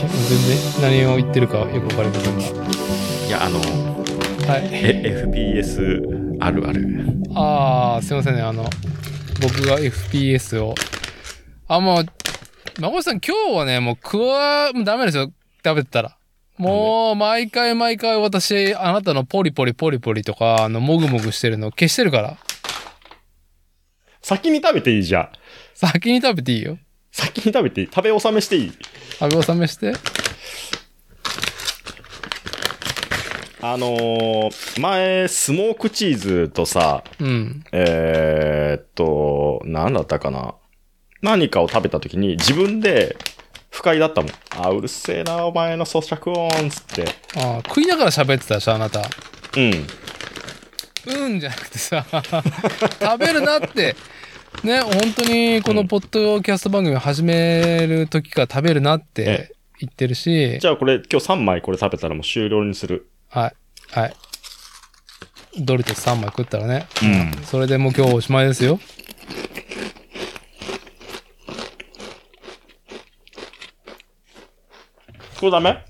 全然何を言ってるかよくわかりませんが。 いや、 はい。 FPS あるある。 すいませんね。僕が FPS を。もう、孫さん今日はね、もうダメですよ。食べてたら。もう、毎回私、あなたのポリポリとか、もぐもぐしてるの消してるから。 先に食べていいじゃん。 先に食べていいよ。 先に食べていい。食べ納めしていい。 食べ納めして。 前、スモークチーズとさ、 うん。 なんだったかな。何かを食べたときに自分で不快だったもん。うるせえな、お前の咀嚼音つって。 食いながら喋ってたでしょ、あなた。 うん。 じゃなくてさ、食べるなって。ね、本当にこのポッドキャスト番組を始める時から食べるなって言ってるし。 じゃあこれ、今日3枚これ食べたらもう終了にする。 はい。はい。ドリトス3枚食ったらね。 うん。 それでもう今日おしまいですよ。 これダメ？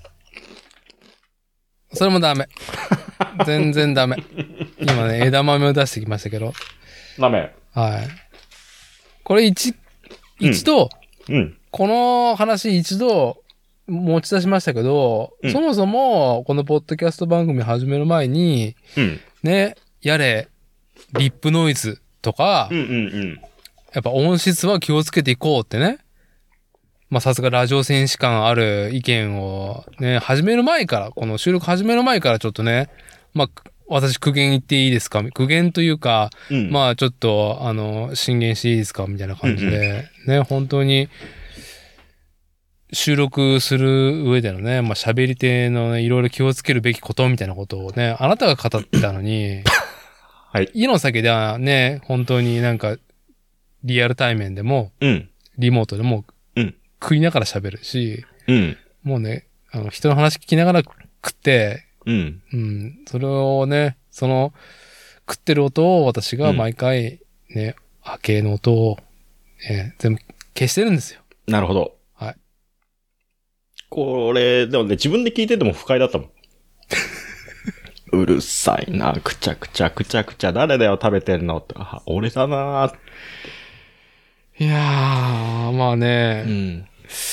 それもダメ。全然ダメ。今ね、枝豆を出してきましたけど。 ダメ。 はい。これ一度、 うん。 この話一度持ち出しましたけど、そもそもこのポッドキャスト番組始める前に、ね、やれ、リップノイズとか、やっぱ音質は気をつけていこうってね。まあさすがラジオ戦士感ある意見をね、始める前から、この収録始める前からちょっとね、まあ私苦言言っていいですか？苦言というか、まあちょっと進言していいですかみたいな感じで、ね、本当に収録する上でのね、まあ喋り手のね、いろいろ気をつけるべきことみたいなことをね、あなたが語ってたのに、 はい。 意の先ではね、本当になんかリアル対面でも、リモートでも、食いながら喋るし、もうね、人の話聞きながら食って、それをね、その、食ってる音を私が毎回ね、波形の音を、全部消してるんですよ。 なるほど。 はい。 これ、でもね、自分で聞いてても不快だったもん。うるさいな、くちゃくちゃ、誰だよ食べてんのとか、俺だな。 いやー、まあね、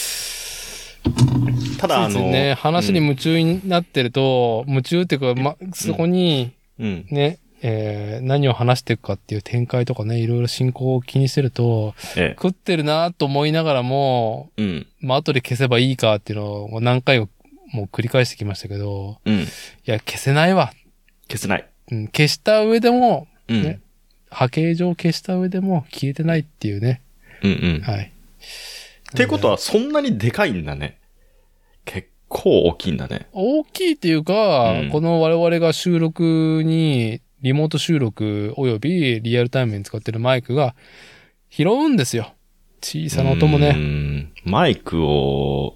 ただね、話に夢中になってると、夢中っていうか、そこに、ね、何を話していくかっていう展開とかね、いろいろ進行を気にしてると、食ってるなと思いながらも、まあ後で消せばいいかっていうのを何回ももう繰り返してきましたけど、いや、消せないわ。 消せない。 消した上でも、ね、波形上消した上でも消えてないっていうね。はい。 ってことはそんなにでかいんだね。結構大きいんだね。 大きいっていうか、この我々が収録に、リモート収録およびリアルタイムに使ってるマイクが拾うんですよ。小さな音もね。 マイクを、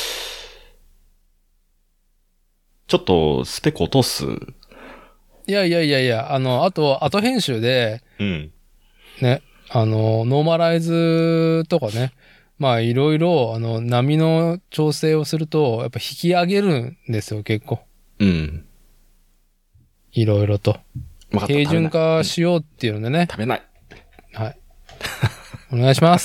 ちょっとスペック落とす。 いや、あと、後編集で、ね、ノーマライズとかね、まあいろいろ、波の調整をすると、やっぱ引き上げるんですよ、結構。いろいろと。平準化しようっていうのでね。 食べない。 はい。お願いします。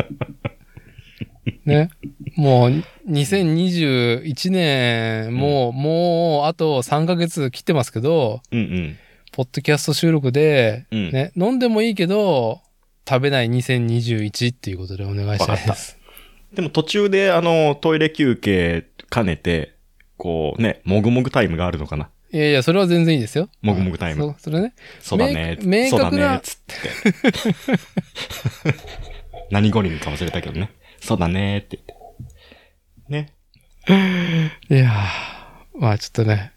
ね。もう、2021年もう、あと3ヶ月切ってますけど、ポッドキャスト収録で、ね、飲んでもいいけど、食べない2021っていうことでお願いしたいです。 でも途中でトイレ休憩兼ねて、こうね、もぐもぐタイムがあるのかな。 いや、それは全然いいですよ。 もぐもぐタイム。 それね。 そうだね。 明確な。 つって。何語にか忘れたけどね。そうだねって言って。 ね。いやー、まあちょっとね、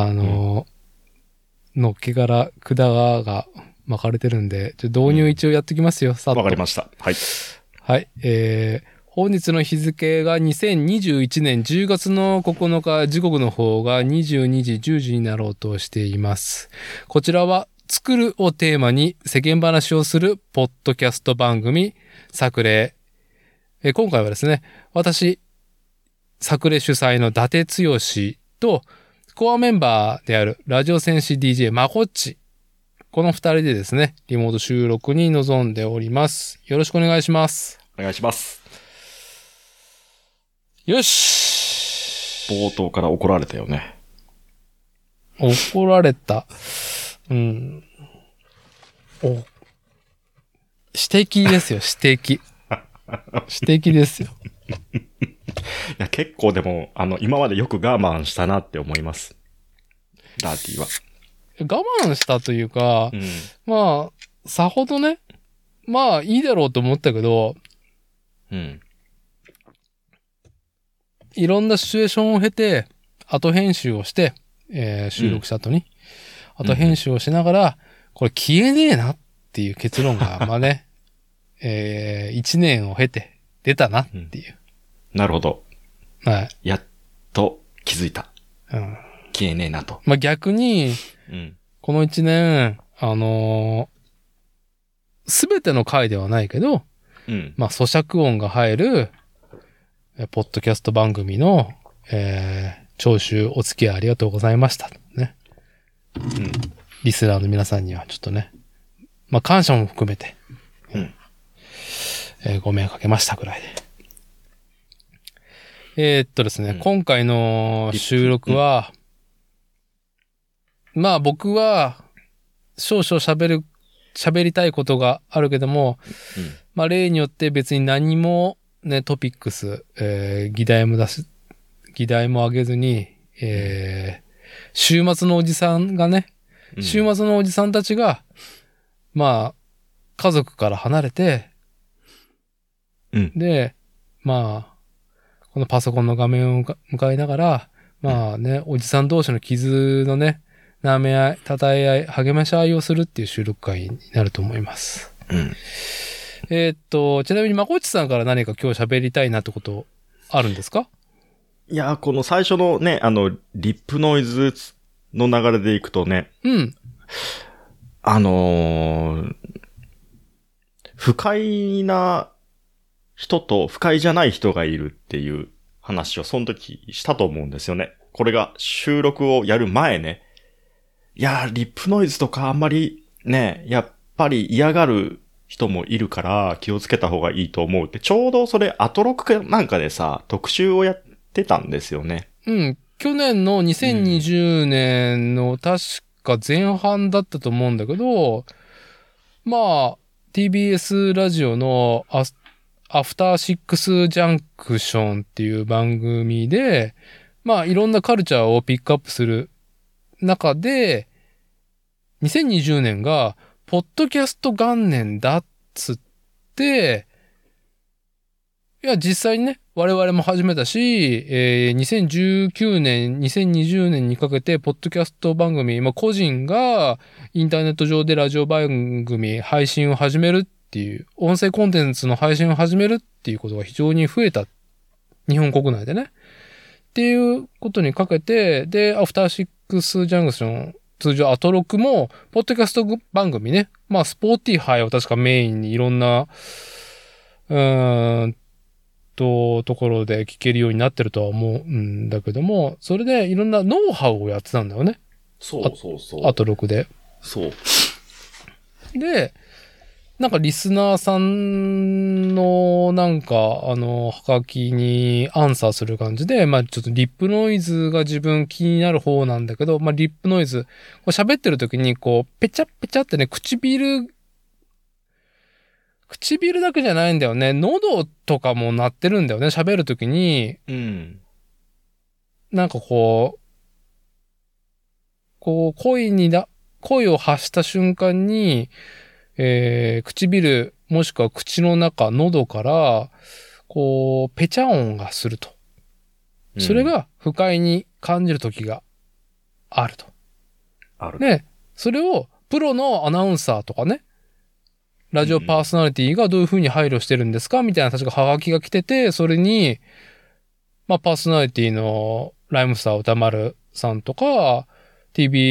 のっけから管が巻かれてるんで、導入一応やってきますよ、さっと。 わかりました。はい。 はい。本日の日付が2021年10月の9日、時刻の方が22時10時になろうとしています。こちらは、作るをテーマに世間話をするポッドキャスト番組、作例。今回はですね、私、 作例主催の伊達剛と、コアメンバーであるラジオ戦士 DJ まこっち。この2人でですね、リモート収録に臨んでおります。よろしくお願いします。 お願いします。 よし。 冒頭から怒られたよね。 怒られた。うん。指摘ですよ、指摘。指摘ですよ。 いや、結構でも、今までよく我慢したなって思います。ダーティーは。 我慢したというか、 うん、 まあ、さほどね、まあいいだろうと思ったけど、 うん。 いろんなシチュエーションを経て、後編集をして、収録した後に、後編集をしながら、これ消えねえなっていう結論が、まあね、1年を経て出たなっていう。 なるほど。 はい。 やっと気づいた。 うん。 消えねえなと。 まあ逆に、この1年、すべての回ではないけど、まあ咀嚼音が入る、ポッドキャスト番組の、聴取お付き合いありがとうございました。ね。リスナーの皆さんにはちょっとね、まあ感謝も含めて、ご迷惑かけましたぐらいで。ですね、今回の収録は、まあ僕は少々喋りたいことがあるけども、まあ例によって別に何もね、トピックス、議題も上げずに、週末のおじさんがね、週末のおじさんたちが、まあ、家族から離れて、で、まあ、このパソコンの画面を向かいながら、まあね、おじさん同士の傷のね、舐め合い、称え合い、励まし合いをするっていう収録会になると思います。ちなみにまこっちさんから何か今日喋りたいなってことあるんですか？ いや、この最初のね、リップノイズの流れでいくとね、不快な人と不快じゃない人がいるっていう話をその時したと思うんですよね。これが収録をやる前ね。いや、リップノイズとかあんまりね、やっぱり嫌がる人もいるから気をつけた方がいいと思うって、ちょうどそれアトロクなんかでさ、特集をやってたんですよね。 去年の2020年の確か前半だったと思うんだけど、まあ、TBS ラジオのアフターシックスジャンクションっていう番組で、まあいろんなカルチャーをピックアップする中で、2020年が、ポッドキャスト元年だっつって、いや、実際にね、我々も始めたし、2019年、2020年にかけて、ポッドキャスト番組、まあ、個人がインターネット上でラジオ番組配信を始めるっていう、音声コンテンツの配信を始めるっていうことが非常に増えた。日本国内でね。っていうことにかけて、で、アフターシックスジャンクション、通常アトロクも、ポッドキャスト番組ね。まあ、スポーティファイを確かメインにいろんな、ところで聞けるようになってるとは思うんだけども、それでいろんなノウハウをやってたんだよね。 そう。 アトロクで。 そう。 で、なんかリスナーさんのなんかはがきにアンサーする感じで、まあちょっとリップノイズが自分気になる方なんだけど、まあリップノイズ、こう喋ってる時にこうペチャペチャってね、唇だけじゃないんだよね。喉とかも鳴ってるんだよね。喋る時に、なんかこう声を発した瞬間に、唇、もしくは口の中、喉から、こう、ペチャ音がすると。それが不快に感じる時があると。 ある。 で、それをプロのアナウンサーとかね、ラジオパーソナリティがどういう風に配慮してるんですかみたいな確かハガキが来てて、それに、まあパーソナリティのライムスター歌丸さんと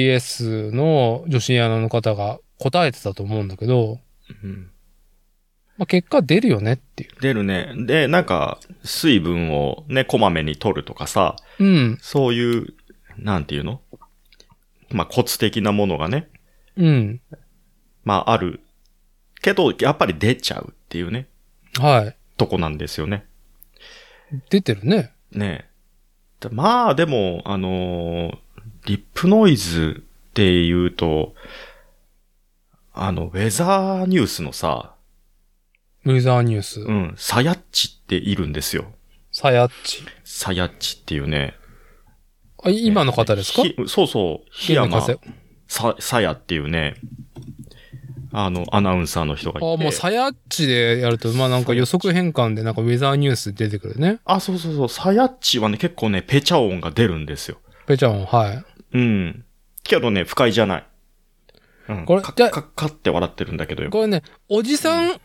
か、TBS の女子アナの方が答えてたと思うんだけど、 まあ、結果出るよねっていう。 出るね。で、なんか、水分をね、こまめに取るとかさ、 うん。 そういう、なんていうの？まあ、コツ的なものがね、 うん。 まあ、ある。けど、やっぱり出ちゃうっていうね、 はい。 とこなんですよね。 出てるね。 ねえ。まあ、でも、リップノイズっていうと、ウェザーニュースのさ、 ウェザーニュース。 うん、サヤッチっているんですよ。 サヤッチ。 サヤッチっていうね。 あ、今の方ですか？ そうそう。檜山現さやっていうね、アナウンサーの人がいて。 あ、もうサヤッチでやると、まあなんか予測変換でなんかウェザーニュース出てくるね。 あ、そうそうそう。サヤッチはね、結構ね、ペチャ音が出るんですよ。 ペチャン、はい。 うん。けどね、不快じゃない。うん。 これ、じゃかって笑ってるんだけどよ。 これね、おじさん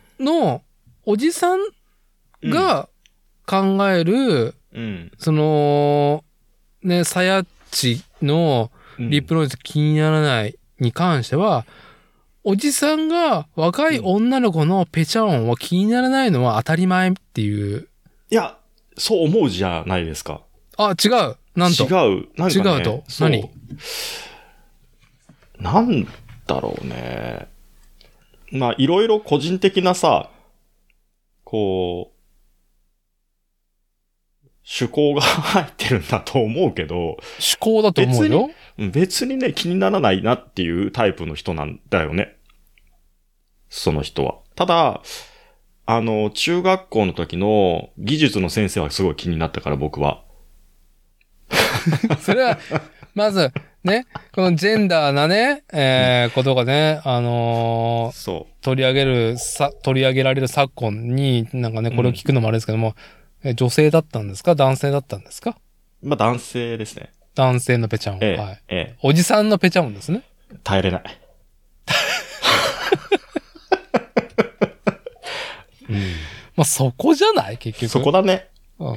が考える、 うん。 その、ね、サヤッチのリップノイズ気にならないに関しては、おじさんが若い女の子のペチャ音は気にならないのは当たり前っていう。 いや、そう思うじゃないですか。 あ、違う。なんと。 違う。なんかね、 違うと。何？ なんだろうね。まあ、いろいろ個人的なさ、こう、趣向が入ってるんだと思うけど、 趣向だと思うよ。 別にね、気にならないなっていうタイプの人なんだよね。その人は。ただ、中学校の時の技術の先生はすごい気になったから僕は。 それは、まず、ね、このジェンダーなね、ことがね、 そう。 取り上げられる昨今に、なんかね、これを聞くのもあれですけども、女性だったんですか？男性だったんですか？ まあ男性ですね。 男性のペチャン。はい。おじさんのペチャンですね。 耐えれない。 うん、まあそこじゃない結局。 そこだね。 うん。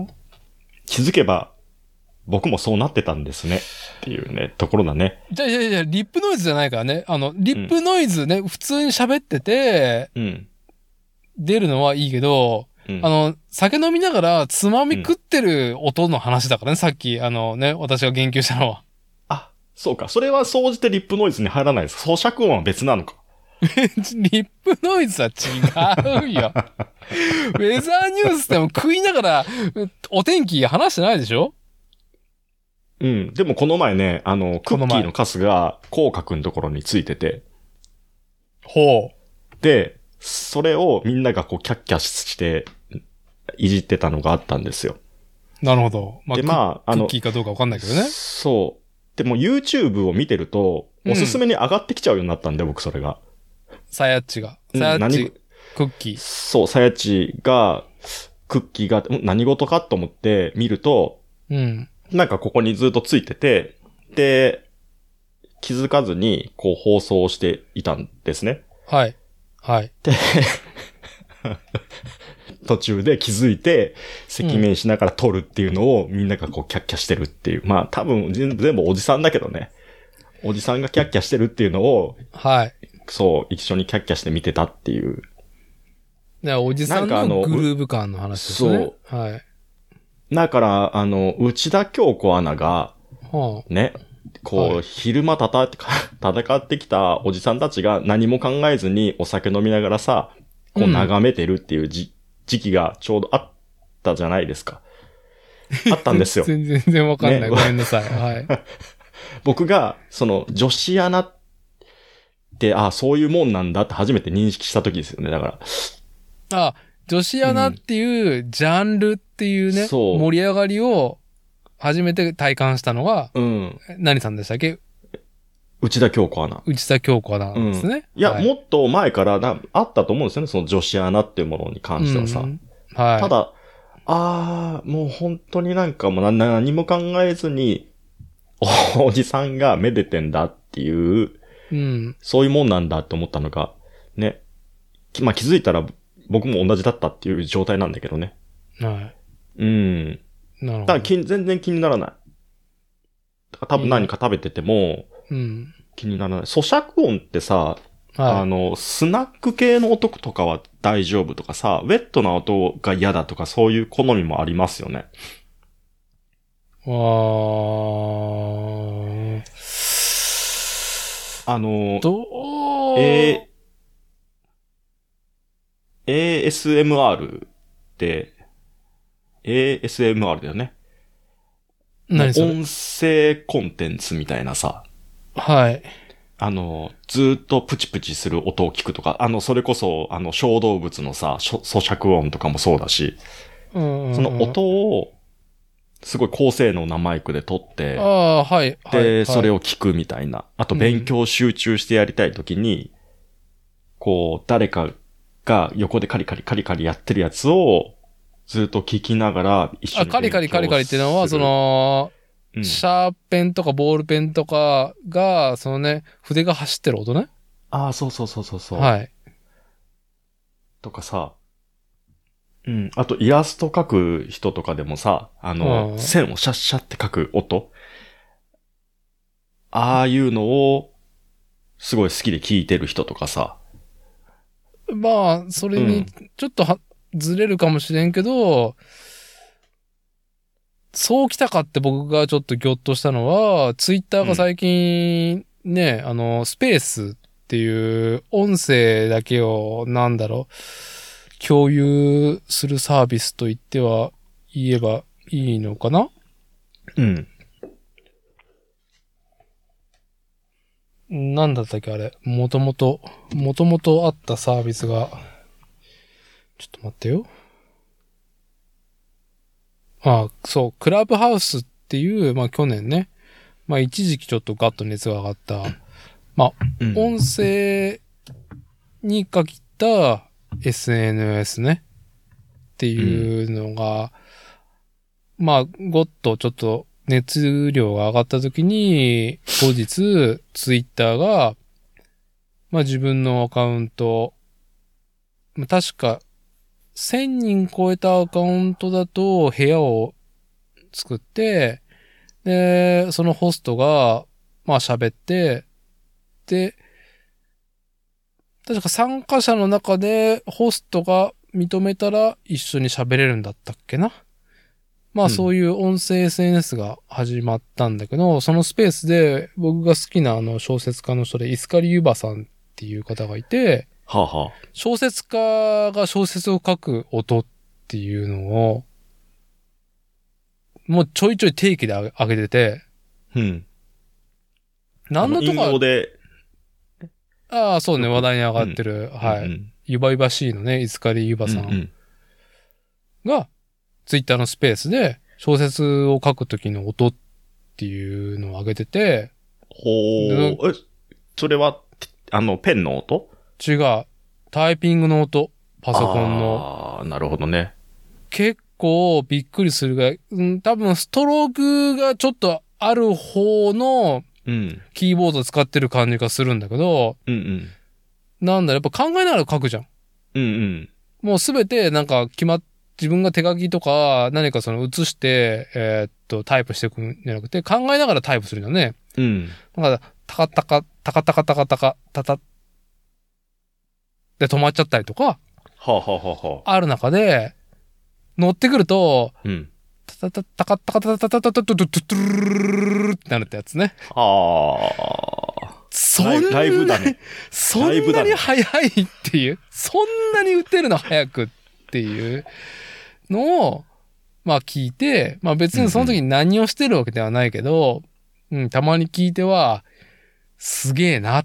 気づけば、僕もそうなってたんですね。っていうね、ところだね。 じゃあ、リップノイズじゃないからね。リップノイズね、普通に喋ってて、出るのはいいけど、酒飲みながらつまみ食ってる音の話だからね、さっき、私が言及したのは。 あ、そうか。それは総じてリップノイズに入らないです。咀嚼音は別なのか。 リップノイズは違うよ。ウェザーニュースでも食いながらお天気話してないでしょ？ うん。でもこの前ね、クッキーのカスが、口角のところについてて。 ほう。 で、それをみんながこうキャッキャして、いじってたのがあったんですよ。 なるほど。 まあ、クッキーかどうかわかんないけどね。 そう。でも YouTube を見てると、おすすめに上がってきちゃうようになったんで、僕それが。 サヤッチが。サヤッチ、クッキー。 そう、サヤッチが、クッキーが、何事かと思って見ると、なんかここにずっとついてて、で、気づかずに、こう放送していたんですね。 はい。はい。 で、途中で気づいて、赤面しながら撮るっていうのをみんながこうキャッキャしてるっていう。まあ多分全部おじさんだけどね。おじさんがキャッキャしてるっていうのを、 はい。 そう、一緒にキャッキャして見てたっていう。 おじさんのグルーヴ感の話ですね。 そう。 はい。 だから、内田京子アナが、ね、こう、昼間戦ってきたおじさんたちが何も考えずにお酒飲みながらさ、こう眺めてるっていう時期がちょうどあったじゃないですか。あったんですよ。 全然わかんない、ね。ごめんなさい。はい。 僕が、女子アナって、そういうもんなんだって初めて認識した時ですよね、だから。 女子アナっていうジャンルっていうね、盛り上がりを初めて体感したのが、何さんでしたっけ？ 内田京子アナ。 内田京子アナですね。 いや、もっと前からあったと思うんですよね、その女子アナっていうものに関してはさ。はい。ただ、もう本当になんかもう何も考えずに、おじさんがめでてんだっていう、そういうもんなんだって思ったのが、ね。まあ気づいたら僕も同じだったっていう状態なんだけどね。 はい。 なるほど。だから全然気にならない。多分何か食べてても、気にならない。咀嚼音ってさ、 はい。 スナック系の音とかは大丈夫とかさ、ウェットな音が嫌だとかそういう好みもありますよね。ASMR って、ASMR だよね。 何それ？ 音声コンテンツみたいなさ。 はい。 ずーっとプチプチする音を聞くとか、それこそ、小動物のさ、咀嚼音とかもそうだし、その音を、すごい高性能なマイクで撮って、 はい。 で、それを聞くみたいな。あと、勉強集中してやりたいときに、こう、誰かが横でカリカリカリカリやってるやつを、ずっと聞きながら一緒に勉強する。 カリカリカリカリっていうのは、シャーペンとかボールペンとかが、筆が走ってる音ね。 ああ、そうそうそうそう。 はい。 とかさ、あとイラスト描く人とかでもさ、線をシャッシャって描く音。ああいうのを、すごい好きで聞いてる人とかさ。 まあ、それに、ちょっとずれるかもしれんけど、そう来たかって僕がちょっとギョッとしたのは、ツイッターが最近ね、スペースっていう音声だけを、共有するサービスと言えばいいのかな？なんだったっけあれ。もともとあったサービスが、ちょっと待ってよ。そう、クラブハウスっていう、去年ね、一時期ちょっとガッと熱が上がった、音声に限った SNS ね、っていうのが、ごっとちょっと熱量が上がった時に、後日、ツイッターが、自分のアカウント、確か、1000人超えたアカウントだと部屋を作って、で、そのホストが、喋って、で、確か参加者の中でホストが認めたら一緒に喋れるんだったっけな。そういう音声 SNS が始まったんだけど、そのスペースで僕が好きな小説家の人で、イスカリユバさんっていう方がいて、小説家が小説を書く音っていうのを、もうちょいちょい定期で上げてて、何のとか、 隠語で、 そうね、話題に上がってる、はい。ゆばゆばしいのね、イスカリユバさんが、ツイッターのスペースで小説を書くときの音っていうのを上げてて、 それは、ペンの音？ 違う。タイピングの音。パソコンの。 なるほどね。 結構びっくりするぐらい、多分ストロークがちょっとある方のキーボードを使ってる感じがするんだけど、やっぱ考えながら書くじゃん。もうすべて自分が手書きとか何か写して、タイプしていくんじゃなくて、考えながらタイプするんだね。だから、タカタカ、タカタカタカタカ、タタで止まっちゃったりとか、ある中で、乗ってくると、タタタカタカタタタタタタタタタルってなるってやつね。 ライブだね。 そんなに早いっていう、そんなに打てるの早くっていうのを、聞いて、別にその時に何をしてるわけではないけど、たまに聞いては、すげえな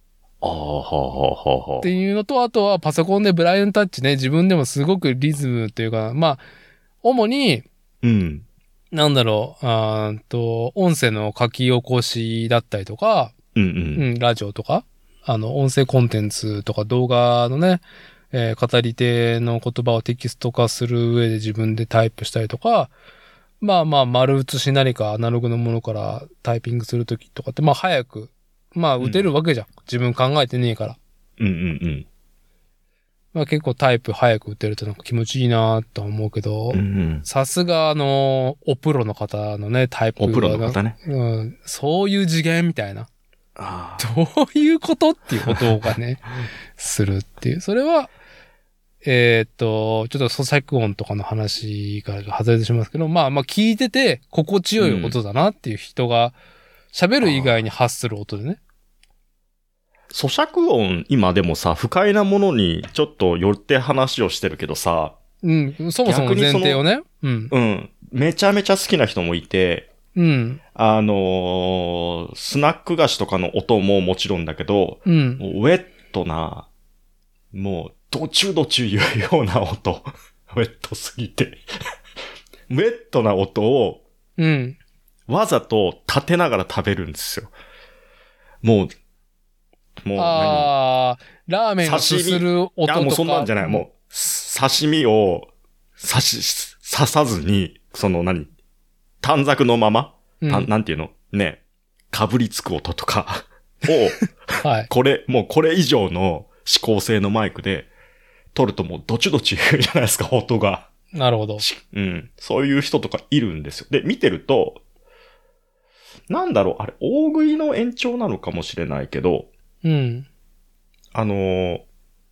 っていうのと、あとはパソコンでブラインドタッチね、自分でもすごくリズムというか、主に、音声の書き起こしだったりとか、ラジオとか、音声コンテンツとか動画のね、語り手の言葉をテキスト化する上で自分でタイプしたりとか、丸写し何かアナログのものからタイピングするときとかって、早く、打てるわけじゃん。自分考えてねえから。結構タイプ早く打てると気持ちいいなと思うけど、さすがおプロの方のね、タイプが。 おプロの方ね。 そういう次元みたいな。 どういうことっていうことがね、するっていう。それは、ちょっと咀嚼音とかの話から外れてしまいますけど、まあ聞いてて心地よい音だなっていう人が喋る以外に発する音でね。 咀嚼音、今でもさ、不快なものにちょっと寄って話をしてるけどさ、 うん、そもそもの前提をね。うん。 うん。めちゃめちゃ好きな人もいて、 うん。 スナック菓子とかの音ももちろんだけど、 うん。 もうウェットな、もう、どちゅどちゅ言うような音。ウェットすぎて。ウェットな音を、 うん。 わざと立てながら食べるんですよ。もうラーメンをすする音とか。 いや、もうそんなんじゃない。もう、刺身を刺さずに、短冊のまま、なんていうのね、かぶりつく音とかを、 はい。 これ以上の指向性のマイクで撮るともうどちどち言うじゃないですか、音が。 なるほど。 うん。そういう人とかいるんですよ。で、見てると、なんだろう、あれ、大食いの延長なのかもしれないけど、 うん。 大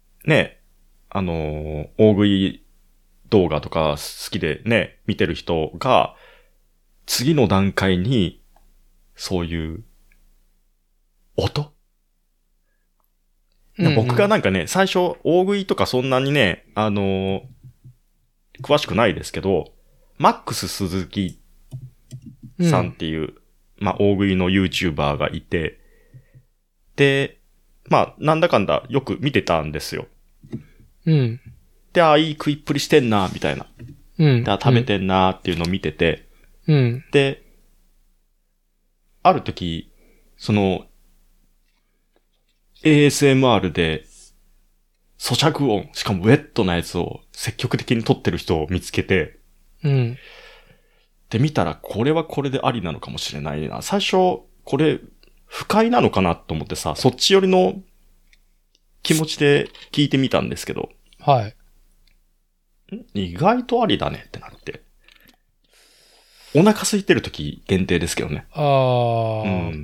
食い動画とか好きでね、見てる人が、次の段階に、そういう音、僕がなんかね、最初、大食いとかそんなにね、詳しくないですけど、マックス鈴木さんっていう、大食いの YouTuber がいて、で、なんだかんだよく見てたんですよ。 うん。 で、いい食いっぷりしてんな、みたいな。 うん。 で、食べてんなっていうのを見てて、 うん。 で、ある時、ASMR で、咀嚼音、しかもウェットなやつを積極的に撮ってる人を見つけて、 うん。 で、見たら、これはこれでありなのかもしれないな。最初、これ、不快なのかなと思ってさ、そっち寄りの気持ちで聞いてみたんですけど、 はい。 意外とありだねってなって。お腹空いてる時限定ですけどね。うん。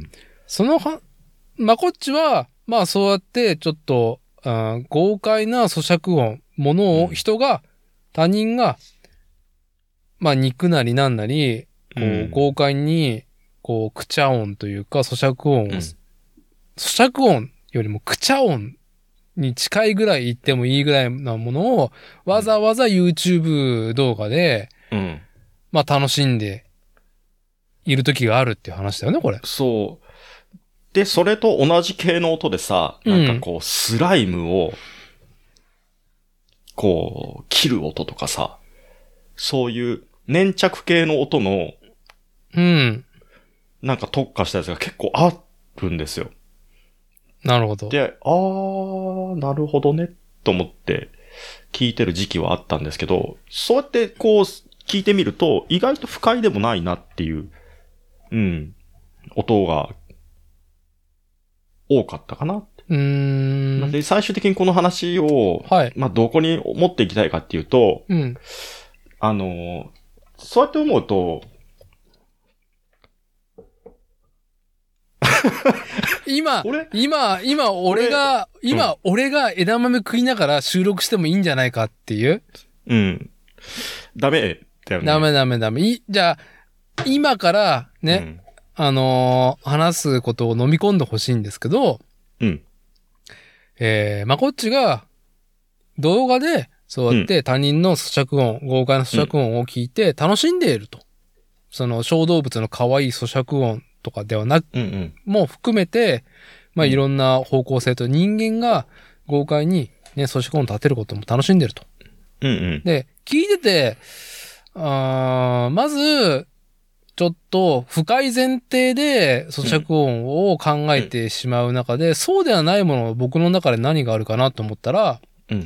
まこっちは、そうやってちょっと、豪快な咀嚼音、ものを他人が、肉なりなんなり、豪快に、クチャ音というか、咀嚼音を、咀嚼音よりもクチャ音に近いぐらい言ってもいいぐらいなものを、わざわざ YouTube 動画で、楽しんでいる時があるっていう話だよね、これ。 そう。で、それと同じ系の音でさ、なんかスライムを、切る音とかさ、そういう粘着系の音の、なんか特化したやつが結構あるんですよ。 なるほど。 で、なるほどね、と思って聞いてる時期はあったんですけど、そうやって聞いてみると、意外と不快でもないなっていう、音が多かったかなって。なんで最終的にこの話を、どこに持っていきたいかっていうと、そうやって思うと、 今、俺が枝豆食いながら収録してもいいんじゃないかっていう。 ダメだよね。 ダメ。じゃあ、今からね、話すことを飲み込んでほしいんですけど、まこっちが動画でそうやって他人の咀嚼音、豪快な咀嚼音を聞いて楽しんでいると。その小動物の可愛い咀嚼音とかではなく、もう含めて、いろんな方向性と人間が豪快にね、咀嚼音を立てることも楽しんでると。で、聞いてて、まず、ちょっと不快前提で咀嚼音を考えてしまう中で、そうではないものを僕の中で何があるかなと思ったら、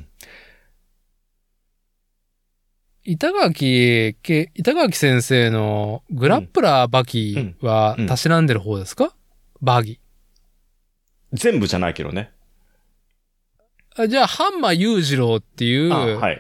板垣先生のグラップラーバキはたしなんでる方ですか？バギ。 全部じゃないけどね。 じゃあ、ハンマー裕次郎っていう、 はい。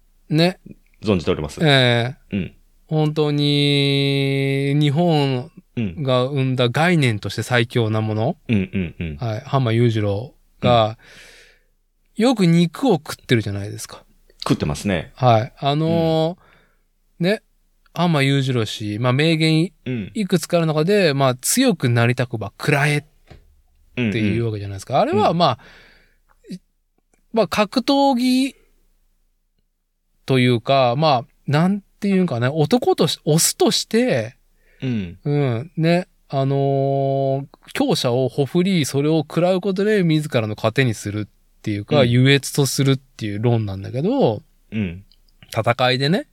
ね。 存じております。 本当に、日本が生んだ概念として最強なもの。はい。浜馬裕次郎が、よく肉を食ってるじゃないですか。 食ってますね。 はい。ね。浜馬裕次郎氏、まあ名言いくつかある中で、まあ強くなりたくば食らえっていうわけじゃないですか。あれはまあ格闘技というか、まあ、なんていうかね、オスとして、ね、強者をほふり、それを食らうことで自らの糧にするっていうか、優越とするっていう論なんだけど、戦いでね。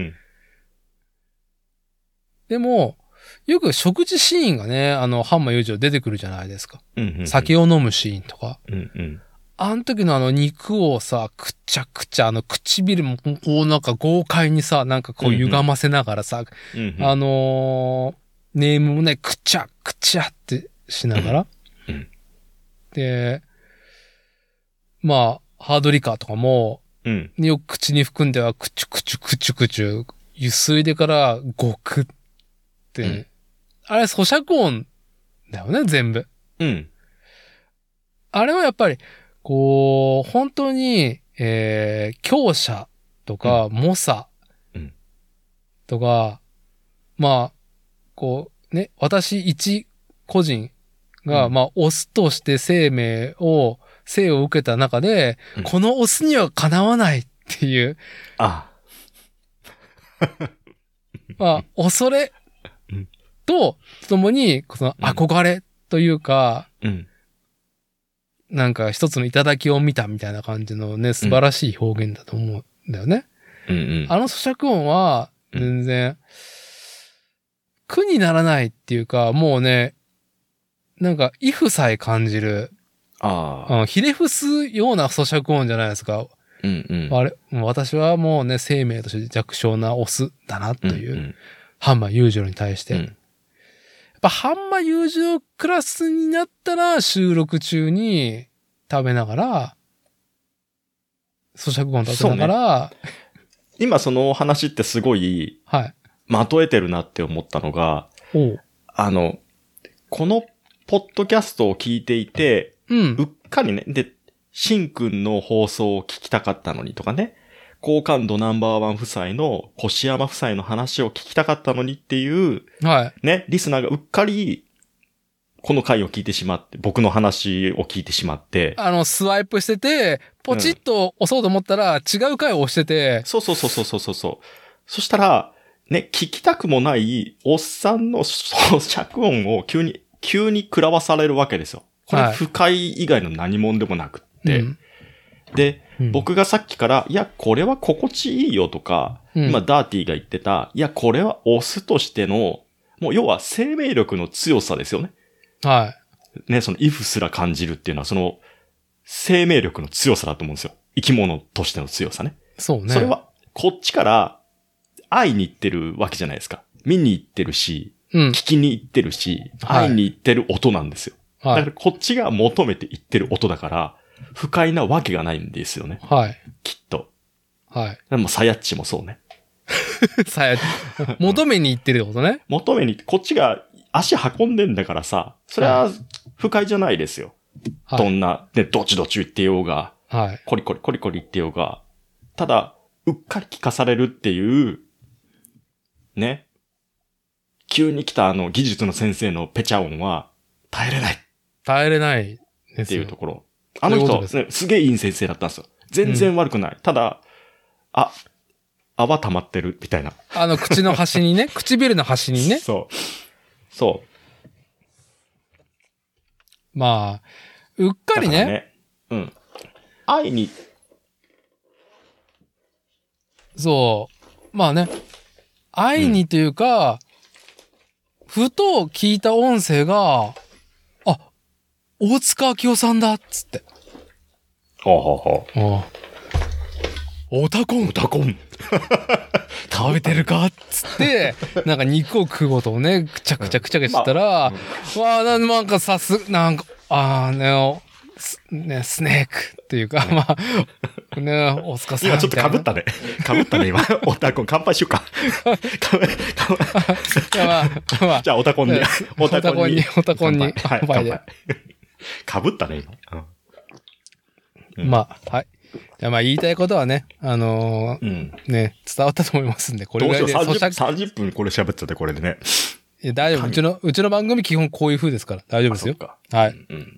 でも、よく食事シーンがね、浜馬裕次郎出てくるじゃないですか。酒を飲むシーンとか。あの時の肉をさ、くちゃくちゃ、唇もこうなんか豪快にさ、なんかこう歪ませながらさ、ネームもね、くちゃくちゃってしながら。で、まあ、ハードリカーとかも、よく口に含んでは、くちゅくちゅくちゅくちゅ、ゆすいでからごくって、あれ咀嚼音だよね、全部。あれはやっぱり、こう、本当に、強者とか、猛者とか、まあ、こう、ね、私一個人が、まあ、オスとして生を受けた中で、このオスにはかなわないっていう。まあ、恐れと、ともに、その憧れというか、なんか一つの頂を見たみたいな感じのね、素晴らしい表現だと思うんだよね。あの咀嚼音は、全然、苦にならないっていうか、もうね、なんか、イフさえ感じる。ひれ伏すような咀嚼音じゃないですか。あれ、私はもうね、生命として弱小なオスだなという、浜馬裕次郎に対して。やっぱ浜馬裕次郎クラスになったら収録中に食べながら、咀嚼音食べながら、 今その話ってすごい、まとえてるなって思ったのが、このポッドキャストを聞いていて、うっかりね、で、しんくんの放送を聞きたかったのにとかね、好感度ナンバーワン夫妻の越山夫妻の話を聞きたかったのにっていう、ね、リスナーがうっかり、この回を聞いてしまって、僕の話を聞いてしまって。 スワイプしてて、ポチッと押そうと思ったら、違う回を押してて。 そう。そしたら、ね、聞きたくもないおっさんの咀嚼音を急に食らわされるわけですよ。これ不快以外の何もんでもなくって。で、僕がさっきから、いや、これは心地いいよとか、今ダーティが言ってた、いや、これはオスとしての、もう要は生命力の強さですよね。ね、そのイフすら感じるっていうのは、その生命力の強さだと思うんですよ。生き物としての強さね。 そうね。 それは、こっちから会いに行ってるわけじゃないですか。見に行ってるし、聞きに行ってるし、会いに行ってる音なんですよ。だからこっちが求めて行ってる音だから、不快なわけがないんですよね。きっと。でも、サヤッチもそうね。 サヤッチ。求めに行ってるってことね。 求めに、こっちが足運んでんだからさ、それは不快じゃないですよ。どんな、ね、どちどち言ってようが、コリコリ言ってようが。ただ、うっかり聞かされるっていう、ね。急に来た技術の先生のペチャ音は、耐えれない。っていうところ。あの人、ね、すげえいい先生だったんですよ。全然悪くない。ただ、泡溜まってる、みたいな。 口の端にね、唇の端にね。 そう。 まあ、うっかりね。 愛に。 そう。まあね。愛にというか、ふと聞いた音声が、大塚明夫さんだっつって。オタコン食べてるかっつって、なんか肉を食うことをね、くちゃくちゃしてたら、なんかね、スネークっていうか、まあ、ね、大塚さん。 今ちょっと被ったね。被ったね、今。オタコン、乾杯しようか。 いや、まあ、 じゃあ、オタコンに。 オタコンに乾杯で。 被ったね、今。 まあ、はい。じゃあまあ言いたいことはね、ね、伝わったと思いますんで、これぐらいで 30分これ喋ってたこれでね。 いや、大丈夫。うちの番組基本こういう風ですから、大丈夫ですよ。はい。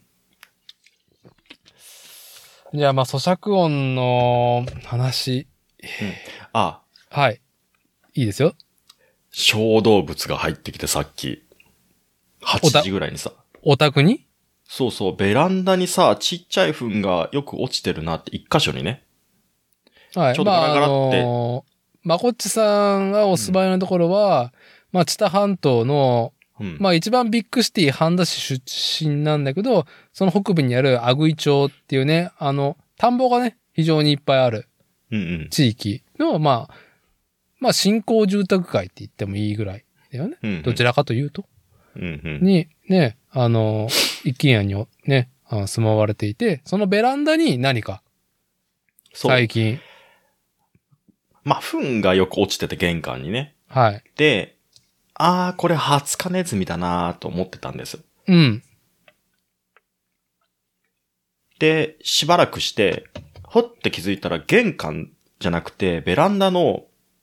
じゃあまあ咀嚼音の話。 はい。 いいですよ。 小動物が入ってきてさっき、8時ぐらいにさ。 お宅に？ そうそう、ベランダにさ、ちっちゃい糞がよく落ちてるなって一箇所にね。 はい。ちょっとガラガラって。まこっちさんがお住まいのところは、まあ、知多半島の、まあ、一番ビッグシティ、半田市出身なんだけど、その北部にある阿久井町っていうね、田んぼがね、非常にいっぱいある地域の、まあ、新興住宅街って言ってもいいぐらいだよね。どちらかというと。に、ね、一軒家にね、住まわれていて、そのベランダに何か、最近。 まあ、糞がよく落ちてて玄関にね。 はい。 で、これハツカネズミだなと思ってたんです。で、しばらくして、ほって気づいたら玄関じゃなくて、ベランダの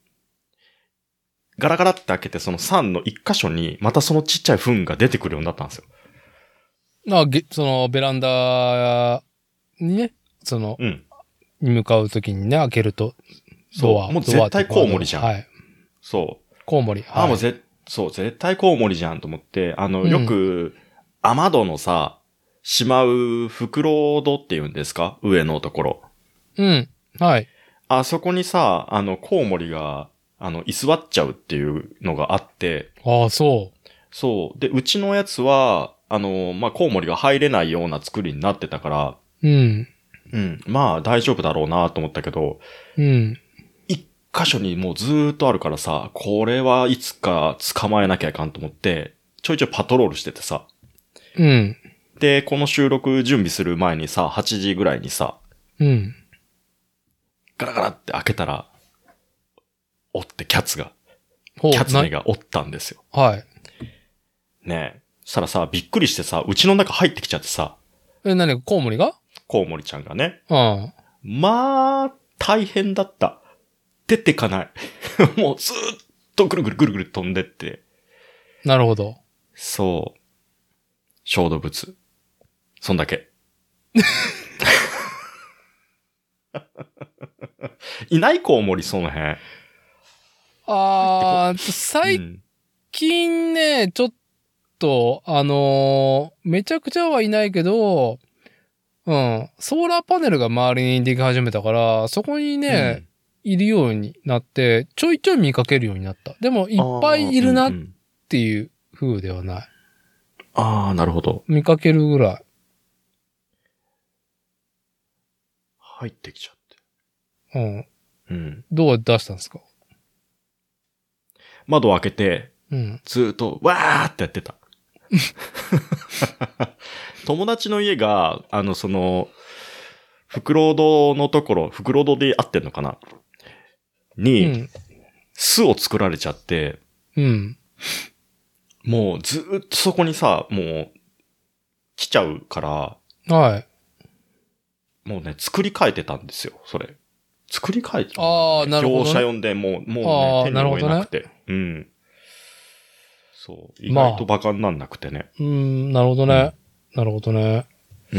ガラガラって開けてその3の1箇所にまたそのちっちゃい糞が出てくるようになったんですよ。 そのベランダにね、に向かうときにね、開けると。 そう。もう絶対コウモリじゃん。はい。そう。 コウモリ。はい。 もう絶対コウモリじゃんと思って、よく、雨戸のさ、しまう袋戸って言うんですか？上のところ。 はい。 あそこにさ、コウモリが、居座っちゃうっていうのがあって。 そう。 そう。で、うちのやつは、まあ、コウモリが入れないような作りになってたから、まあ、大丈夫だろうなと思ったけど、一箇所にもうずーっとあるからさ、これはいつか捕まえなきゃいかんと思って、ちょいちょいパトロールしててさ。で、この収録準備する前にさ、8時ぐらいにさ、ガラガラって開けたら、キャツネがおったんですよ。 はい。 ねえ。そしたらさ、びっくりしてさ、うちの中入ってきちゃってさ。 何コウモリが？ コウモリちゃんがね。まあ、大変だった。出てかない。もうずーっとぐるぐるぐるぐる飛んでって。 なるほど。 そう。小動物。そんだけ。いないコウモリ、その辺。 最近ね、ちょっと、めちゃくちゃはいないけど、ソーラーパネルが周りにでき始めたから、そこにね、いるようになって、ちょいちょい見かけるようになった。でも、いっぱいいるなっていう風ではない。 なるほど。 見かけるぐらい。 入ってきちゃって。 どう出したんですか？ 窓を開けて、ずーっと、わーってやってた。友達の家が、袋戸のところ、袋戸で合ってんのかなに、巣を作られちゃって、もうずーっとそこにさ、もう、来ちゃうから、 はい。 もうね、作り変えてたんですよ、それ。作り変えてた、 なるほど、 業者呼んで、もうね、手に負えなくて。そう。意外とバカになんなくてね。 なるほどね。なるほどね。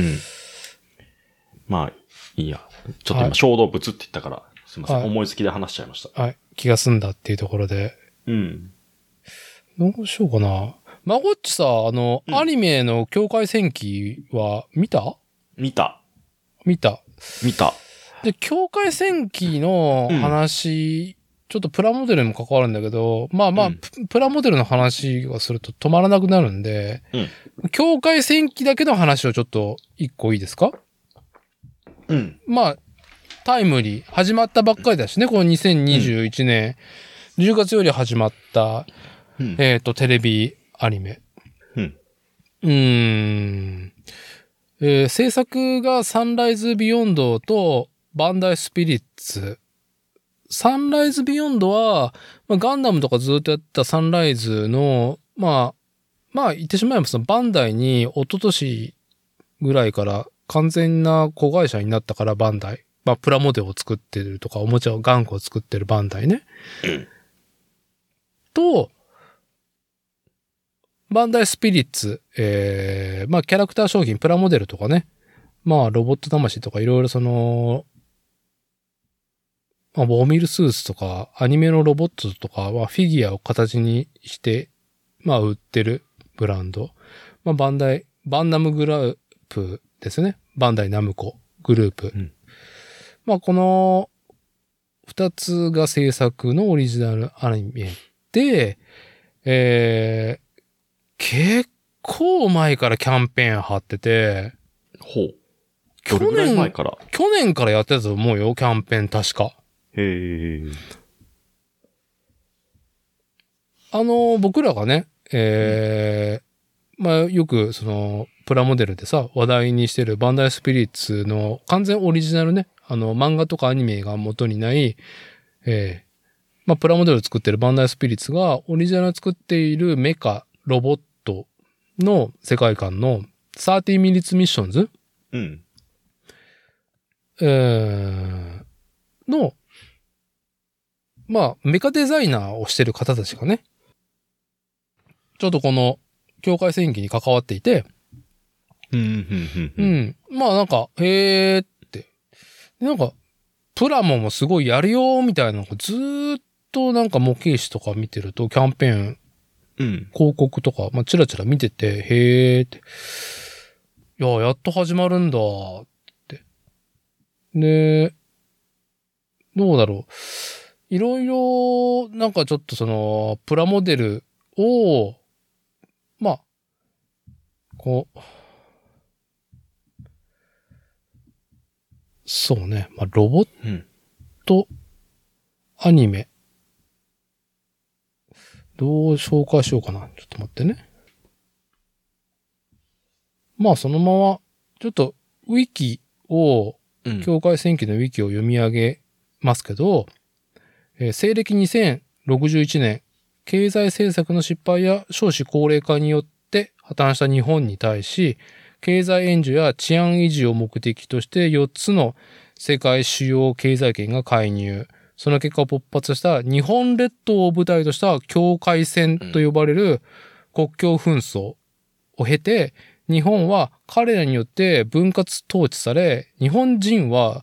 まあ、いいや。ちょっと今、小動物って言ったから、すいません。思いつきで話しちゃいました。 はい。気が済んだっていうところで。どうしようかな。まごっちさ、アニメの境界戦記は見た？ 見た。 で、境界戦記の話、ちょっとプラモデルにも関わるんだけど、まあ、プラモデルの話をすると止まらなくなるんで、境界戦記だけの話をちょっと一個いいですか？まあ、タイムリー、始まったばっかりだしね、この2021年、10月より始まった、テレビアニメ。 制作がサンライズビヨンドとバンダイスピリッツ。サンライズビヨンドは、ガンダムとかずっとやったサンライズの、言ってしまえばそのバンダイに一昨年ぐらいから完全な子会社になったからバンダイ。プラモデルを作ってるとか、おもちゃを玩具を作ってるバンダイね。と、バンダイスピリッツ、キャラクター商品、プラモデルとかね。ロボット魂とかいろいろウォーミルスーツとか、アニメのロボットとかはフィギュアを形にして、売ってるブランド。バンナムグループですね。バンダイナムコグループ。この二つが制作のオリジナルアニメで、結構前からキャンペーン張ってて、 どれぐらい前から？ 去年からやってたと思うよ、キャンペーン確か。 へー。僕らがね、よくプラモデルでさ、話題にしてるバンダイスピリッツの完全オリジナルね、漫画とかアニメが元にない、プラモデルを作ってるバンダイスピリッツがオリジナルを作っているメカ、ロボットの世界観の30 minutes missions？の、メカデザイナーをしてる方たちがね、ちょっとこの境界線機に関わっていて、へーって。プラモもすごいやるよ、みたいなのがずーっと模型紙とか見てると、キャンペーン、広告とか、チラチラ見てて、へーって。いや、やっと始まるんだ、って。で、どうだろう。いろいろ、ちょっとプラモデルを、そうね。ロボットアニメ。どう紹介しようかな。ちょっと待ってね。そのまま、ちょっと、ウィキを、境界線機のウィキを読み上げますけど、西暦2061年、経済政策の失敗や少子高齢化によって破綻した日本に対し、経済援助や治安維持を目的として4つの世界主要経済圏が介入。その結果勃発した日本列島を舞台とした境界線と呼ばれる国境紛争を経て、日本は彼らによって分割統治され、日本人は、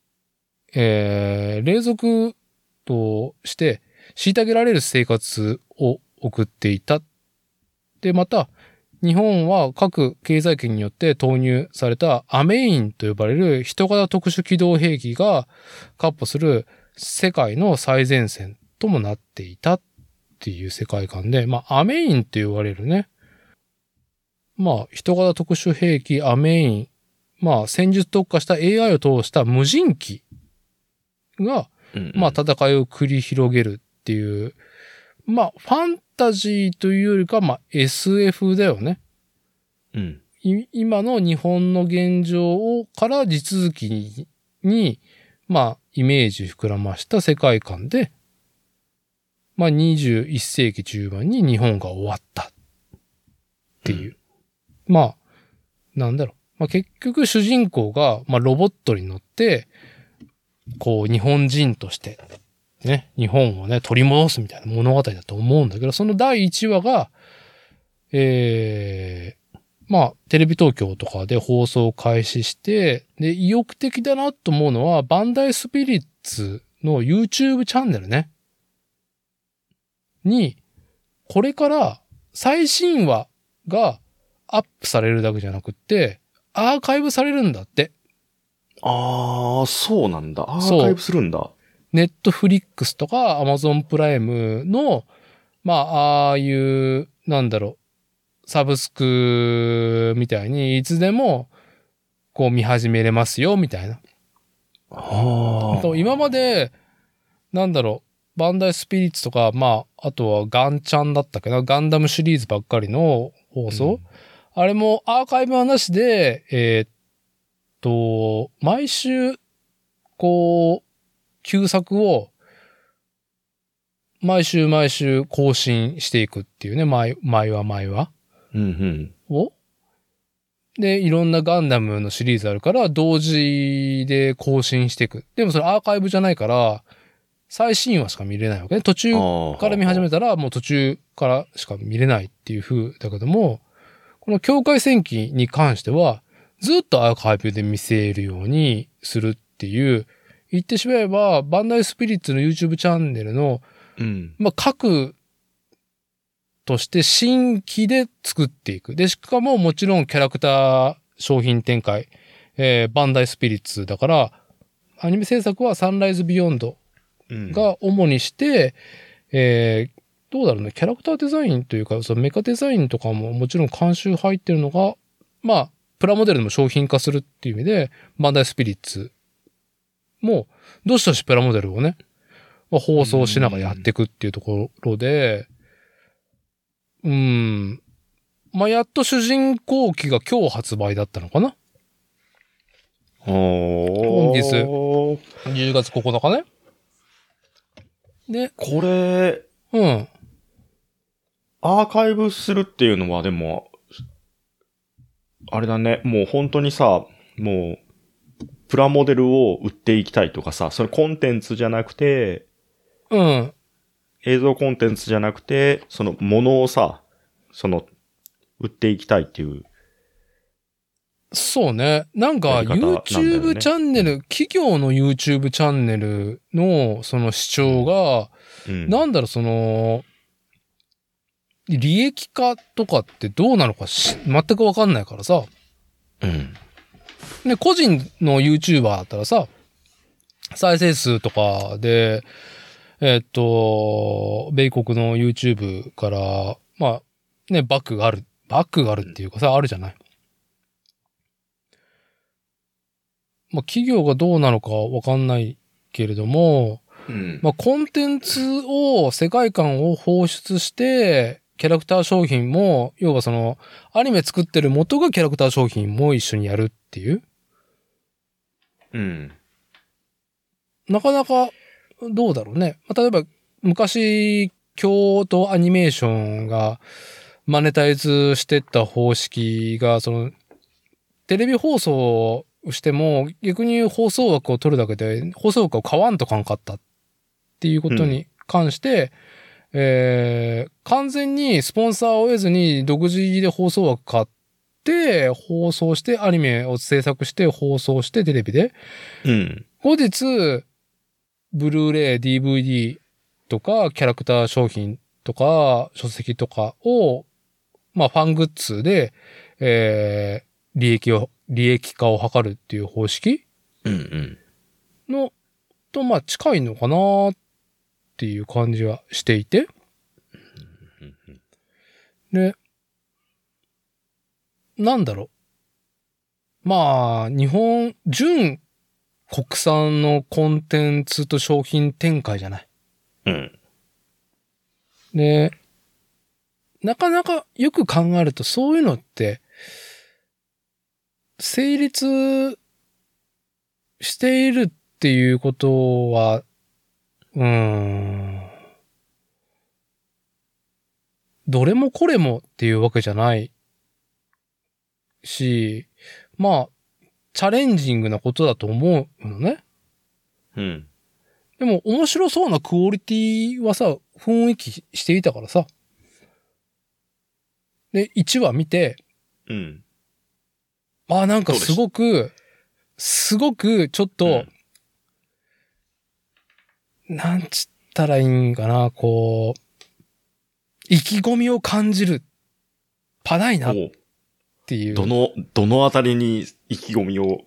隷属として虐げられる生活を送っていた。で、また、日本は各経済圏によって投入されたアメインと呼ばれる人型特殊機動兵器が闊歩する世界の最前線ともなっていたっていう世界観で、アメインって言われるね。人型特殊兵器、アメイン、戦術特化した AI を通した無人機が、戦いを繰り広げるっていう、ファンタジーというよりか、SF だよね。今の日本の現状から地続きに、イメージ膨らました世界観で、21世紀中盤に日本が終わったっていう。結局主人公が、ロボットに乗って、日本人として、ね、日本をね、取り戻すみたいな物語だと思うんだけど、その第1話が、テレビ東京とかで放送を開始して、で、意欲的だなと思うのは、バンダイスピリッツの YouTube チャンネルね。に、これから最新話がアップされるだけじゃなくって、アーカイブされるんだって。 そうなんだ。アーカイブするんだ。 ネットフリックスとかアマゾンプライムの、ああいう、サブスクみたいにいつでも見始めれますよ、みたいな。今まで、バンダイスピリッツとか、あとはガンチャンだったっけな、ガンダムシリーズばっかりの放送、 あれもアーカイブはなしで、毎週、こう、旧作を、毎週更新していくっていうね、毎話。 うんをで、いろんなガンダムのシリーズあるから、同時で更新していく。でもそれアーカイブじゃないから、最新話しか見れないわけね。途中から見始めたら、もう途中からしか見れないっていう風だけども、この境界戦記に関しては、ずっとアーカイブで見せるようにするっていう、言ってしまえば、バンダイスピリッツの YouTube チャンネルの、核として新規で作っていく。で、しかももちろんキャラクター商品展開、バンダイスピリッツだから、アニメ制作はサンライズビヨンドが主にして、どうだろうね、キャラクターデザインというか、そのメカデザインとかももちろん監修入ってるのが、まあ、プラモデルでも商品化するっていう意味で、バンダイスピリッツも、どしどしプラモデルをね、放送しながらやっていくっていうところで、まあ、やっと主人公機が今日発売だったのかな？本日、10月9日ね。で、 これ、アーカイブするっていうのはでも、あれだね、もう本当にさ、もう、プラモデルを売っていきたいとかさ、それコンテンツじゃなくて、映像コンテンツじゃなくて、そのものをさ、売っていきたいっていう。 そうね。なんか YouTube チャンネル、企業の YouTube チャンネルのその視聴が、なんだろう、利益化とかってどうなのか全くわかんないからさ。ね、個人の YouTuber だったらさ、再生数とかで、米国の YouTube から、まあ、ね、バックがあるっていうかさ、あるじゃない。まあ、企業がどうなのかわかんないけれども、まあ、コンテンツを、世界観を放出して、キャラクター商品も、要はアニメ作ってる元がキャラクター商品も一緒にやるっていう。なかなか、どうだろうね。まあ、例えば、昔、京都アニメーションが、マネタイズしてった方式が、テレビ放送しても、逆に放送枠を取るだけで、放送枠を買わんとかんかったっていうことに関して、完全にスポンサーを得ずに独自で放送枠買って、放送して、アニメを制作して、放送して、テレビで。後日、ブルーレイ、DVD とか、キャラクター商品とか、書籍とかを、まあ、ファングッズで、利益化を図るっていう方式と、まあ、近いのかなっていう感じはしていて。で、なんだろう。まあ、純国産のコンテンツと商品展開じゃない。で、なかなかよく考えるとそういうのって、成立しているっていうことは、どれもこれもっていうわけじゃないし、まあ、チャレンジングなことだと思うのね。でも面白そうなクオリティはさ、雰囲気していたからさ。で、1話見て、なんかすごくちょっと、なんつったらいいんかな、こう、意気込みを感じる、パないなっていう。 どのあたりに意気込みを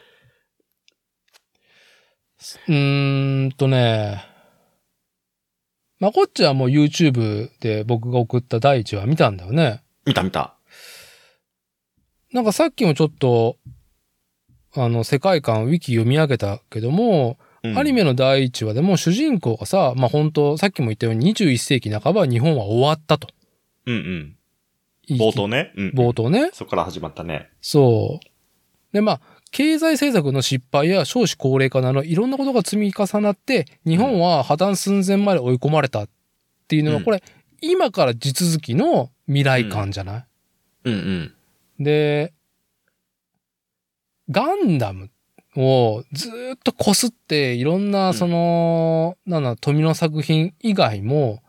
まこっちはもう YouTube で僕が送った第1話見たんだよね。 見た。 なんかさっきもちょっと、世界観ウィキ読み上げたけども、アニメの第1話でも主人公がさ、まあ、本当さっきも言ったように21世紀半ば日本は終わったと。 冒頭ね。 冒頭ね。 そこから始まったね。 そう。で、まあ、経済政策の失敗や少子高齢化などいろんなことが積み重なって、日本は破綻寸前まで追い込まれたっていうのは、これ、今から地続きの未来感じゃない？で、ガンダムをずーっとこすって、いろんな、富の作品以外も、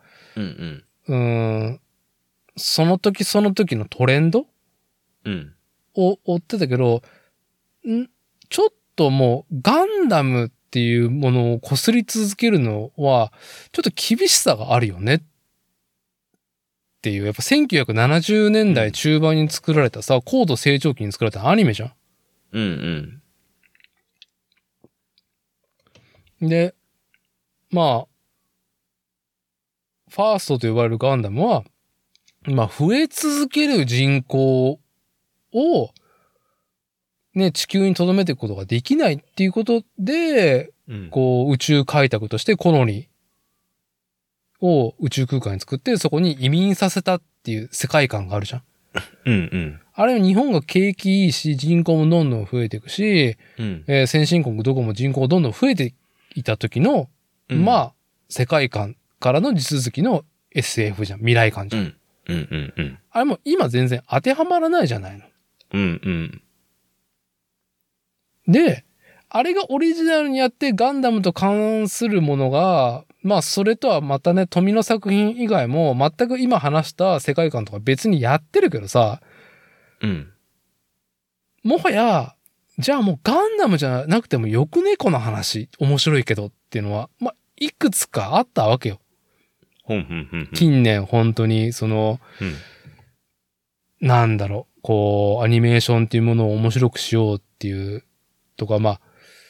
その時その時のトレンドを追ってたけど、ちょっともうガンダムっていうものを擦り続けるのは、ちょっと厳しさがあるよねっていう、やっぱ1970年代中盤に作られたさ、高度成長期に作られたアニメじゃん。で、まあ、ファーストと呼ばれるガンダムは、まあ、増え続ける人口を、ね、地球に留めていくことができないっていうことで、こう、宇宙開拓としてコロニーを宇宙空間に作って、そこに移民させたっていう世界観があるじゃん。あれは日本が景気いいし、人口もどんどん増えていくし、先進国どこも人口どんどん増えていた時の、まあ、世界観からの地続きの SF じゃん。未来観じゃん。あれも今全然当てはまらないじゃないの。で、あれがオリジナルにやってガンダムと関するものが、まあそれとはまたね、富の作品以外も全く今話した世界観とか別にやってるけどさ、もはや、じゃあもうガンダムじゃなくてもよくねこの話、面白いけどっていうのは、まあいくつかあったわけよ。近年本当になんだろう、こうアニメーションっていうものを面白くしようっていうとか、ま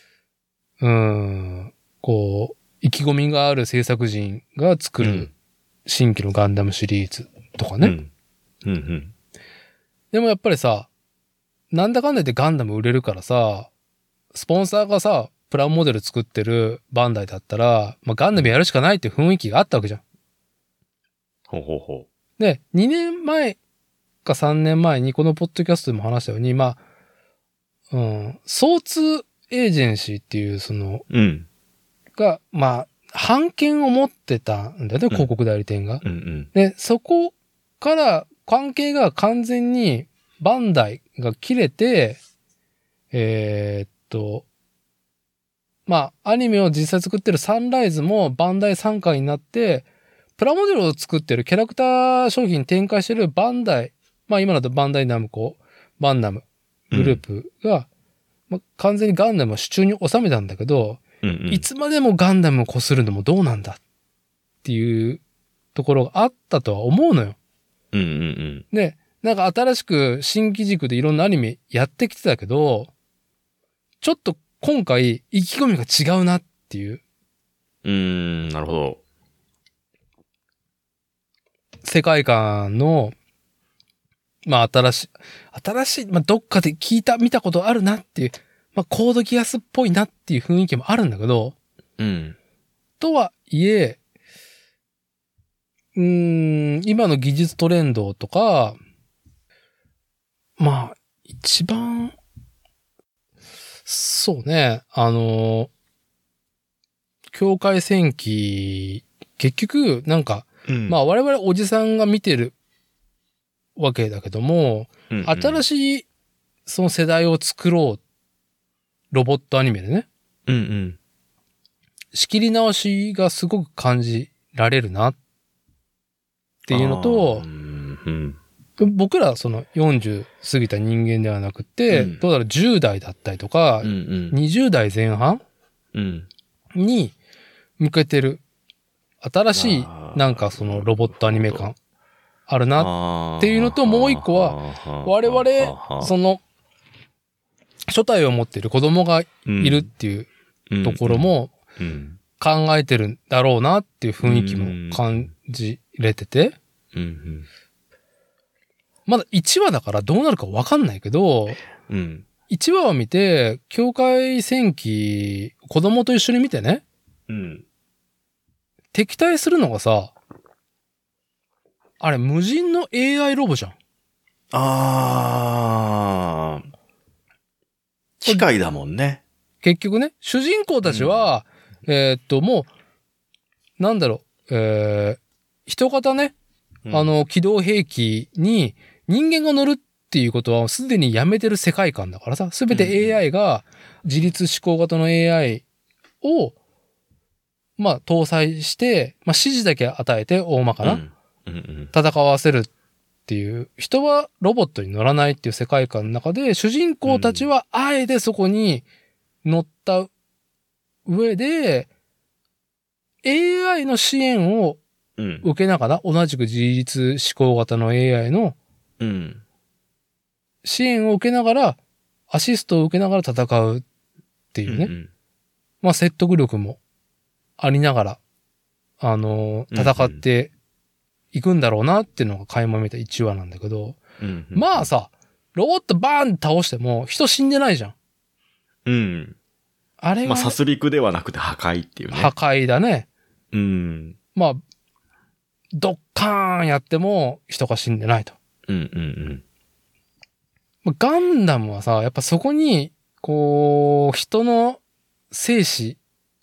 あ、こう、意気込みがある制作人が作る新規のガンダムシリーズとかね。でもやっぱりさ、なんだかんだ言ってガンダム売れるからさ、スポンサーがさ、プラモデル作ってるバンダイだったら、まあ、ガンダムやるしかないっていう雰囲気があったわけじゃん。で、2年前か3年前にこのポッドキャストでも話したように、まあ、ソーツエージェンシーっていうが、まあ、版権を持ってたんだよね、広告代理店が。で、そこから関係が完全にバンダイが切れて、まあ、アニメを実際作ってるサンライズもバンダイ傘下になって、プラモデルを作ってるキャラクター商品展開してるバンダイ、まあ今だとバンダイナムコ、バンダムグループが、まあ、完全にガンダムを手中に収めたんだけど、いつまでもガンダムを擦るのもどうなんだっていうところがあったとは思うのよ。で、なんか新しく新機軸でいろんなアニメやってきてたけど、ちょっと今回意気込みが違うなっていう。 なるほど。 世界観の、まあ新しい、まあどっかで見たことあるなっていう、まあコードギアスっぽいなっていう雰囲気もあるんだけど、とはいえ、今の技術トレンドとか、まあ、一番、そうね、境界戦記、結局、なんか、まあ我々おじさんが見てるわけだけども、新しいその世代を作ろう、ロボットアニメでね。仕切り直しがすごく感じられるなっていうのと、僕らその40過ぎた人間ではなくて、どうだろう10代だったりとか、20代前半に向けてる新しいなんかそのロボットアニメ感あるなっていうのと、もう一個は我々その初体を持っている子供がいるっていうところも考えてるんだろうなっていう雰囲気も感じれてて、まだ1話だからどうなるか分かんないけど、1話を見て境界戦記子供と一緒に見てね、敵対するのがさ、あれ無人の AI ロボじゃん。 機械だもんね。 結局ね、主人公たちは、もう、なんだろう、人型ね、機動兵器に人間が乗るっていうことはすでにやめてる世界観だからさ、すべて AI が自律思考型の AI を、まあ、搭載して、まあ、指示だけ与えて大まかな、戦わせるっていう、人はロボットに乗らないっていう世界観の中で、主人公たちはあえてそこに乗った上で、AI の支援を受けながら、同じく自律思考型の AI の支援を受けながら、アシストを受けながら戦うっていうね。まあ説得力もありながら、戦っていくんだろうなっていうのが垣間見た1話なんだけど、まあさ、ロボットバーンって倒しても人死んでないじゃん。 うん。 あれが、ね、 まあ殺戮ではなくて破壊っていうね。 破壊だね。 うん。 まあ、ドッカーンやっても人が死んでないと。ガンダムはさ、やっぱそこに、こう、人の生死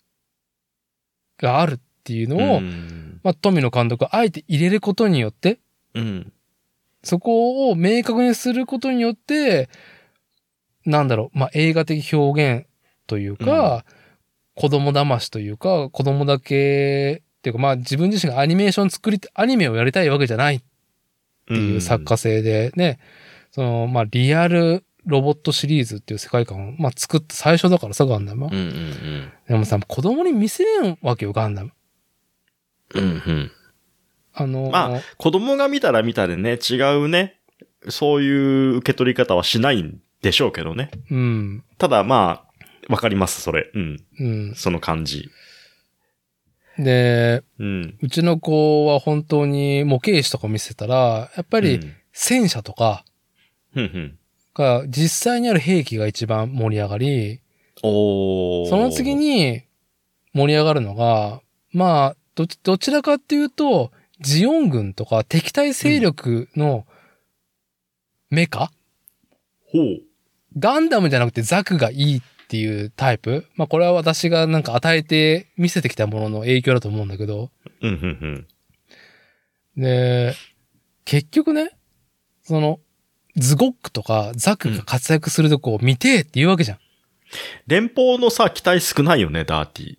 があるっていうのを、まあ、富野監督はあえて入れることによって、そこを明確にすることによって、なんだろう、まあ、映画的表現というか、子供騙しというか、子供だけ、っていうか、まあ、自分自身がアニメーションアニメをやりたいわけじゃないっていう作家性でね、まあ、リアルロボットシリーズっていう世界観を、まあ、作った最初だからさ、ガンダムは。でもさ、子供に見せれんわけよ、ガンダム。 まあ、子供が見たら見たでね、違うね、そういう受け取り方はしないんでしょうけどね。ただ、まあ、わかります、それ。その感じ。 で、うちの子は本当に模型師とか見せたら、やっぱり戦車とか、が実際にある兵器が一番盛り上がり、その次に盛り上がるのが、まあ、どちらかっていうと、ジオン軍とか敵対勢力のメカ、ガンダムじゃなくてザクがいいっていうタイプ。まあこれは私がなんか与えて見せてきたものの影響だと思うんだけど。で、結局ね、ズゴックとかザクが活躍するとこを見てって言うわけじゃん。 連邦のさ、期待少ないよね、ダーテ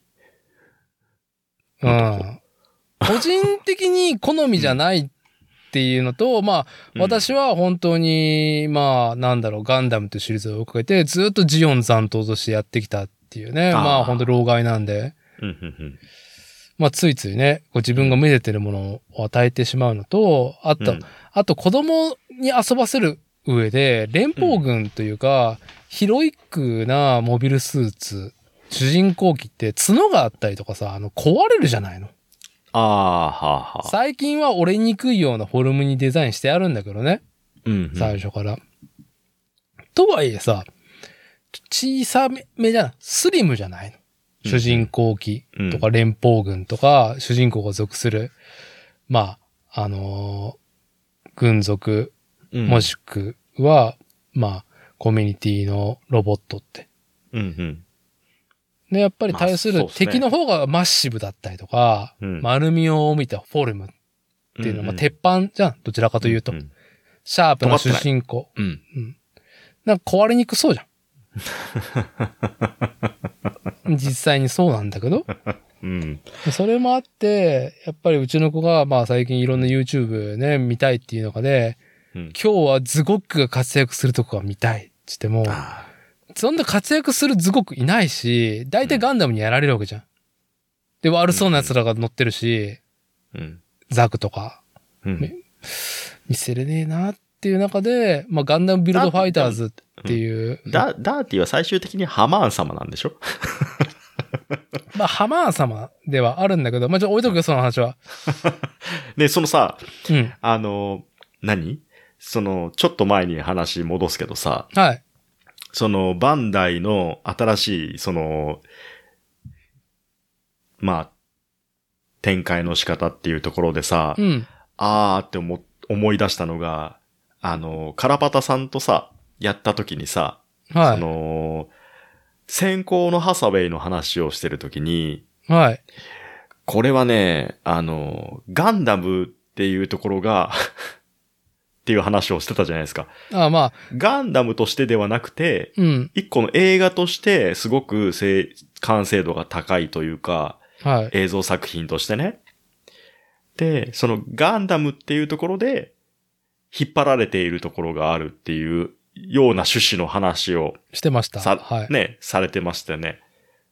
ィ。 個人的に好みじゃないっていうのと、まあ、私は本当に、まあ、なんだろう、ガンダムというシリーズを追いかけて、ずっとジオン残党としてやってきたっていうね。まあ、本当老害なんで。まあ、ついついね、自分がめでてるものを与えてしまうのと、あと子供に遊ばせる上で、連邦軍というか、ヒロイックなモビルスーツ、主人公機って角があったりとかさ、壊れるじゃないの。最近は折れにくいようなフォルムにデザインしてあるんだけどね。最初から。とはいえさ、小さめじゃない、スリムじゃないの。主人公機とか連邦軍とか、主人公が属する、まあ、軍属、もしくは、まあ、コミュニティのロボットって。で、やっぱり対する敵の方がマッシブだったりとか、丸みを帯びたフォルムっていうのは、鉄板じゃん。どちらかというと。シャープな主人公。なんか壊れにくそうじゃん。実際にそうなんだけど。それもあって、やっぱりうちの子が、まあ最近いろんな YouTube ね、見たいっていうのがで、今日はズゴックが活躍するとこが見たいって言っても、そんな活躍するズゴックいないし、大体ガンダムにやられるわけじゃん。で、悪そうな奴らが乗ってるし、ザクとか、見せれねえなっていう中で、まあガンダムビルドファイターズっていう。 ダーティは最終的にハマーン様なんでしょまあハマーン様ではあるんだけど、まあちょっと置いとくよ、その話は。 ね、そのさ、何ちょっと前に話戻すけどさ、 はい。 バンダイの新しい、まあ、展開の仕方っていうところでさ、あーって思い出したのが、 カラパタさんとさ、やった時にさ、 はい。 先行のハサウェイの話をしてる時に、 はい。 これはね、ガンダムっていうところが、っていう話をしてたじゃないですか。 あ、まあ。 ガンダムとしてではなくて、 うん。 一個の映画としてすごく完成度が高いというか、 はい。 映像作品としてね。で、そのガンダムっていうところで、引っ張られているところがあるっていうような趣旨の話をしてました。はい。 ね、されてましたよね。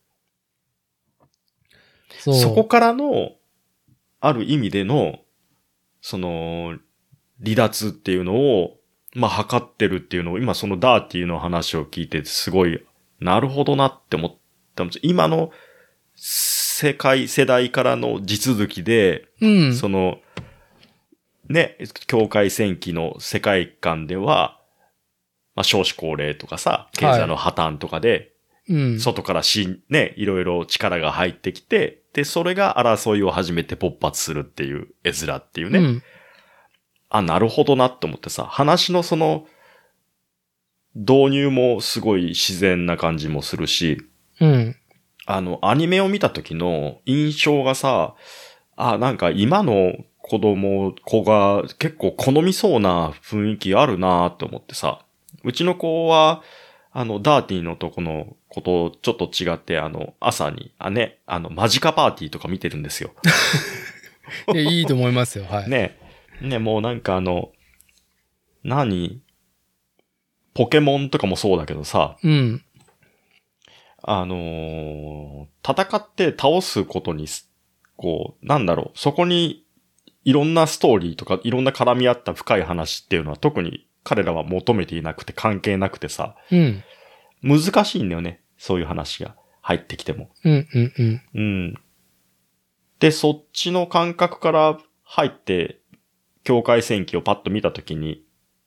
そう。 そこからの、ある意味での、その、離脱っていうのを、まあ、測ってるっていうのを、今そのダーティーの話を聞いてすごい、なるほどなって思ったんです。今の世代からの地続きで、 うん。 その、ね、境界線記の世界観では、まあ、少子高齢とかさ、経済の破綻とかで、 うん。 外からね、いろいろ力が入ってきて、で、それが争いを始めて勃発するっていう絵面っていうね。 うん。 あ、なるほどなって思ってさ、話のその、導入もすごい自然な感じもするし、 うん。 アニメを見た時の印象がさ、なんか今の子が結構好みそうな雰囲気あるなって思ってさ、うちの子は、ダーティーのとこのことちょっと違って、朝に、マジカパーティーとか見てるんですよ。 いいと思いますよ、はい。 ね、もうなんかポケモンとかもそうだけどさ、 うん。 戦って倒すことに、こう、なんだろう、そこにいろんなストーリーとかいろんな絡み合った深い話っていうのは特に彼らは求めていなくて関係なくてさ、 うん。 難しいんだよね。そういう話が入ってきても。 うん、うん、うん。 うん。で、そっちの感覚から入って、境界線記をパッと見たときに、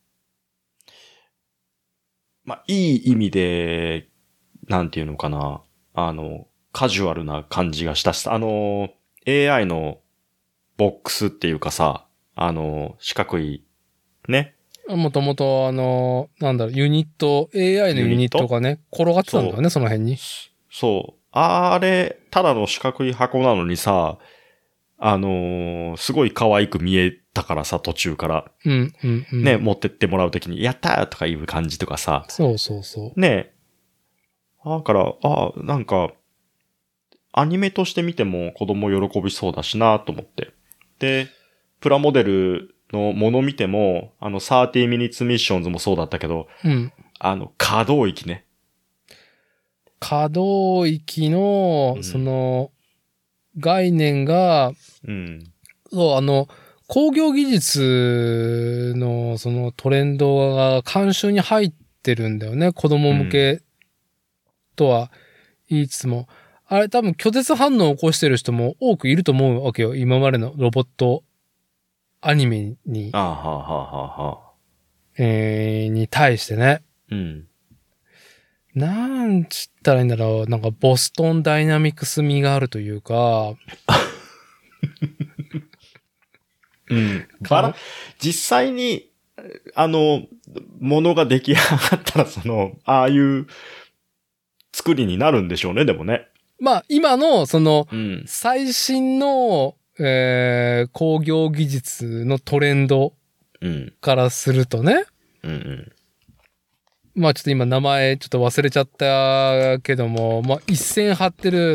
まあ、いい意味で、なんていうのかな。カジュアルな感じがしたし、AI のボックスっていうかさ、四角い、ね。 もともとなんだろう、AI のユニットがね、転がってたんだよね、その辺に。 そう。あれ、ただの四角い箱なのにさ、すごい可愛く見えたからさ、途中から。 うん、うん、うん。 ね、持ってってもらうときに、やったーとかいう感じとかさ。 そうそうそう。 ね。だから、なんか、アニメとして見ても子供喜びそうだしなと思って。で、プラモデルのもの見ても、30 minutes missions もそうだったけど、 うん。 可動域ね。 可動域の、その、概念が、 うん。 そう、工業技術のそのトレンドが慣習に入ってるんだよね。子供向けとは言いつつも。あれ多分拒絶反応を起こしてる人も多くいると思うわけよ。今までのロボットアニメに。に対してね。 うん。 なんつったらいいんだろう。なんかボストンダイナミクス味があるというか。 うん。実際に、ものが出来上がったら、ああいう作りになるんでしょうね、でもね。 まあ、今の、最新の、工業技術のトレンドからするとね。まあちょっと今名前ちょっと忘れちゃったけども、まあ一線張ってる、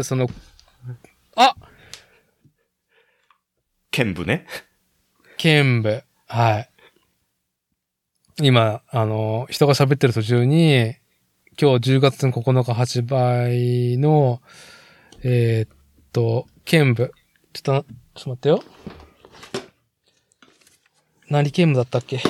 剣舞ね。 剣舞。はい。今、人が喋ってる途中に、今日10月9日発売の、剣舞。ちょっと待ってよ。何剣舞だったっけ？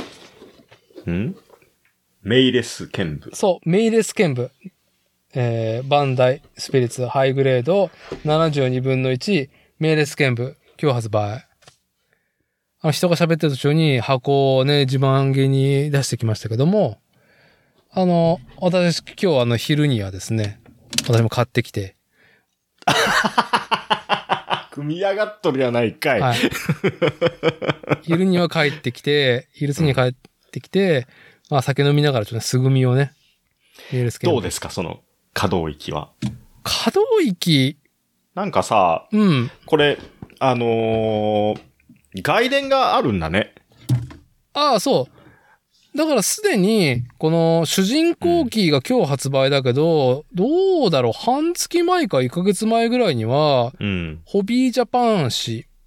メイレス剣舞。 そう、メイレス剣舞。バンダイスピリッツハイグレード72分の1メイレス剣舞。今日発売。人が喋ってる途中に箱をね、自慢げに出してきましたけども、私今日昼にはですね、私も買ってきて。 組み上がっとるやないかい。はい。 昼には帰ってきて、昼過ぎに帰ってってきて、まあ酒飲みながらちょっと素組みをね、メールスケどうですか、その可動域は。 可動域。 なんかさ、 うん。 これ、外伝があるんだね。 ああ、そう。だからすでに、この主人公機が今日発売だけど、どうだろう、半月前か1ヶ月前ぐらいには、ホビージャパン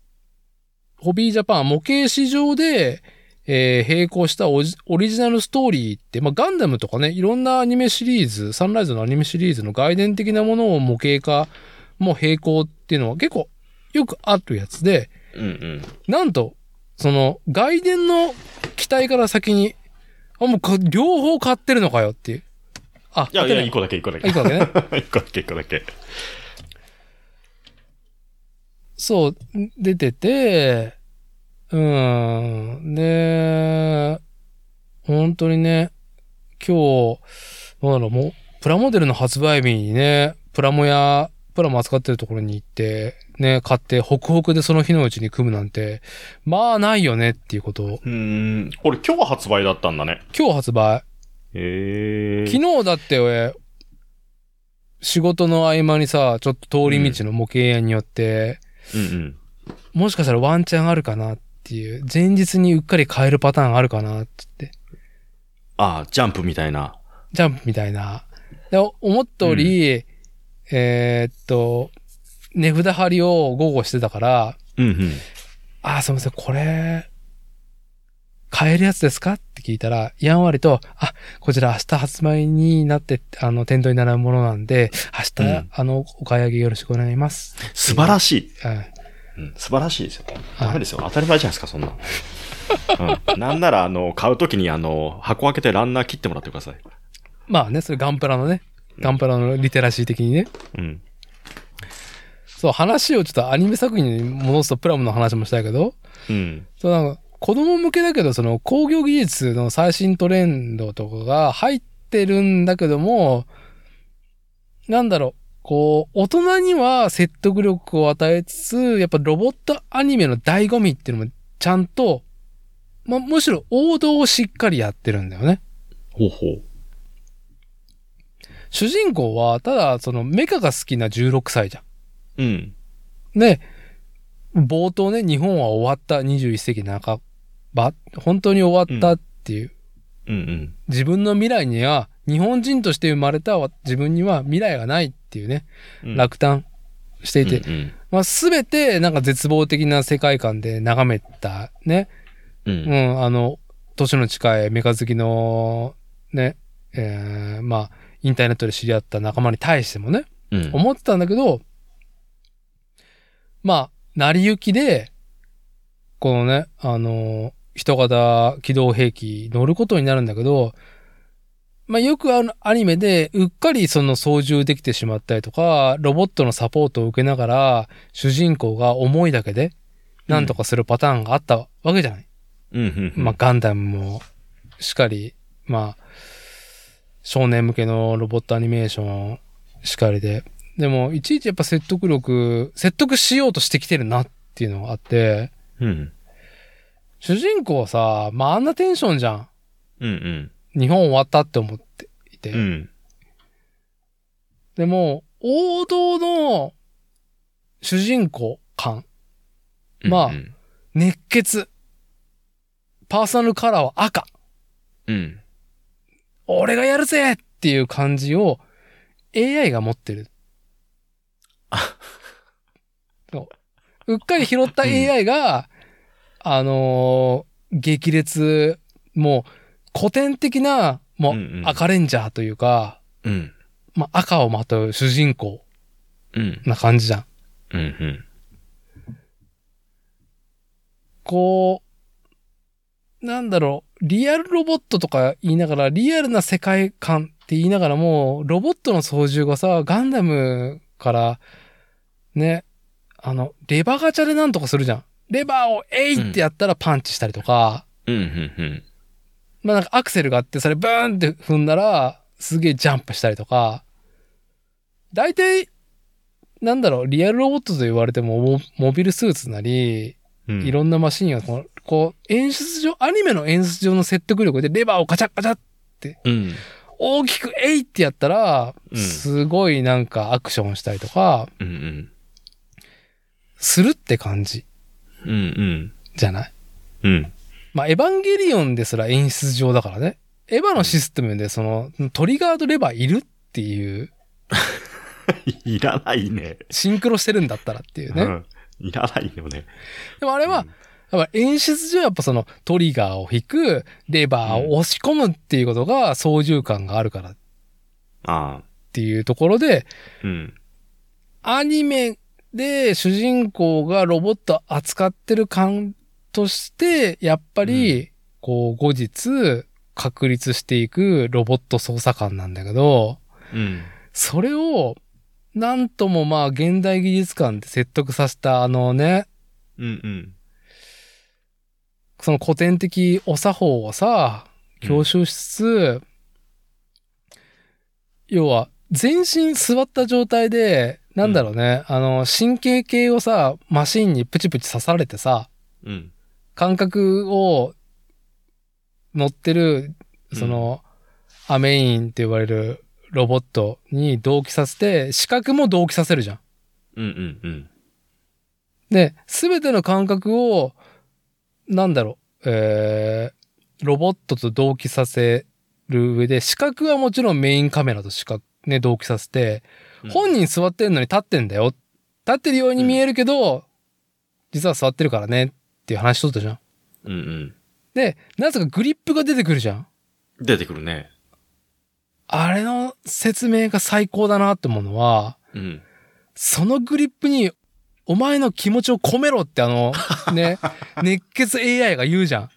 模型市場で、並行したオリジナルストーリーって、まあ、ガンダムとかね、いろんなアニメシリーズ、サンライズのアニメシリーズの外伝的なものを模型化も並行っていうのは結構よくあるやつで、なんと、その外伝の期待から先に、もう両方買ってるのかよっていう。 いや、1個だけ。1個だけね。1個だけ。 そう、出てて、で、本当にね、今日、もう、プラモデルの発売日にね、プラモ扱ってるところに行って、ね、買って、ホクホクでその日のうちに組むなんて、まあないよねっていうことを。 これ今日発売だったんだね。 今日発売。昨日だって俺、仕事の合間にさ、ちょっと通り道の模型屋によって、もしかしたらワンチャンあるかなっていう、前日にうっかり買えるパターンあるかなって言って。 ああ、ジャンプみたいな。 で、思った通り、値札張りを午後してたから、ああ、すみません、これ、買えるやつですかって聞いたら、やんわりと、こちら明日発売になって、店頭に並ぶものなんで、明日、お買い上げよろしくお願いします。 素晴らしい。素晴らしいですよ。ダメですよ。当たり前じゃないですか、そんな。なんなら、買うときに、箱開けてランナー切ってもらってください。 まあね、それガンプラのリテラシー的にね。そう、話をちょっとアニメ作品に戻すとプラモの話もしたいけど、そうなんか子供向けだけど、その工業技術の最新トレンドとかが入ってるんだけども、なんだろう、こう、大人には説得力を与えつつ、やっぱロボットアニメの醍醐味っていうのもちゃんと、むしろ王道をしっかりやってるんだよね。主人公は、ただ、そのメカが好きな16歳じゃん。で、冒頭ね、日本は終わった、21世紀半ば、本当に終わったっていう。自分の未来には、日本人として生まれた自分には未来がないっていうね、落胆していて、すべてなんか絶望的な世界観で眺めたね、年の近いメカ好きのね、インターネットで知り合った仲間に対してもね、思ってたんだけど、成り行きで、このね、人型機動兵器乗ることになるんだけど、よくアニメでうっかりその操縦できてしまったりとか、ロボットのサポートを受けながら、主人公が思いだけで、なんとかするパターンがあったわけじゃない。ガンダムもしっかり、少年向けのロボットアニメーションしかりで。でも、いちいちやっぱ説得しようとしてきてるなっていうのがあって、主人公はさ、あんなテンションじゃん。日本終わったって思っていて。でも、王道の主人公感。熱血。パーソナルカラーは赤。俺がやるぜっていう感じを AI が持ってる。うっかり拾った AI が、激烈、もう古典的な、もう赤レンジャーというか、赤をまとう主人公な感じじゃん。こう、なんだろう、リアルロボットとか言いながら、リアルな世界観って言いながらも、ロボットの操縦がさ、ガンダムから、ね、レバーガチャでなんとかするじゃん。レバーをえいってやったらパンチしたりとか、なんかアクセルがあって、それブーンって踏んだら、すげえジャンプしたりとか、大体、なんだろう、リアルロボットと言われても、モビルスーツなり、いろんなマシンがこのこう、演出上、アニメの演出上の説得力でレバーをガチャガチャって、大きくえいってやったら、すごいなんかアクションしたりとか、するって感じ。じゃない。まあ、エヴァンゲリオンですら演出上だからね。エヴァのシステムでその、トリガーとレバーいるっていう。 いらないね。 シンクロしてるんだったらっていうね。 いらないよね。 でもあれは、やっぱ演出上やっぱそのトリガーを引く、レバーを押し込むっていうことが操縦感があるからっていうところで、アニメで主人公がロボット扱ってる感として、やっぱり、こう後日確立していくロボット操作感なんだけど、それを、なんともまあ現代技術感で説得させたね、その古典的お作法をさ、強襲しつつ、要は全身座った状態で、なんだろうね、神経系をさ、マシンにプチプチ刺されてさ、感覚を乗ってる、その、アメインって言われるロボットに同期させて、視覚も同期させるじゃん。で、すべての感覚を、なんだろう、ロボットと同期させる上で、視覚はもちろんメインカメラと同期させて、本人座ってんのに立ってんだよ。立ってるように見えるけど、実は座ってるからねっていう話しとったじゃん。で、なぜかグリップが出てくるじゃん。 出てくるね。 あれの説明が最高だなって思うのは、そのグリップにお前の気持ちを込めろってね、熱血 AI が言うじゃん。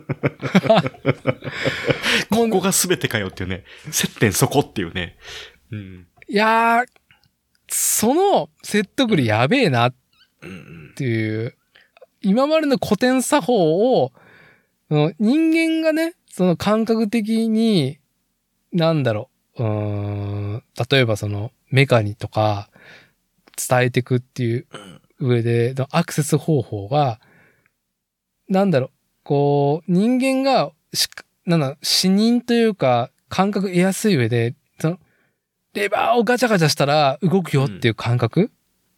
ここが全てかよっていうね。接点そこっていうね。 いやー、その説得力やべえなっていう、今までの古典作法を、人間がね、その感覚的に、なんだろう、例えばそのメカニとか伝えていくっていう上でのアクセス方法が、なんだろう、こう、人間が視認というか感覚得やすい上で、その、レバーをガチャガチャしたら動くよっていう感覚、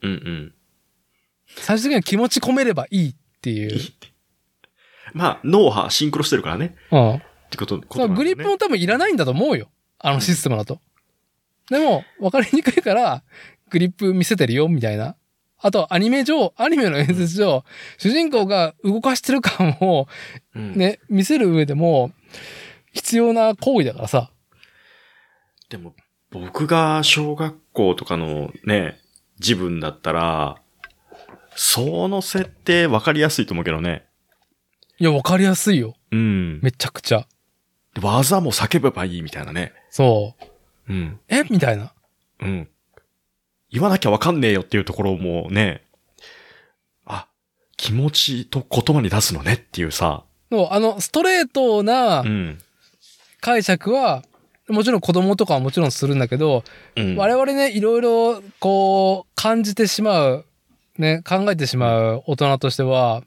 最終的には気持ち込めればいいっていう。 まあ、脳波シンクロしてるからね。ってことなんだよね。 グリップも多分いらないんだと思うよ。システムだと。でも、わかりにくいから、グリップ見せてるよ、みたいな。あと、アニメの演出上、主人公が動かしてる感を、ね、見せる上でも、必要な行為だからさ。 でも、僕が小学校とかのね、自分だったら、その設定わかりやすいと思うけどね。 いや、わかりやすいよ。めちゃくちゃ。 技も叫べばいいみたいなね。 そう。みたいな。 言わなきゃわかんねえよっていうところもね、気持ちと言葉に出すのねっていうさ。 ストレートな解釈は、もちろん子供とかはもちろんするんだけど、我々ね、いろいろこう感じてしまう、ね、考えてしまう大人としては、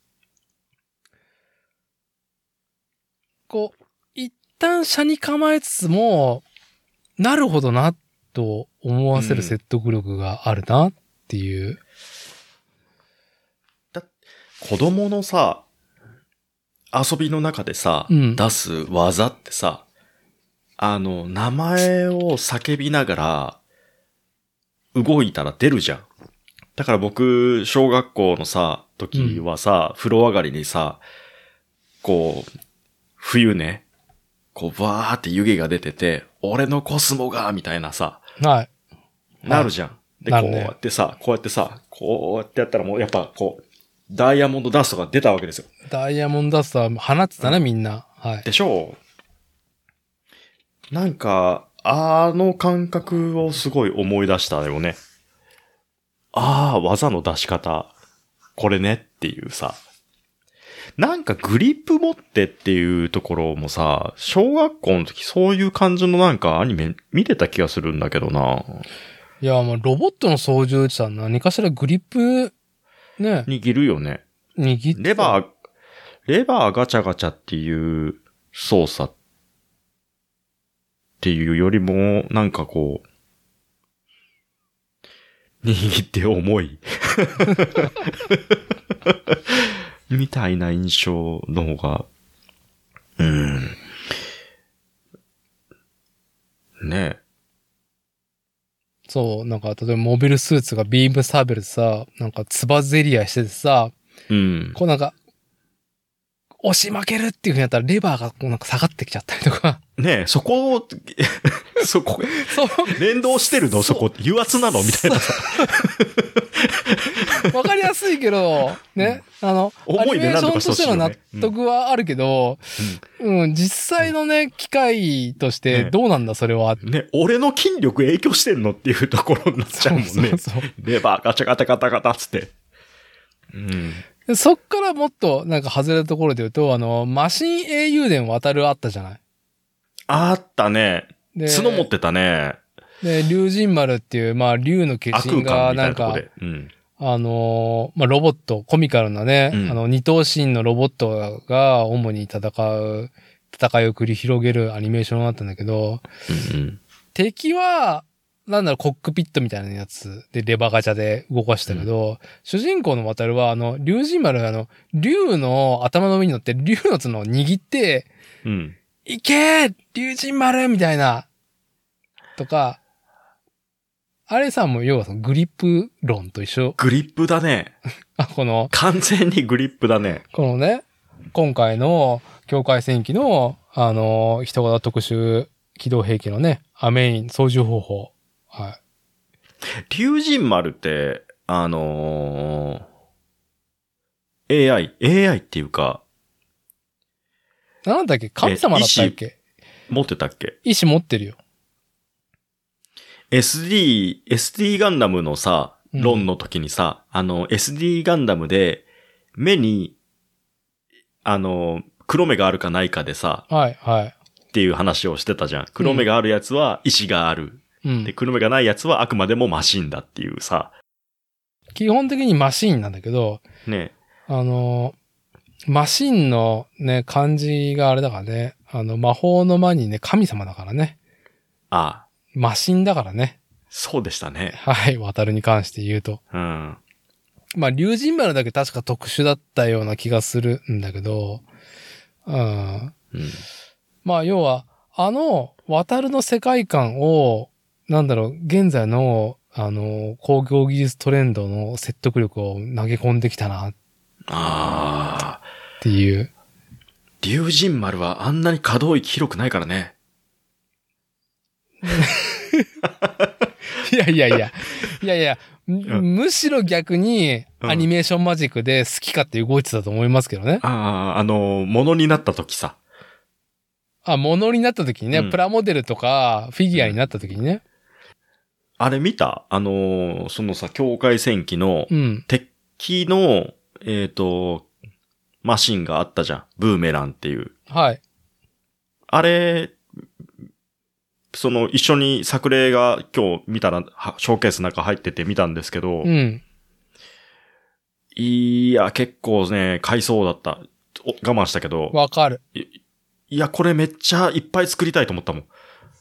こう、一旦車に構えつつも、なるほどな、と思わせる説得力があるなっていう。 子供のさ、遊びの中でさ、出す技ってさ、名前を叫びながら、動いたら出るじゃん。だから僕、小学校のさ、時はさ、風呂上がりにさ、こう、冬ね、こう、バーって湯気が出てて、俺のコスモが、みたいなさ、なるじゃん。で、こうやってさ、こうやってやったらもうやっぱこう、ダイヤモンドダストが出たわけですよ。 ダイヤモンドダストは放ってたね、みんな。 でしょう。なんか、感覚をすごい思い出したよね。技の出し方。これねっていうさ。なんかグリップ持ってっていうところもさ、小学校の時そういう感じのなんかアニメ見てた気がするんだけどな。 いや、もうロボットの操縦士さん何かしらグリップ、ね。 握るよね。 握って。 レバレバーガチャガチャっていう操作っていうよりも、なんかこう、握って重い。みたいな印象の方が、ねえ。 そう、なんか、例えばモビルスーツがビームサーベルでさ、なんか、つばぜり合いしててさ、こうなんか、押し負けるっていう風になったら、レバーがこうなんか下がってきちゃったりとか。 ねえ、そこ、連動してるのそこ、油圧なのみたいなさ。 わかりやすいけど、ね、アニメーションとしての納得はあるけど、実際のね、機械としてどうなんだ、それは。 ね、俺の筋力影響してんのっていうところになっちゃうもんね。レバーガチャガタガタガタつって。 そっからもっとなんか外れたところで言うと、マシン英雄伝渡るあったじゃない？ あったね。角持ってたね。 で、竜神丸っていう、まあ、竜の化身がなんか、ロボット、コミカルなね、二頭身のロボットが主に戦いを繰り広げるアニメーションだったんだけど、敵は、なんだろう、コックピットみたいなやつでレバーガチャで動かしたけど、主人公の渡るは、竜神丸竜の頭の上に乗って竜の角を握って、いけー竜神丸みたいな、とか、あれさ、もう要はそのグリップ論と一緒。 グリップだね。完全にグリップだね。 このね、今回の境界戦記の、人型特殊機動兵器のね、アメイン操縦方法。はい。 竜神丸って、AI っていうか、 なんだっけ神様だったっけ持ってたっけ意志持ってるよ。 SD ガンダムのさ、論の時にさ、SD ガンダムで、目に、黒目があるかないかでさ、 はい、はい。 っていう話をしてたじゃん。黒目があるやつは意志がある。で、黒目がないやつはあくまでもマシンだっていうさ。 基本的にマシンなんだけど、 ね。 マシンのね、漢字があれだからね、魔法の魔にね、神様だからね。 ああ。 マシンだからね。 そうでしたね。 はい、渡るに関して言うと。まあ、竜神丸だけ確か特殊だったような気がするんだけど、まあ、要は、渡るの世界観を、なんだろう、現在の、工業技術トレンドの説得力を投げ込んできたな。っていう。 竜神丸はあんなに可動域広くないからね。 いや、むしろ逆にアニメーションマジックで好き勝手動いてたと思いますけどね。 物になった時さ。 物になった時にね、プラモデルとかフィギュアになった時にね。 あれ見た？そのさ、境界戦記の敵の、マシンがあったじゃん。ブーメランっていう。 はい。 あれ、一緒に作例が今日見たら、ショーケースの中入ってて見たんですけど、いや、結構ね、買いそうだった。我慢したけど。 わかる。 いや、これめっちゃいっぱい作りたいと思ったもん。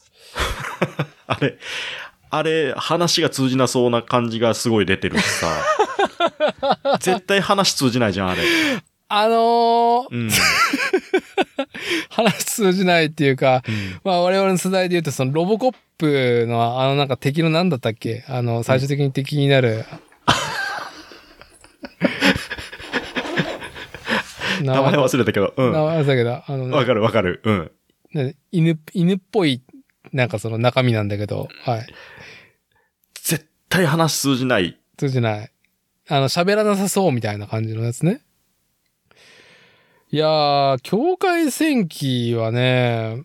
あれ、話が通じなそうな感じがすごい出てるしさ。絶対話通じないじゃん、あれ。 話通じないっていうか、まあ我々の世代で言うとそのロボコップのなんか敵の何だったっけ最終的に敵になる。 名前忘れたけど。 名前忘れたけど。 わかる。 犬っぽい、なんかその中身なんだけど、はい。 絶対話通じない。 通じない。喋らなさそうみたいな感じのやつね。いやー、境界戦記はね、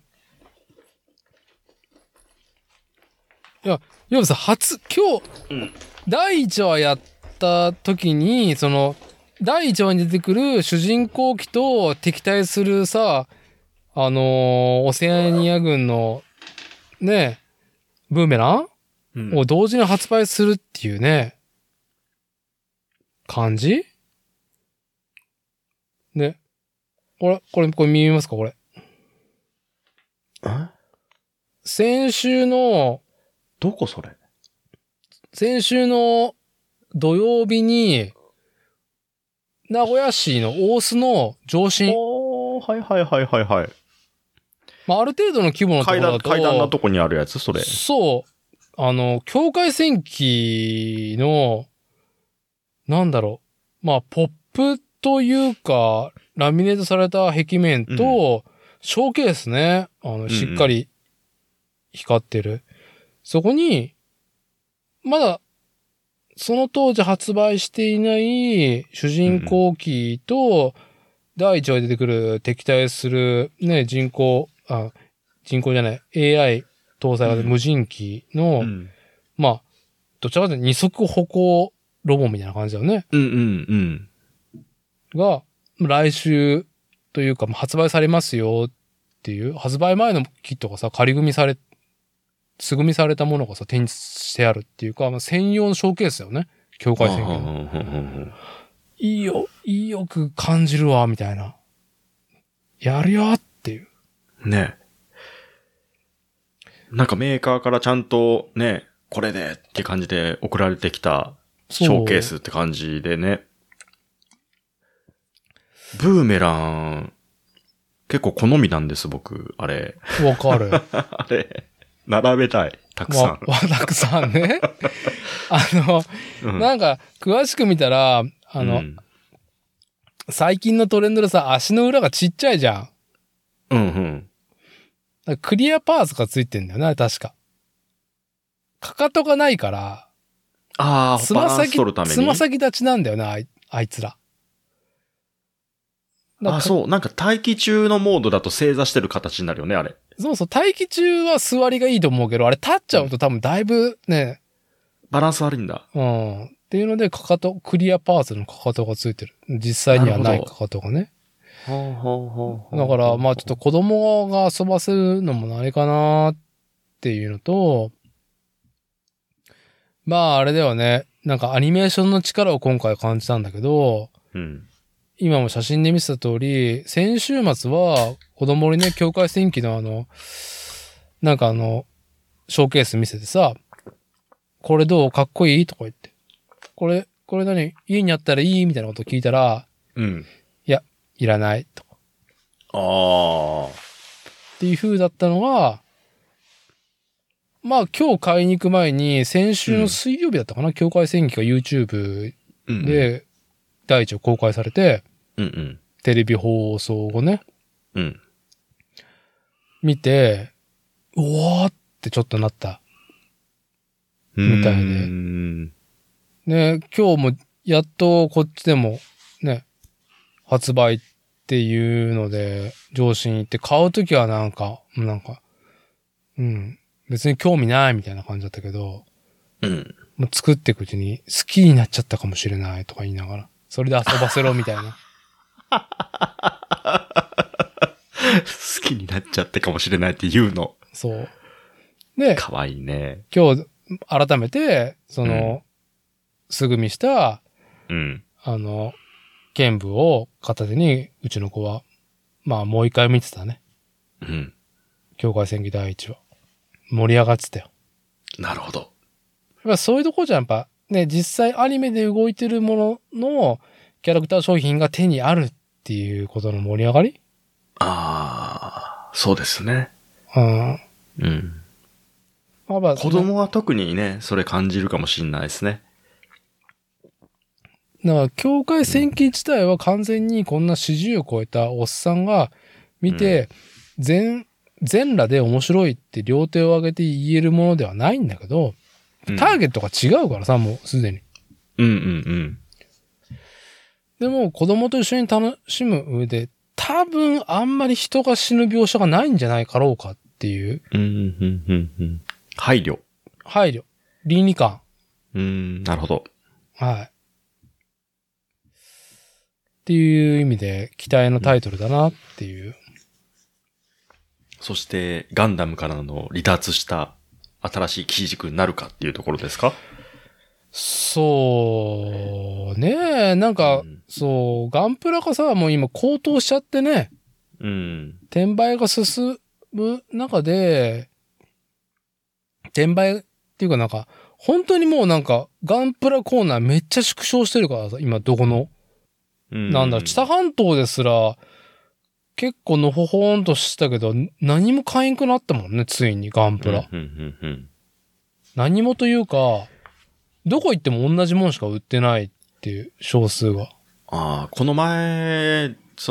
いや、要はさ、今日、第1話やった時に、第1話に出てくる主人公機と敵対するさ、オセアニア軍の、ね、ブーメラン、を同時に発売するっていうね、感じね。 これ見ますかこれ。 え？ 先週のどこそれ？ 先週の土曜日に、名古屋市の大須の上新。 はいはいはいはいはい。 まあ、ある程度の規模のところだと。 階段のとこにあるやつそれ。 そう。境界線機の、なんだろう。まあ、ポップというか、ラミネートされた壁面と、ショーケースね。しっかり光ってる。そこに、まだ、その当時発売していない主人公機と、第一話で出てくる敵対するね、人工じゃない、AI 搭載型無人機の、まあ、どちらかというと二足歩行ロボみたいな感じだよね。が、来週というか、発売されますよっていう、発売前のキットがさ、素組みされたものがさ、展示してあるっていうか、専用のショーケースだよね。境界線機の。意欲感じるわ、みたいな。やるよっていう。 ね。なんかメーカーからちゃんとね、これでって感じで送られてきたショーケースって感じでね。ブーメラン、結構好みなんです、僕、あれ。 わかる。 あれ、並べたい。たくさん。 たくさんね。なんか、詳しく見たら、最近のトレンドでさ、足の裏がちっちゃいじゃん。クリアパーツがついてんだよね、確か。かかとがないから、 つま先立ちなんだよね、あいつら。 そう。なんか待機中のモードだと正座してる形になるよね、あれ。 そうそう、待機中は座りがいいと思うけど、あれ立っちゃうと多分だいぶね。 バランス悪いんだ。 っていうので、クリアパーツのかかとがついてる。実際にはないかかとがね。だから、まあちょっと子供が遊ばせるのもないかなっていうのと、まああれだよね。なんかアニメーションの力を今回感じたんだけど、今も写真で見せた通り、先週末は子供にね、境界線機のなんかショーケース見せてさ、これどうかっこいいとか言って。これ何家にあったらいいみたいなこと聞いたら、いや、いらないとか。っていう風だったのが、まあ今日買いに行く前に、先週の水曜日だったかな、境界線機が YouTube で第一を公開されて、テレビ放送後ね、見て、うわーってちょっとなった。みたいで。ね、今日もやっとこっちでもね、発売っていうので、上新行って買うときは別に興味ないみたいな感じだったけど、もう作っていくうちに好きになっちゃったかもしれないとか言いながら、それで遊ばせろみたいな。 好きになっちゃったかもしれないって言うの。 そう。で、 かわいいね。 今日改めて、素組みした、剣舞を片手に、うちの子は、まあもう一回見てたね。境界線機第一話。盛り上がってたよ。 なるほど。 やっぱそういうとこじゃやっぱ、ね、実際アニメで動いてるものの、キャラクター商品が手にあるっていうことの盛り上がり？ そうですね。 まあ、 子供は特にね、それ感じるかもしれないですね。 だから、境界線機自体は完全にこんな40を超えたおっさんが見て、全裸で面白いって両手を上げて言えるものではないんだけど、ターゲットが違うからさ、もうすでに。でも、子供と一緒に楽しむ上で、多分あんまり人が死ぬ描写がないんじゃないかろうかっていう。 配慮。 倫理観。 なるほど。 はい。っていう意味で期待のタイトルだなっていう。 そしてガンダムからの離脱した新しい基軸になるかっていうところですか？ そうね。なんか、そう、ガンプラがさ、もう今高騰しちゃってね。 うん。 転売が進む中で、転売っていうかなんか、本当にもうなんか、ガンプラコーナーめっちゃ縮小してるからさ、今どこの。なんだ、知多半島ですら、結構のほほんとしたけど、何も買えんくなったもんね、ついにガンプラ。何もというか、どこ行っても同じもんしか売ってないっていう、少数が。 ああ、この前、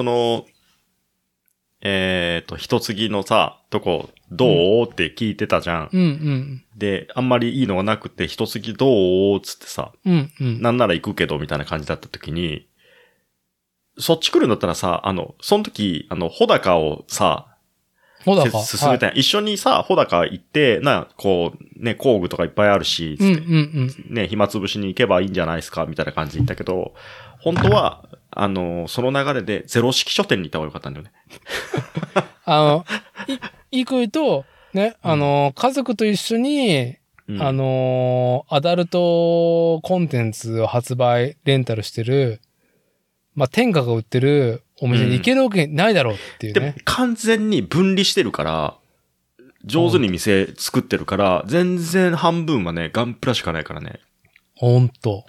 一継ぎのさ、どこ、どう、って聞いてたじゃん。 うんうん。 で、あんまりいいのがなくて、一継ぎどうつってさ、 うんうん。 なんなら行くけど、みたいな感じだった時に、そっち来るんだったらさ、その時、穂高をさ、 穂高進めたい、はい。一緒にさ、穂高行って、こう、ね、工具とかいっぱいあるし、つって、ね、暇つぶしに行けばいいんじゃないですか、みたいな感じで言ったけど、本当は、その流れでゼロ式書店に行った方がよかったんだよね。 行くと、ね、家族と一緒に、アダルトコンテンツを発売、レンタルしてる、まあ、天下が売ってるお店に行けるわけないだろうっていうね。 でも完全に分離してるから、上手に店作ってるから、全然半分はね、ガンプラしかないからね。 ほんと。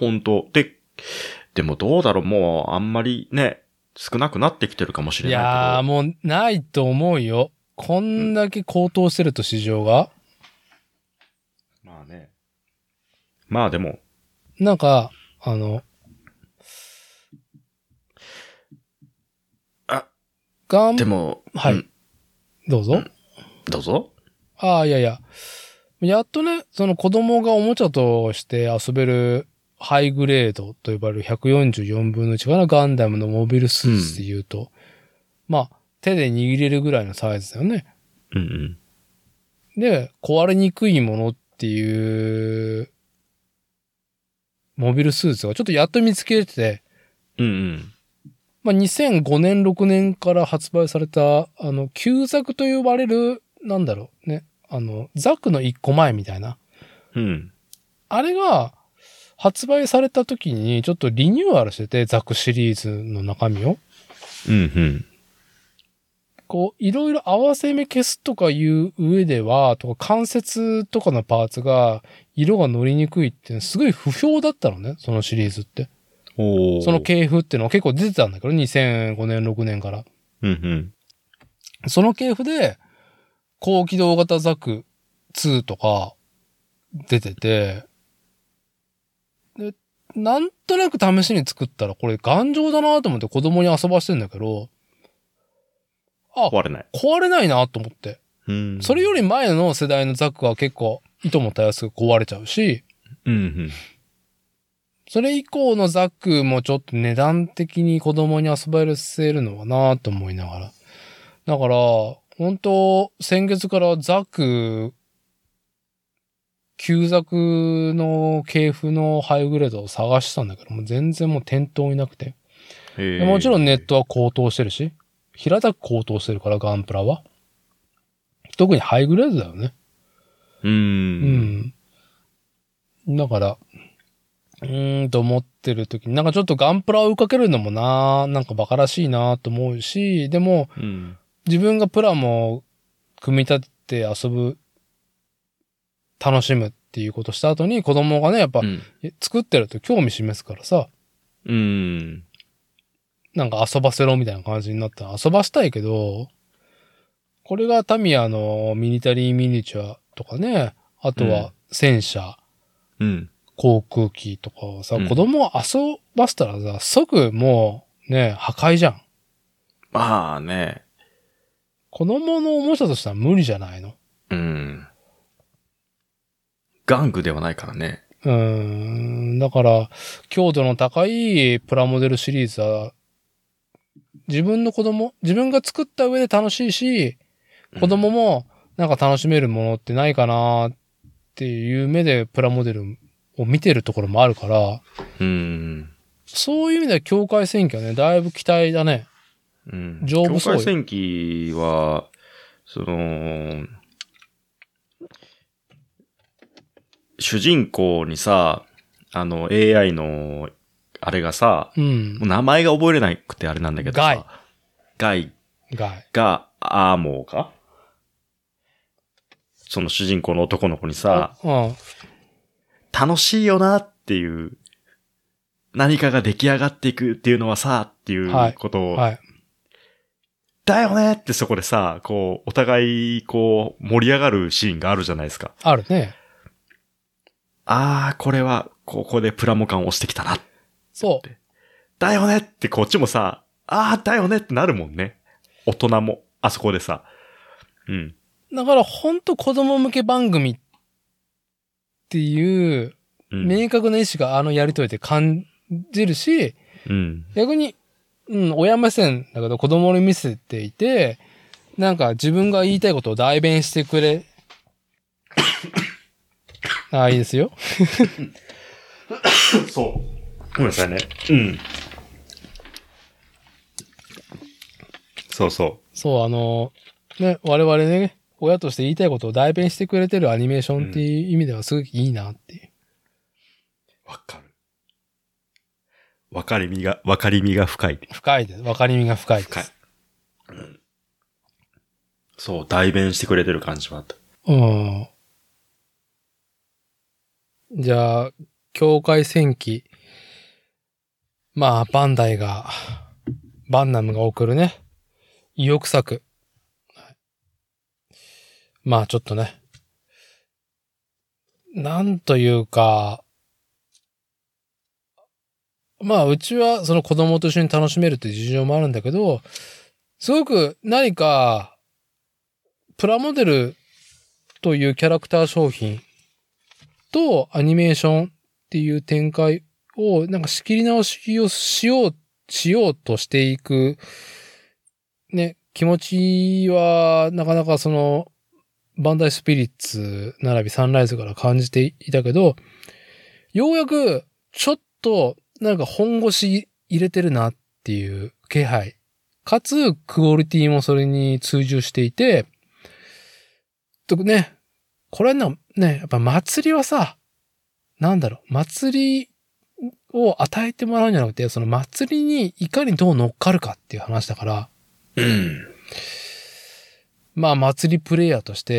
でもどうだろう、もうあんまりね、少なくなってきてるかもしれないけど。いやーもうないと思うよ。こんだけ高騰してると市場が。 まあね。まあでも。 なんか、 でも、 はい。どうぞ。 どうぞ。 ああ、いやいや。やっとね、その子供がおもちゃとして遊べるハイグレードと呼ばれる144分の1かな、ガンダムのモビルスーツで言うと、まあ、手で握れるぐらいのサイズだよね。で、壊れにくいものっていう、モビルスーツがちょっとやっと見つけて、まあ、2005年、6年から発売された、旧ザクと呼ばれる、なんだろうね。ザクの1個前みたいな。あれが、発売された時に、ちょっとリニューアルしてて、ザクシリーズの中身を。こう、いろいろ合わせ目消すとかいう上では、とか関節とかのパーツが、色が乗りにくいってすごい不評だったのね、そのシリーズって。その系譜っていうのは結構出てたんだけど、2005年、6年から。その系譜で、高機動型ザク2とか出てて、で、なんとなく試しに作ったらこれ頑丈だなと思って子供に遊ばしてんだけど、 壊れないなと思って。それより前の世代のザクは結構糸もたやすく壊れちゃうし、それ以降のザクもちょっと値段的に子供に遊ばせるのはなと思いながら。だから、本当先月からザク、旧ザクの系譜のハイグレードを探してたんだけども、全然もう店頭いなくて。もちろんネットは高騰してるし、平たく高騰してるからガンプラは。特にハイグレードだよね。だから、と思ってる時に、なんかちょっとガンプラを追いかけるのもなんか馬鹿らしいなと思うし、でも、自分がプラモ組み立てて遊ぶ、楽しむっていうことした後に子供がね、やっぱ、作ってると興味示すからさ。なんか遊ばせろみたいな感じになったら遊ばしたいけど、これがタミヤのミニタリーミニチュアとかね、あとは戦車、航空機とかをさ、子供が遊ばせたらさ、即もうね、破壊じゃん。 まあね。 子供のおもちゃとしては無理じゃないの。 玩具ではないからね。 だから、強度の高いプラモデルシリーズは、自分が作った上で楽しいし、子供もなんか楽しめるものってないかなっていう目でプラモデルを見てるところもあるから、そういう意味では境界線機はね、だいぶ期待だね。丈夫そうよ。 境界線機は、主人公にさ、 AI の、あれがさ、 うん。 もう名前が覚えれなくてあれなんだけどさ、ガイが、アーモーかその主人公の男の子にさ、楽しいよなっていう、何かが出来上がっていくっていうのはさ、っていうことを、だよねってそこでさ、こう、お互い、こう、盛り上がるシーンがあるじゃないですか。 あるね。 これは、ここでプラモ感を押してきたな。 そう。 だよねってこっちもさ、だよねってなるもんね。大人も、あそこでさ。うん。 だからほんと子供向け番組っていう、明確な意思がやりとりで感じるし、 うん、 逆に、親目線だけど子供に見せていて、なんか自分が言いたいことを代弁してくれ、いいですよ。 そう。ごめんなさいね。うん。そうそう。 そう、ね、我々ね、親として言いたいことを代弁してくれてるアニメーションっていう意味ではすごくいいなっていう。 わかる。わかりみが深い。 深いです。わかりみが深いです。 深い。うん。そう、代弁してくれてる感じはあった。 うん。じゃあ、境界戦記。まあ、バンナムが送るね。意欲作。まあ、ちょっとね。なんというか、まあ、うちはその子供と一緒に楽しめるっていう事情もあるんだけど、すごく何か、プラモデルというキャラクター商品とアニメーションっていう展開をなんか仕切り直しをしようとしていく、ね、気持ちはなかなかその、バンダイスピリッツ並びサンライズから感じていたけど、ようやくちょっとなんか本腰入れてるなっていう気配。かつ、クオリティもそれに通じしていて、ね、これね、やっぱ祭りはさ、祭りを与えてもらうんじゃなくて、その祭りにいかにどう乗っかるかっていう話だから、 うん。 まあ祭りプレイヤーとして、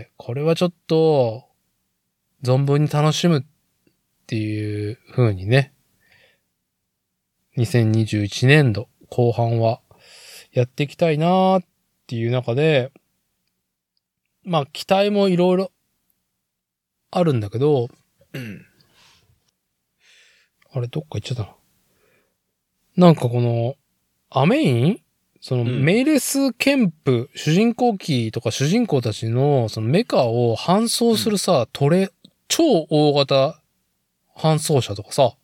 これはちょっと、存分に楽しむっていう風にね、2021年度後半はやっていきたいなーっていう中で、まあ期待もいろいろあるんだけど、あれどっか行っちゃったな。なんかこの、アメインそのメイレスケンプ、主人公機とか主人公たちのそのメカを搬送するさ、超大型搬送車とかさ、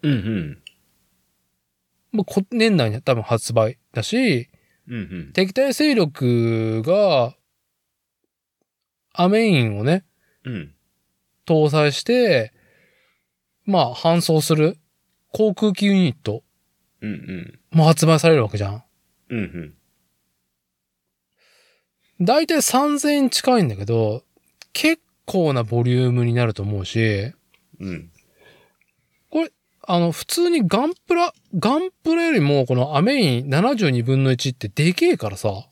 まあ、年内に多分発売だし、敵対勢力がアメインをね、搭載して、まあ搬送する航空機ユニットも発売されるわけじゃん。だいたい3000円近いんだけど、結構なボリュームになると思うし、これ、普通にガンプラよりもこのアメイン72分の1ってでけえからさ、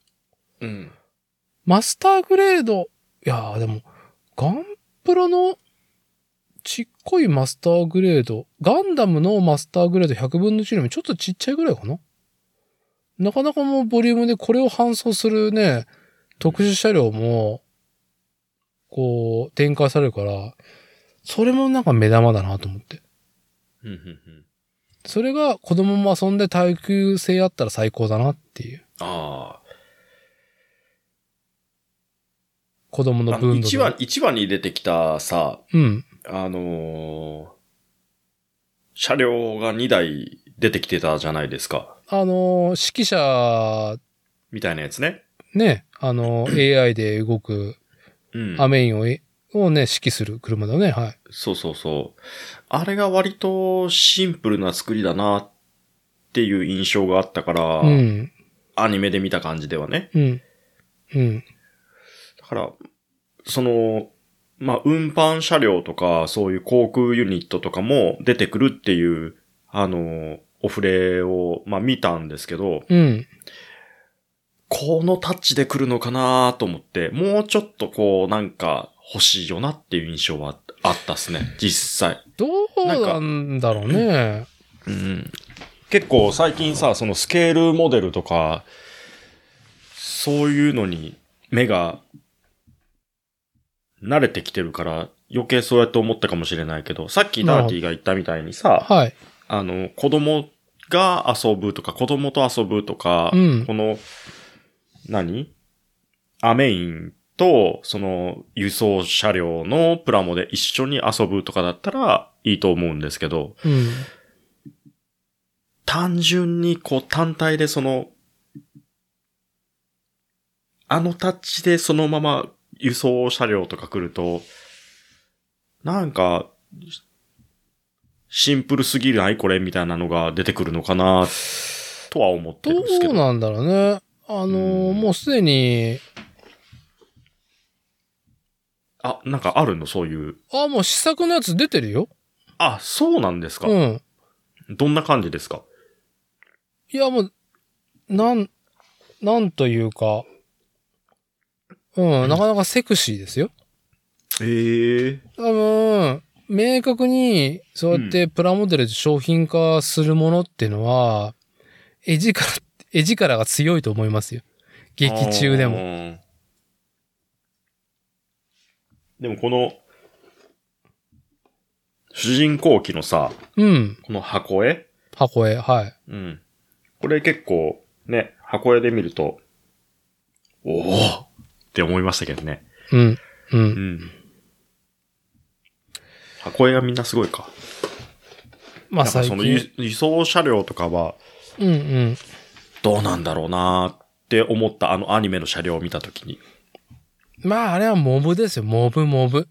マスターグレード、いやーでも、ガンプラのちっこいマスターグレード、ガンダムのマスターグレード100分の1よりもちょっとちっちゃいぐらいかな。なかなかもうボリュームでこれを搬送するね、特殊車両も、こう、展開されるから、それもなんか目玉だなと思って。それが子供も遊んで耐久性あったら最高だなっていう。子供の分度で。 1話に出てきたさ、車両が2台出てきてたじゃないですか。 指揮者みたいなやつね。 ね、AI で動く、アメインをね、指揮する車だね、はい。 そうそうそう。あれが割とシンプルな作りだなっていう印象があったから、アニメで見た感じではね。だから、 まあ、運搬車両とか、そういう航空ユニットとかも出てくるっていう、お触れを、まあ、見たんですけど、 うん。 このタッチで来るのかなと思って、もうちょっとこう、なんか欲しいよなっていう印象はあったっすね、実際。 どうなんだろうね。 うん、結構最近さ、そのスケールモデルとか、そういうのに目が慣れてきてるから余計そうやって思ったかもしれないけど、さっきダーティが言ったみたいにさ、 はい。 子供が遊ぶとか、子供と遊ぶとか、 うん、 この、アメインと、その、輸送車両のプラモで一緒に遊ぶとかだったらいいと思うんですけど、 うん、 単純にこう単体でその、タッチでそのまま輸送車両とか来ると、なんか、シンプルすぎないこれみたいなのが出てくるのかな、とは思ってるんですけど。 どうなんだろうね。もうすでに、 なんかあるのそういう。 もう試作のやつ出てるよ。 そうなんですか。 うん。 どんな感じですか。 いや、もう、なんというか、なかなかセクシーですよ。多分、明確に、そうやってプラモデルで商品化するものっていうのは、絵力が強いと思いますよ。劇中でも。 でもこの、主人公機のさ、 うん。 この箱絵、 はい。 うん。これ結構、ね、箱絵で見ると、おおって思いましたけどね。 うん。うん。 うん。箱絵がみんなすごいか。 まあ最近。 その輸送車両とかは、 うんうん。 どうなんだろうなって思ったアニメの車両を見たときに。 まああれはモブですよ。モブ。 モブ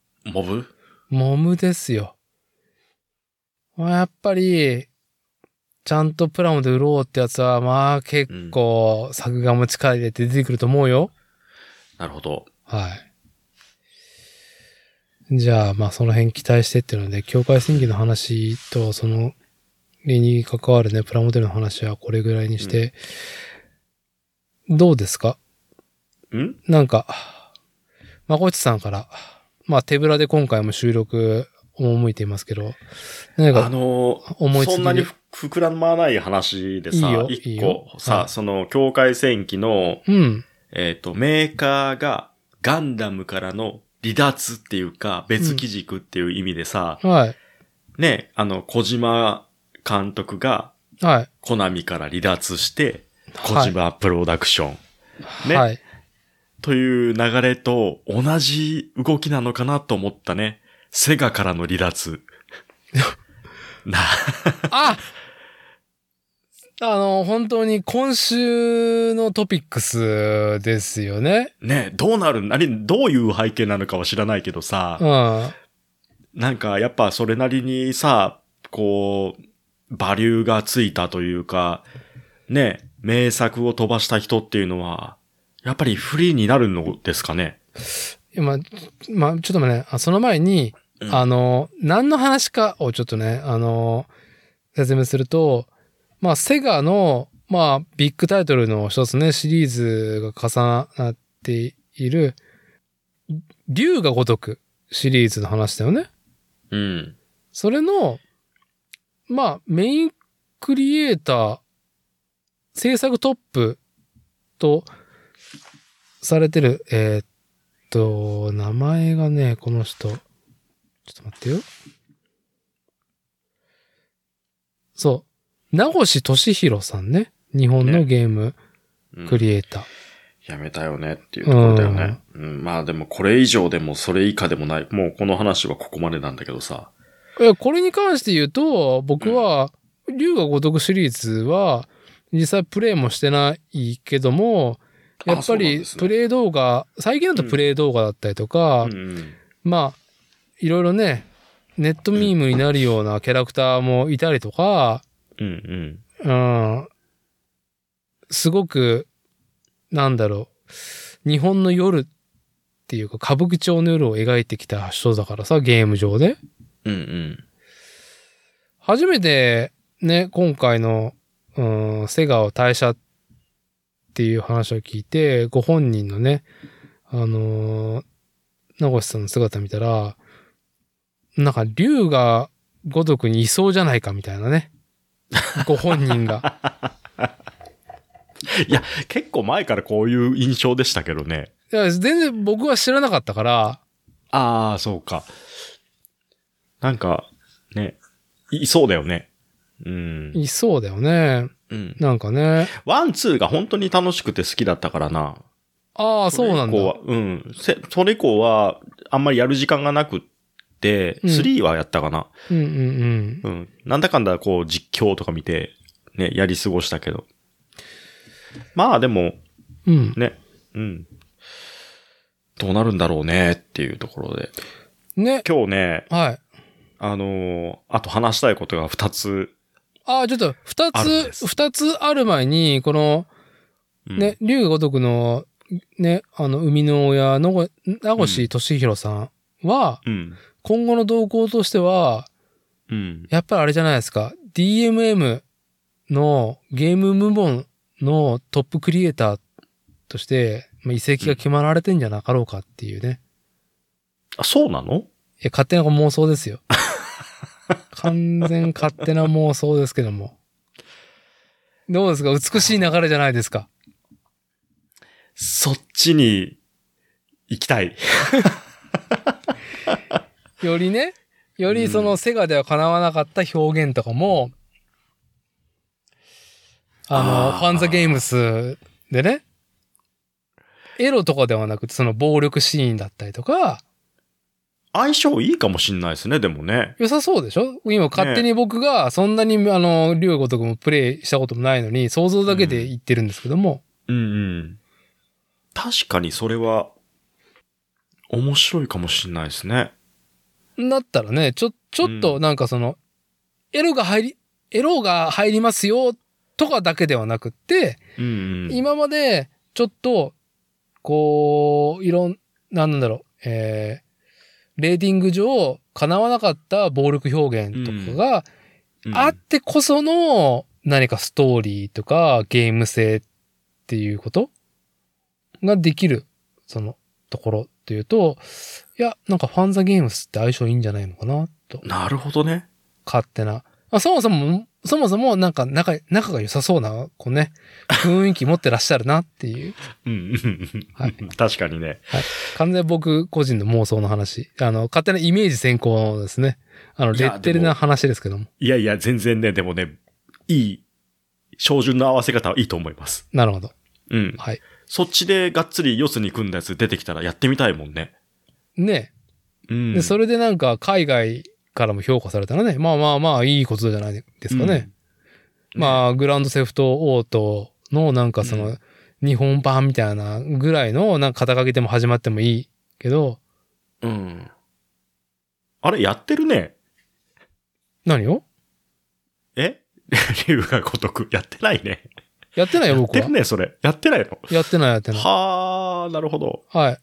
ですよ。やっぱり、ちゃんとプラモで売ろうってやつは、まあ結構作画も力入れて出てくると思うよ。 なるほど。 はい。じゃあ、まあその辺期待してっていうので、境界線機の話と、その、例に関わるね、プラモデルの話はこれぐらいにして、どうですか？なんか、まこっちさんから、まあ手ぶらで今回も収録赴いていますけど、何か思いつきでそんなに膨らまない話でさ、一個さ、はい、その境界線機の、メーカーがガンダムからの離脱っていうか、別基軸っていう意味でさ、 はい。 ね、小島監督が、 はい。 コナミから離脱して、小島プロダクション。ね。 はい。 という流れと同じ動きなのかなと思ったね。セガからの離脱。 本当に今週のトピックスですよね。 ね、どういう背景なのかは知らないけどさ、なんかやっぱそれなりにさ、こう、バリューがついたというか、ね、名作を飛ばした人っていうのは、やっぱりフリーになるのですかね。 まあ、ちょっとね、その前に、何の話かをちょっとね、説明すると、まあ、セガの、まあ、ビッグタイトルの一つね、シリーズが重なっている、竜が如くシリーズの話だよね。 うん。 それの、まあ、メインクリエイター、制作トップとされてる、名前がね、この人。ちょっと待ってよ。そう。名越俊弘さんね。日本のゲームクリエイター。 やめたよねっていうところだよね。まあでもこれ以上でもそれ以下でもない。もうこの話はここまでなんだけどさ。 これに関して言うと、僕は、竜が如くシリーズは、実際プレイもしてないけども、やっぱりプレイ動画、最近だとプレイ動画だったりとか、まあ、いろいろね、ネットミームになるようなキャラクターもいたりとか、すごく、なんだろう、日本の夜っていうか歌舞伎町の夜を描いてきた人だからさ、ゲーム上で。 うんうん。 初めてね、今回の、セガを退社っていう話を聞いて、ご本人のね、名越さんの姿見たら、なんか竜が如くにいそうじゃないかみたいなね。ご本人が。 いや、結構前からこういう印象でしたけどね。 いや、全然僕は知らなかったから。 ああ、そうか。なんか、ね、いそうだよね。うん。 いそうだよね。うん。なんかね。 1、2が本当に楽しくて好きだったからな。 ああ、そうなんだ。 うん。それ以降は、あんまりやる時間がなくって、3はやったかな。 うんうんうん。 うん。なんだかんだこう実況とか見て、ね、やり過ごしたけど。まあでも、 うん。 ね、うん。どうなるんだろうねっていうところで。 ね。 今日ね、 はい。 あと話したいことが2つ。 ああ、ちょっと、2つある前に、この、ね、龍が如くの、ね、生みの親の名越俊弘さんは、今後の動向としては、やっぱりあれじゃないですか、DMM のゲーム部門のトップクリエイターとして、移籍が決まられてんじゃなかろうかっていうね。 あ、そうなの？ いや、勝手な妄想ですよ。完全勝手な妄想ですけども。どうですか？美しい流れじゃないですか。 そっちに行きたい。 よりね、よりそのセガでは叶わなかった表現とかも、ファンザゲームスでね、エロとかではなくてその暴力シーンだったりとか、 相性いいかもしんないですね、でもね。 良さそうでしょ？今勝手に僕がそんなに竜が如くもプレイしたこともないのに想像だけで言ってるんですけども。 うんうん。確かにそれは面白いかもしんないですね。 だったらね、ちょっとなんかその、エロが入りますよとかだけではなくって、今までちょっと、こう、なんだろう、レーディング上叶わなかった暴力表現とかがあってこその何かストーリーとかゲーム性っていうことができる、そのところっていうと、いや、なんかファンザゲームスって相性いいんじゃないのかなと。 なるほどね。 勝手な。そもそもなんか仲が良さそうな、こうね、雰囲気持ってらっしゃるなっていう。 はい、確かにね。 はい。完全に僕個人の妄想の話。勝手なイメージ先行のですね。レッテルな話ですけども。 いやいや、全然ね、でもね、いい、照準の合わせ方はいいと思います。 なるほど。 うん。はい。そっちでがっつり四つに組んだやつ出てきたらやってみたいもんね。 ねえ。うん。で、それでなんか海外からも評価されたらね、まあいいことじゃないですかね。まあ、グランドセフトオートのなんかその、日本版みたいなぐらいのなんか肩書きでも始まってもいいけど。 うん。あれ、やってるね。 何を？ 龍が如く。やってないね。 やってないよ、僕は。 やってるね、それ。やってないの？ やってない。 はー、なるほど。 はい。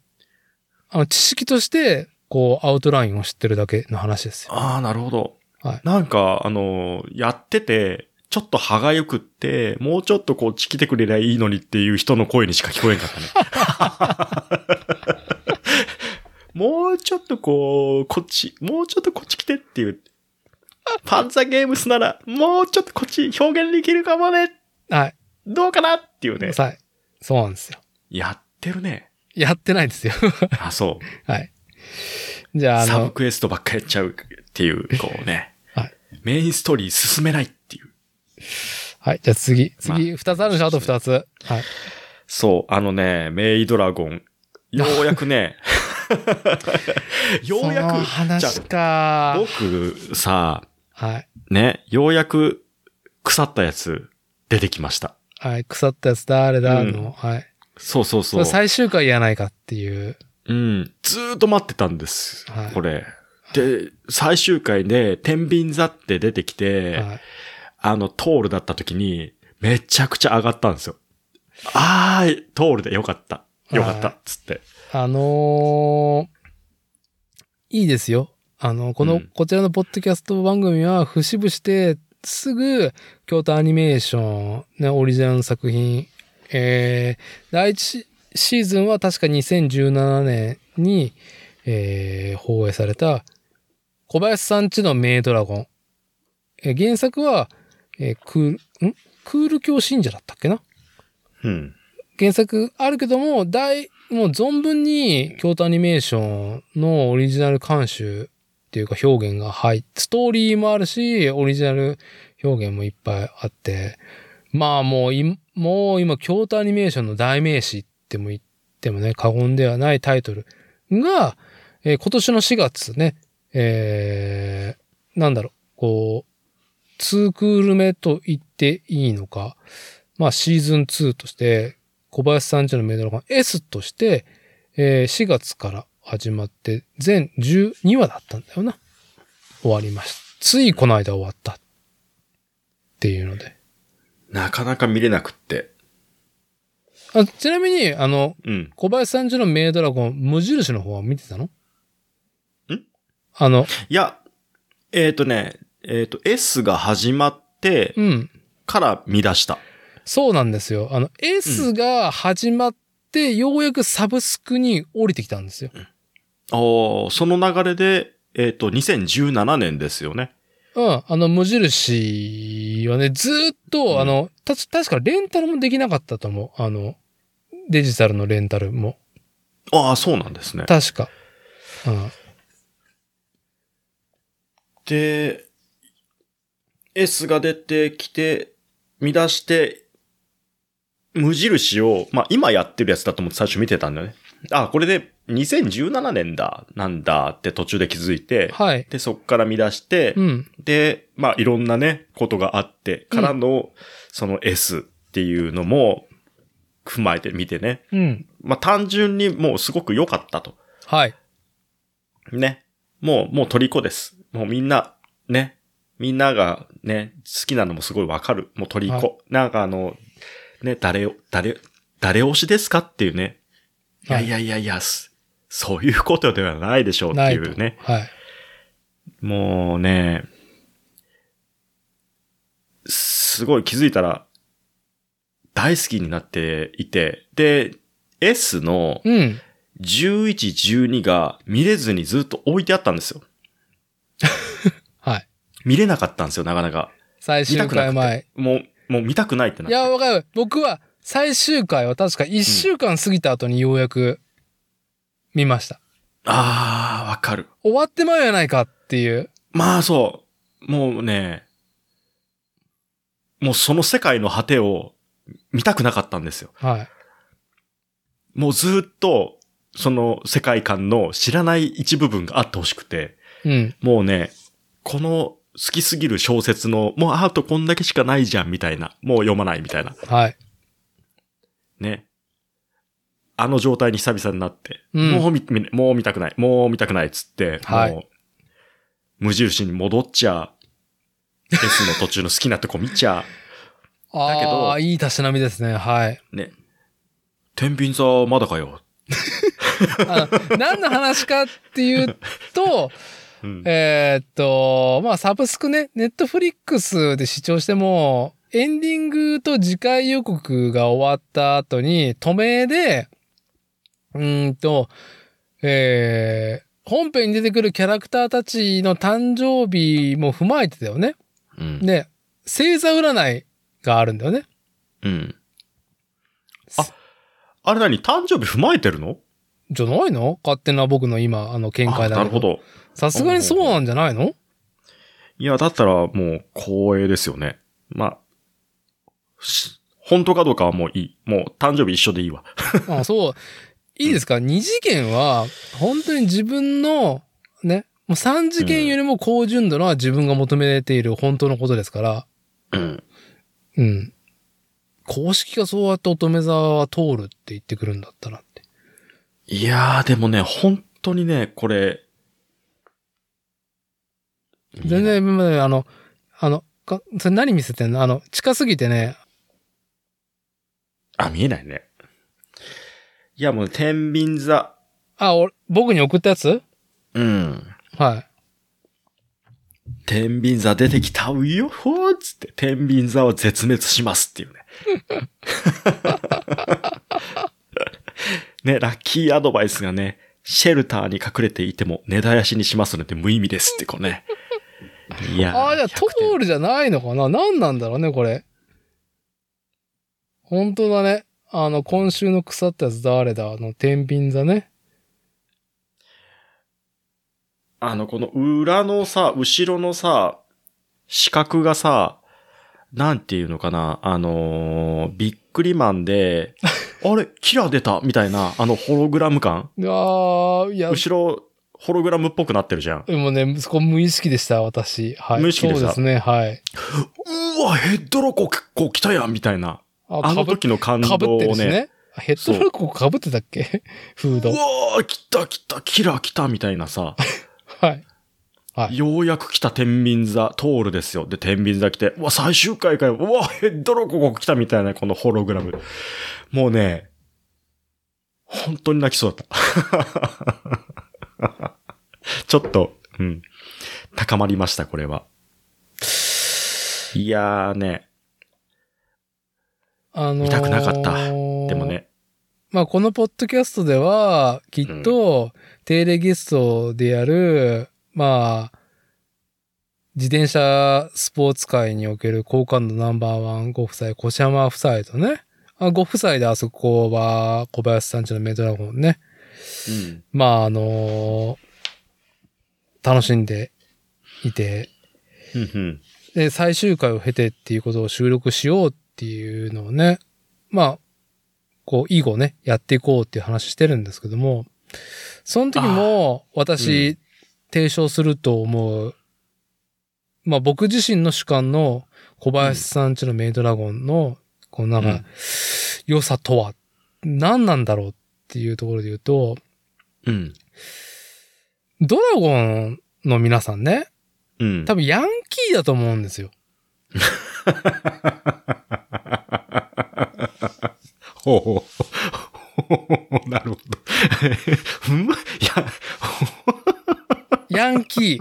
知識として、こう、アウトラインを知ってるだけの話ですよ。 あー、なるほど。 はい。 なんか、やってて、ちょっと歯がゆくって、もうちょっとこっち来てくれりゃいいのにっていう人の声にしか聞こえんかったね。もうちょっともうちょっとこっち来てっていう。ファンザゲームスなら、もうちょっとこっち表現できるかもね。 はい。 どうかなっていうね。 はい。そうなんですよ。 やってるね。 やってないですよ。 あ、そう。 はい。じゃあ、 サブクエストばっかやっちゃうっていう、こうね。 はい。 メインストーリー進めないっていう。 はい。じゃあ次、二つあるでしょ？あと二つ。はい。 そう、メイドラゴン。ようやくね、ようやく。 話か。 僕さ、 はい。 ね、ようやく腐ったやつ出てきました。 はい。腐ったやつ誰だの、はい。 そう。 最終回やないかっていう。 うん。ずーっと待ってたんです。 はい、 これ。で、最終回で、天秤座って出てきて、はい、トールだった時に、めちゃくちゃ上がったんですよ。トールでよかった。 よかった、つって。 いいですよ。こちらのポッドキャスト番組は、節々ですぐ、京都アニメーション、ね、オリジナルの作品、第一シーズンは確か2017年に、放映された、小林さんちのメイドラゴン。原作は、クール教信者だったっけな？ うん。 原作あるけども、もう存分に京都アニメーションのオリジナル監修っていうか表現が入って、ストーリーもあるし、オリジナル表現もいっぱいあって、まあもう今京都アニメーションの代名詞っても言ってもね、過言ではないタイトルが、今年の4月ね、2クール目と言っていいのか、まあシーズン2として、小林さんちのメイドラゴン S として、4月から始まって、全12話だったんだよな。終わりました。ついこの間終わった。っていうので。 なかなか見れなくって。 ちなみに、小林さんちのメイドラゴン、無印の方は見てたの？ いや、S が始まって、から見出した。 そうなんですよ。S が始まって、ようやくサブスクに降りてきたんですよ。 その流れで、2017年ですよね。 無印はね、ずーっと、確かレンタルもできなかったと思う。デジタルのレンタルも。 ああ、そうなんですね。 確か。 で、S が出てきて、見出して、無印を、まあ、今やってるやつだと思って最初見てたんだよね。これで2017年なんだって途中で気づいて、 はい。 で、そっから見出して、で、まあ、いろんなね、ことがあってからの、その S っていうのも踏まえて見てね。まあ、単純にもうすごく良かったと。 はい。 ね。もう虜です。もうみんながね、好きなのもすごいわかる。もう虜。はい、なんかね、誰推しですかっていうね。いや、そういうことではないでしょうっていうね。 はい。 もうね、すごい気づいたら、大好きになっていて、で、S の11、12が見れずにずっと置いてあったんですよ。 はい。 見れなかったんですよ、なかなか。 最終回前。 もう見たくないってなって。 いや、わかる。僕は最終回は確か1週間過ぎた後にようやく見ました。 わかる。 終わってまうやないかっていう。 まあそう。もうね、もうその世界の果てを見たくなかったんですよ。 はい。 もうずっと、その世界観の知らない一部分があってほしくて。もうね、この好きすぎる小説の、もうあとこんだけしかないじゃんみたいな。もう読まないみたいな。 はい。 ね。あの状態に久々になって、もう見たくないっつって、 はい、 もう無印に戻っちゃ、S の途中の好きなとこ見ちゃ。 だけど、いいたしなみですね。はい。 ね。天秤座まだかよ。 何の話かっていうと、まあ、サブスクね、ネットフリックスで視聴しても、エンディングと次回予告が終わった後に、止めで、本編に出てくるキャラクターたちの誕生日も踏まえてたよね。で、星座占いがあるんだよね。 あれ何？誕生日踏まえてるの？ じゃないの？勝手な僕の今、見解だけど。 なるほど。 さすがにそうなんじゃないの？ いや、だったらもう光栄ですよね。まあ、本当かどうかはもういい。もう誕生日一緒でいいわ。 そう。いいですか？二次元は、本当に自分の、ね、もう三次元よりも高純度な自分が求めている本当のことですから。公式がそうやって乙女座は通るって言ってくるんだったらって。 いやー、でもね、本当にね、これ。 全然、それ何見せてんの？近すぎてね。 見えないね。 いやもう、天秤座。 僕に送ったやつ？ うん。 はい。 天秤座出てきたうよほーっつって、天秤座は絶滅しますっていうね。ね、ラッキーアドバイスがね、シェルターに隠れていても根絶やしにしますので無意味ですってこうね。いやー。 じゃあトールじゃないのかな？何なんだろうね、これ。本当だね。今週の腐ったやつ誰だ？天秤座ね。 この裏のさ、後ろのさ、四角がさ、なんていうのかな、ビックリマンで、あれ、キラー出たみたいな、ホログラム感？ いや、 後ろ、ホログラムっぽくなってるじゃん。 でもね、そこ無意識でした、私。はい。 無意識でした。 そうですね、はい。 うわ、ヘッドロコ結構来たやんみたいな。あの時の感動をね。 被ってるしね。ヘッドロコ被ってたっけ？フード。 うわー、来た、キラー来たみたいなさ。 はい。はい。 ようやく来た天秤座、トールですよ。で、天秤座来て、うわ、最終回かよ。うわ、ヘッドロコ来たみたいな、このホログラム。もうね、本当に泣きそうだった。ちょっと、高まりました、これは。いやーね。見たくなかった。でもね。 まあ、このポッドキャストでは、きっと、定例ゲストでやる、まあ、自転車スポーツ界における好感度ナンバーワンご夫妻、越山夫妻とね、ご夫妻であそこは小林さんちのメイドラゴンね。まあ、楽しんでいて、で、最終回を経てっていうことを収録しようっていうのをね、まあ、こう、以後ね、やっていこうっていう話してるんですけども、その時も私、提唱すると思う、まあ僕自身の主観の小林さんちのメイドラゴンの、こうなんか、良さとは何なんだろうっていうところで言うと、ドラゴンの皆さんね、多分ヤンキーだと思うんですよ。 ほう。なるほど。 ヤンキー。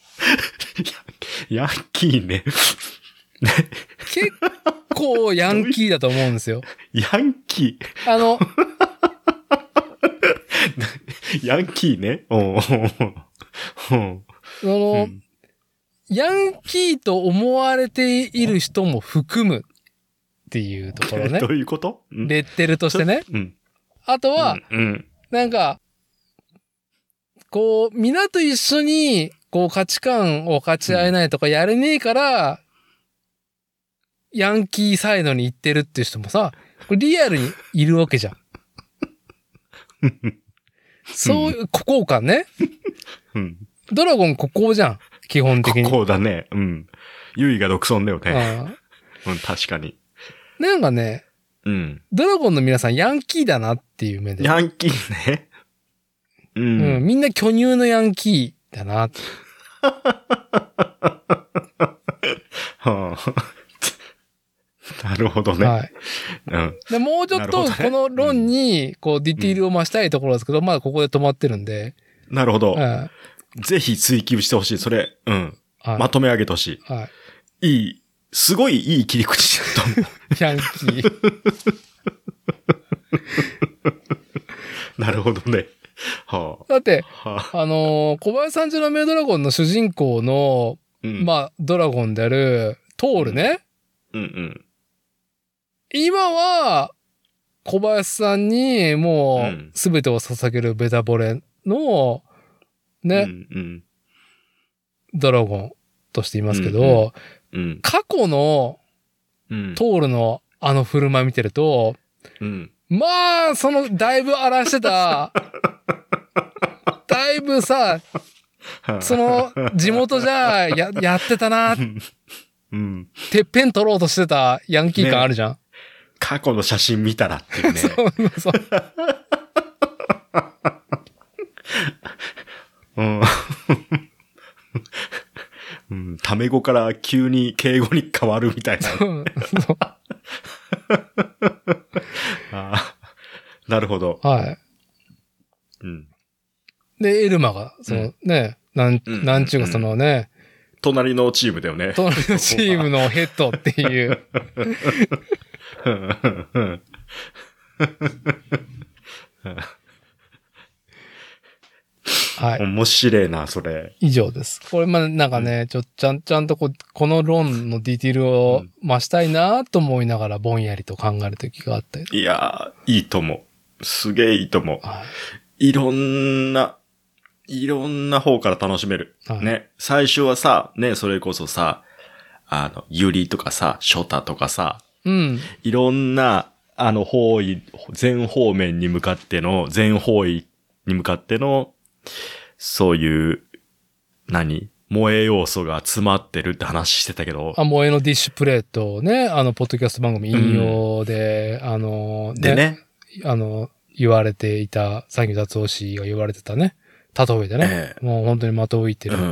ヤンキーね。 結構ヤンキーだと思うんですよ。 ヤンキーヤンキーね。 ヤンキーと思われている人も含むっていうところね。 どういうこと？ レッテルとしてね。あとは、なんか、こう、皆と一緒に、こう価値観を勝ち合えないとかやれねえから、ヤンキーサイドに行ってるっていう人もさ、これリアルにいるわけじゃん。そういう、孤高感ね。ドラゴン孤高じゃん。基本的に。 孤高だね。優位が独尊だよね。確かに。 なんかね、ドラゴンの皆さんヤンキーだなっていう目で。 ヤンキーね。 みんな巨乳のヤンキーだな。 なるほどね。 はい。でもうちょっとこの論にこうディティールを増したいところですけど、まだここで止まってるんで。 なるほど。ぜひ追求してほしい。それ、まとめ上げてほしい。 はい。 すごいいい切り口だと思う。 ヤンキー。 なるほどね。 だって、小林さんちのメイドラゴンの主人公の、まあ、ドラゴンである、トールね。今は、小林さんに、もう、すべてを捧げるベタボレの、ね、ドラゴンとしていますけど、過去の、トールの振る舞い見てると、まあ、だいぶ荒らしてた、だいぶさ、地元じゃ、やってたな、てっぺん取ろうとしてたヤンキー感あるじゃん。 過去の写真見たらっていうね。 そう。 タメ語から急に敬語に変わるみたいな。 なるほど。 はい。 うん。 で、エルマが、そのね、なんちゅうかそのね、 隣のチームだよね。 隣のチームのヘッドっていう。はい。 面白いな、それ。 以上です。これ、まあ、なんかね、ちゃんとこの論のディティールを増したいなと思いながら、ぼんやりと考える時があったり。 いやー、いいと思う。すげえいいと思う。 はい、 いろんな方から楽しめる。はい、ね。最初はさ、ね、それこそさ、ユリとかさ、ショタとかさ、 うん。 いろんな、全方面に向かっての、全方位に向かっての、そういう、萌え要素が詰まってるって話してたけど。 萌えのディッシュプレートをね、ポッドキャスト番組引用で、 でね。 言われていた、三木達夫氏が言われてたね。例えでね。もう本当に的を射ってる。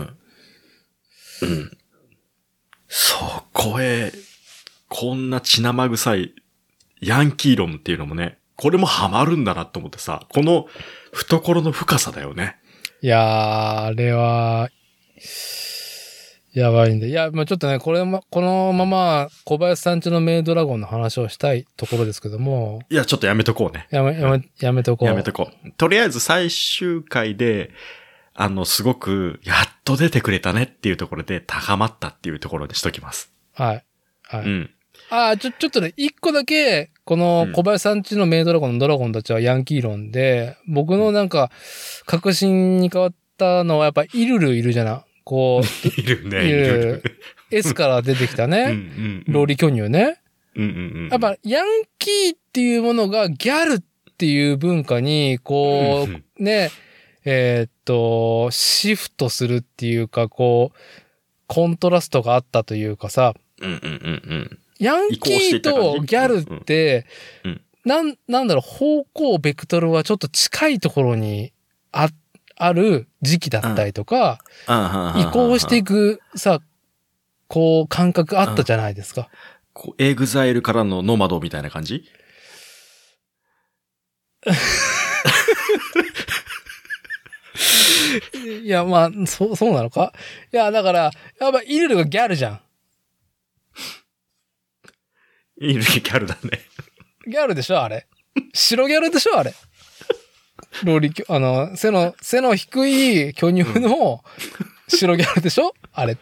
そこへ、こんな血生臭いヤンキー論っていうのもね、これもハマるんだなと思ってさ、この懐の深さだよね。 いやー、あれは、やばいんで。いや、まあちょっとね、このまま小林さんちのメイドラゴンの話をしたいところですけども。 いや、ちょっとやめとこうね。 やめとこう。 やめとこう。とりあえず最終回で、すごく、やっと出てくれたねっていうところで高まったっていうところにしときます。 はい。はい。うん。ちょっとね、一個だけ、この小林さんちのメイドラゴンのドラゴンたちはヤンキー論で、僕のなんか、確信に変わったのはやっぱイルルいるじゃな。こう。 いるね、いる。 S から出てきたね。ローリ巨乳ね。やっぱヤンキーっていうものがギャルっていう文化に、こう、ね、シフトするっていうか、こう、コントラストがあったというかさ、ヤンキーとギャルって、なんだろう、方向、ベクトルはちょっと近いところにある時期だったりとか、移行していくさ、こう、感覚あったじゃないですか。 エグザイルからのノマドみたいな感じいや、まあ、そうなのか？いや、だから、やっぱ、イルルがギャルじゃん。 イルルギャルだね。 ギャルでしょあれ。白ギャルでしょあれ。ローリー、背の低い巨乳の白ギャルでしょあれって。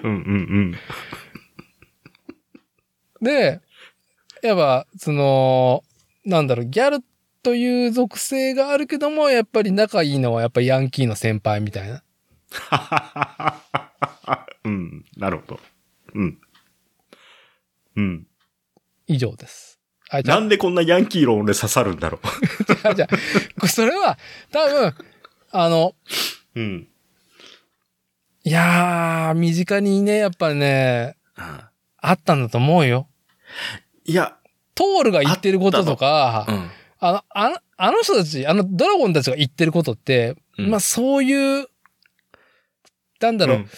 で、やっぱ、なんだろう、ギャルという属性があるけども、やっぱり仲いいのはやっぱりヤンキーの先輩みたいな。 なるほど。 以上です。 なんでこんなヤンキー論で刺さるんだろう。 じゃあ、それは、多分、いやー、身近にね、やっぱね、あったんだと思うよ。 いや、 トールが言ってることとか、あの人たち、ドラゴンたちが言ってることって、まあそういう、なんだろう、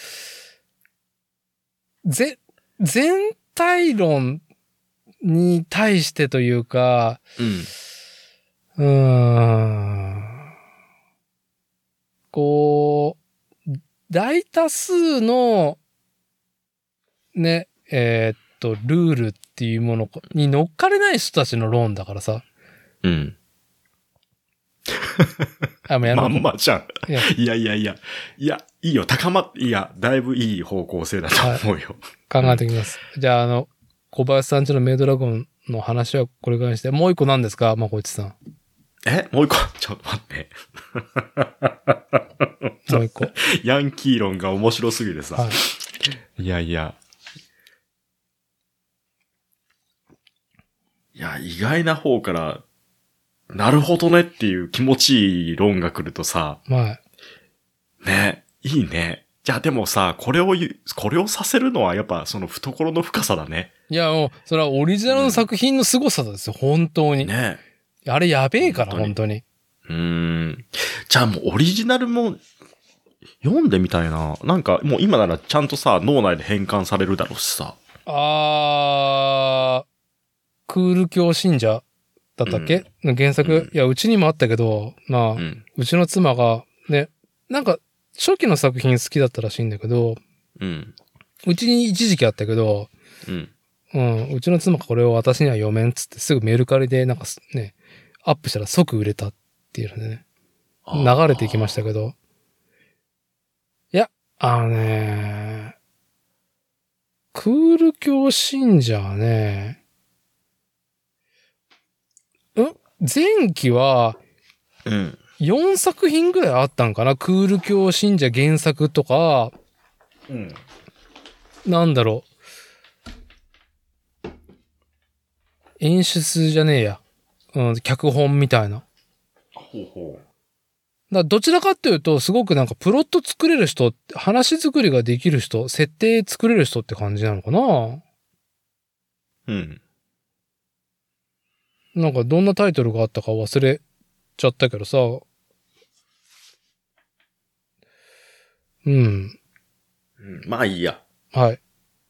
全体論に対してというか、こう、大多数の、ね、ルールっていうものに乗っかれない人たちの論だからさ。 まんまじゃん。いや、いいよ、だいぶいい方向性だと思うよ。 考えておきます。じゃあ、小林さんちのメイドラゴンの話はこれぐらいにして、もう一個何ですかまこいちさん。 もう一個ちょっと待って。 もう一個。 ヤンキー論が面白すぎてさ。いや、意外な方から、なるほどねっていう気持ちいい論が来るとさ。ね、いいね。じゃあでもさ、これをさせるのはやっぱその懐の深さだね。 いやもう、それはオリジナルの作品の凄さですよ、本当に。 ね。 あれやべえから、本当に。 じゃあもうオリジナルも読んでみたいな。なんかもう今ならちゃんとさ、脳内で変換されるだろうしさ。 クール教信者だったっけ、原作、いや、うちにもあったけど、まあ、うちの妻が、ね、なんか、初期の作品好きだったらしいんだけど、うちに一時期あったけど、うちの妻がこれを私には読めんっつってすぐメルカリでなんかね、アップしたら即売れたっていうのでね、流れていきましたけど、いや、クール教信者はね、前期は、4作品ぐらいあったんかな、クール教信者原作とか、なんだろう。演出じゃねえや。脚本みたいな。どちらかっていうと、すごくなんかプロット作れる人、話作りができる人、設定作れる人って感じなのかな。なんかどんなタイトルがあったか忘れちゃったけどさ。 まあいいや。 はい。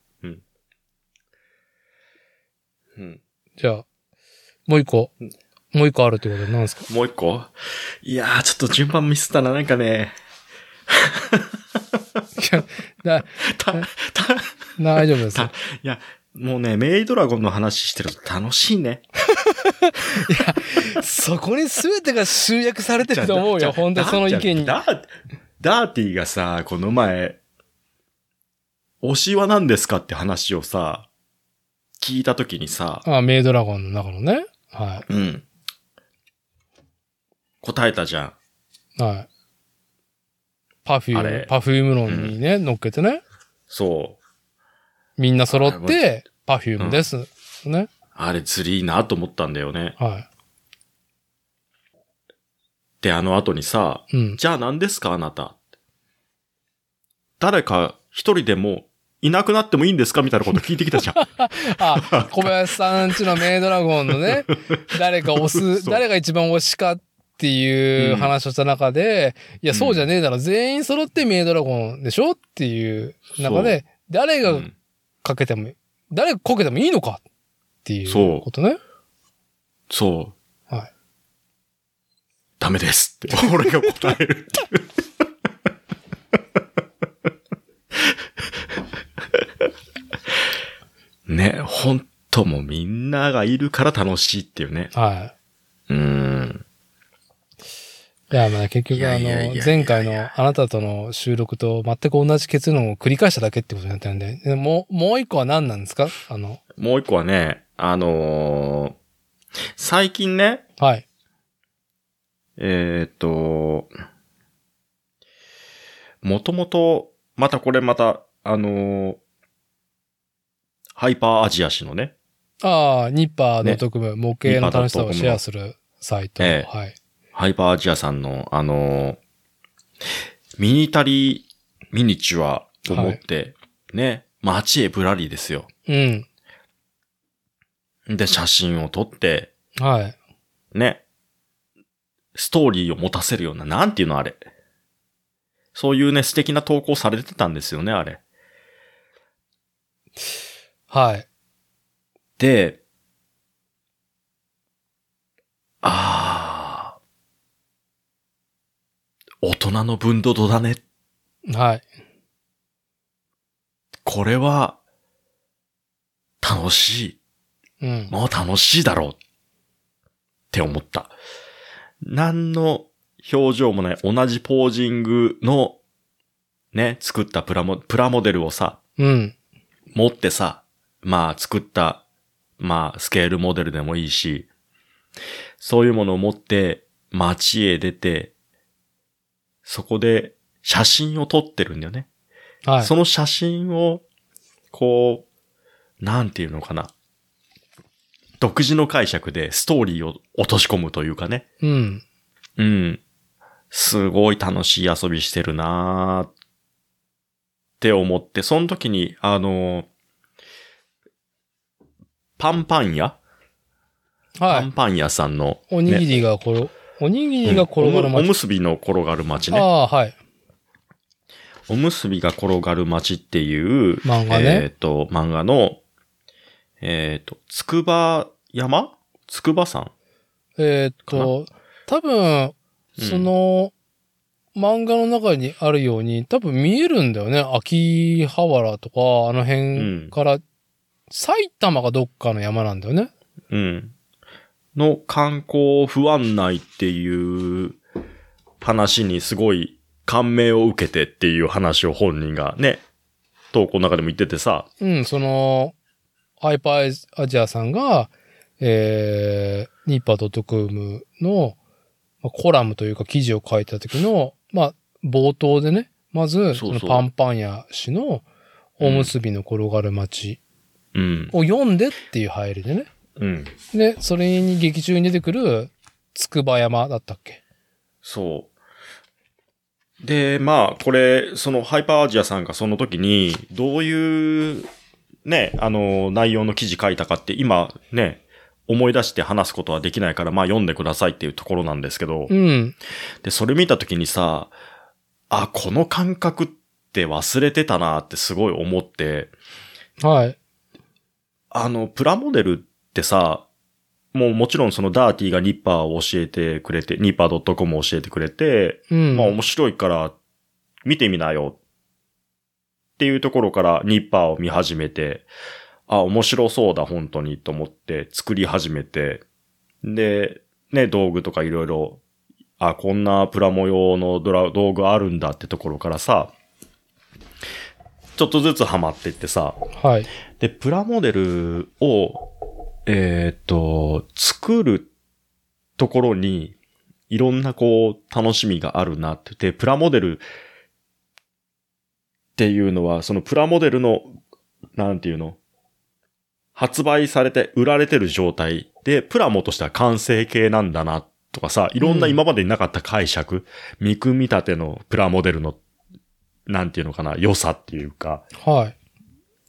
じゃあ、もう一個あるってことで何ですか？ もう一個？いやー、ちょっと順番ミスったな、なんかね。 大丈夫です。 いや、もうね、メイドラゴンの話してると楽しいね。 いや、そこに全てが集約されてると思うよ、本当にその意見に。 ダーティーがさ、この前、推しは何ですかって話をさ、聞いたときにさ、 メイドラゴンの中のね。はい。 答えたじゃん。はい。パフューム論にね、乗っけてね。 そう。 みんな揃って、パフュームです。ね。 あれずりーなと思ったんだよね。 はい。 で、あの後にさ、じゃあ何ですかあなた。誰か一人でもいなくなってもいいんですかみたいなこと聞いてきたじゃん。 小林さんちのメイドラゴンのね、誰が一番推しかっていう話をした中で、いや、そうじゃねえだろ。全員揃ってメイドラゴンでしょっていう中で、誰がこけてもいいのかっていうことね。 そう。 はい。 ダメですって。俺が答えるって。ね、ほんともうみんながいるから楽しいっていうね。 はい。いや、まあ結局前回のあなたとの収録と全く同じ結論を繰り返しただけってことになったんで、もう一個は何なんですか？ もう一個はね、最近ね。 はい。 もともと、またハイパーアジア誌のね。 ニッパーの特務、模型の楽しさをシェアするサイト。はい。 ハイパーアジアさんの、ミニタリーミニチュアを持って、ね、街へぶらりですよ。で、写真を撮って、 はい。 ね、ストーリーを持たせるような、なんていうのあれ。そういうね、素敵な投稿されてたんですよね、あれ。 はい。 で、大人の分度だね。 はい。 これは、楽しい。もう楽しいだろう。って思った。何の表情もない同じポージングの、ね、作ったプラモデルをさ、持ってさ、作った、スケールモデルでもいいし、そういうものを持って街へ出て、そこで写真を撮ってるんだよね。 はい。 その写真を、なんていうのかな。独自の解釈でストーリーを落とし込むというかね。すごい楽しい遊びしてるなーって思って、その時に、パンパン屋、パンパン屋さんの、 おにぎりが転がる街。 おむすびの転がる街ね。 はい。 おむすびが転がる街っていう漫画ね。 漫画の、筑波山多分、その、漫画の中にあるように、多分見えるんだよね。秋葉原とか、あの辺から、埼玉がどっかの山なんだよね。 うん。の観光不案内っていう話にすごい感銘を受けてっていう話を本人がね、投稿の中でも言っててさ。 その、ハイパーアジアさんが、ニッパー .com のコラムというか記事を書いた時の、冒頭でね、まず、そのパンパン屋氏のおむすびの転がる街を読んでっていう入りでね。で、それに劇中に出てくる、筑波山だったっけ？ そう。で、これ、そのハイパーアジアさんがその時に、どういうね、内容の記事書いたかって今ね、思い出して話すことはできないから、読んでくださいっていうところなんですけど、で、それ見た時にさ、この感覚って忘れてたなってすごい思って、 はい。 プラモデルってさ、もちろんそのダーティがニッパーを教えてくれて、ニッパー .com を教えてくれて、面白いから見てみなよっていうところからニッパーを見始めて、面白そうだ本当にと思って作り始めて、で、ね、道具とかいろいろ、こんなプラモ用の道具あるんだってところからさ、ちょっとずつハマっていってさ、 はい。 で、プラモデルを、作るところに、いろんな楽しみがあるなってて、プラモデルっていうのは、そのプラモデルの、なんていうの？発売されて売られてる状態で、プラモとしては完成形なんだな、とかさ、いろんな今までになかった解釈、見組み立てのプラモデルの、なんていうのかな、良さっていうか。 はい。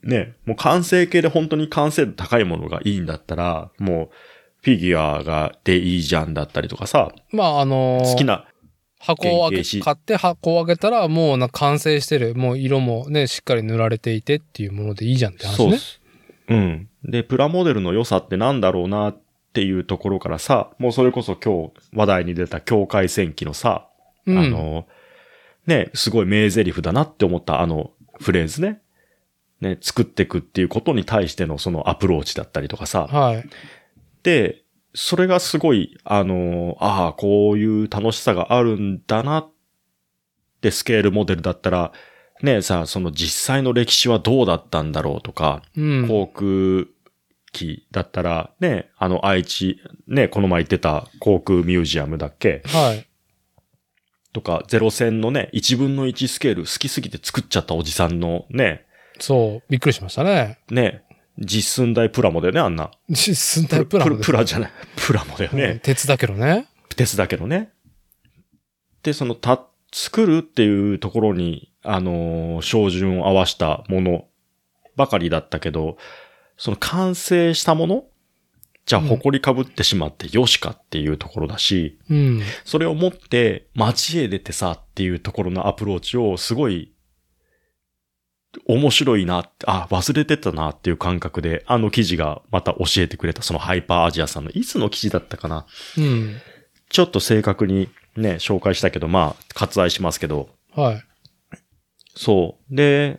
ね、もう完成形で本当に完成度高いものがいいんだったら、もう、フィギュアでいいじゃんだったりとかさ。好きな。 箱を買って箱を開けたらもう完成してる。もう色もね、しっかり塗られていてっていうものでいいじゃんって話ね。 そう。で、プラモデルの良さってなんだろうなっていうところからさ、もうそれこそ今日話題に出た境界戦記のさ、ね、すごい名台詞だなって思ったフレーズね。ね、作っていくっていうことに対してのそのアプローチだったりとかさ。 はい。 で、それがすごい、こういう楽しさがあるんだなってスケールモデルだったら、ね、さ、その実際の歴史はどうだったんだろうとか、航空機だったら、ね、愛知、ね、この前言ってた航空ミュージアムだっけ？ はい。 とか、ゼロ戦のね、1分の1スケール好きすぎて作っちゃったおじさんのね。 そう、びっくりしましたね。 ね、実寸大プラモだよね、あんな。 実寸大プラモプラじゃない。プラモだよね。 鉄だけどね。 鉄だけどね。で、その作るっていうところに、照準を合わしたものばかりだったけど、その完成したものじゃあ埃かぶってしまってよしかっていうところだし、それを持って街へ出てさっていうところのアプローチをすごい面白いなって、忘れてたなっていう感覚で、記事がまた教えてくれた、そのハイパーアジアさんの、いつの記事だったかな。ちょっと正確にね、紹介したけど、割愛しますけど。 はい。 そう。で、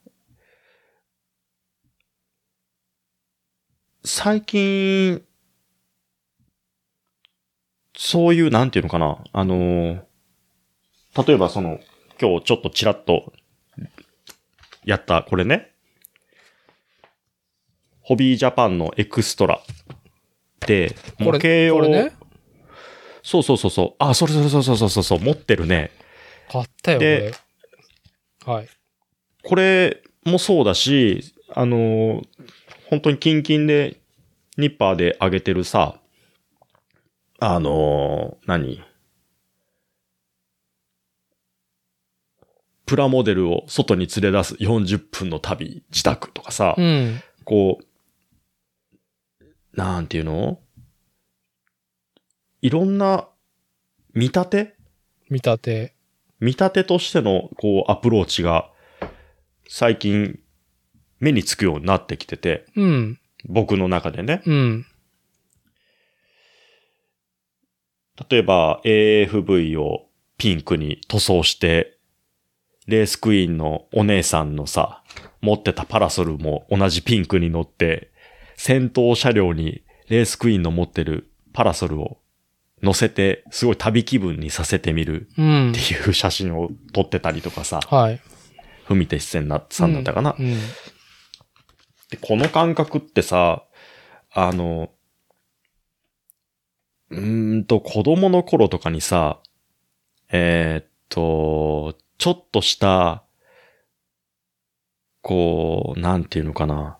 最近、そういう、なんていうのかな。例えば今日ちょっとちらっと、やった、これね。ホビージャパンのエクストラで、模型を、 これね。 そう。そう、持ってるね。 買ったよ、 で、 はい。 これもそうだし、本当にキンキンで、ニッパーで上げてるさ、プラモデルを外に連れ出す40分の旅、自宅とかさ、なんていうの？いろんな見立てとしてのアプローチが最近目につくようになってきてて、僕の中でね。 例えば AFV をピンクに塗装して、レースクイーンのお姉さんのさ、持ってたパラソルも同じピンクに乗って、先頭車両にレースクイーンの持ってるパラソルを乗せて、すごい旅気分にさせてみるっていう写真を撮ってたりとかさ。 はい。 文手さんだったかな、で。この感覚ってさ、子供の頃とかにさ、ちょっとした、こう、なんていうのかな。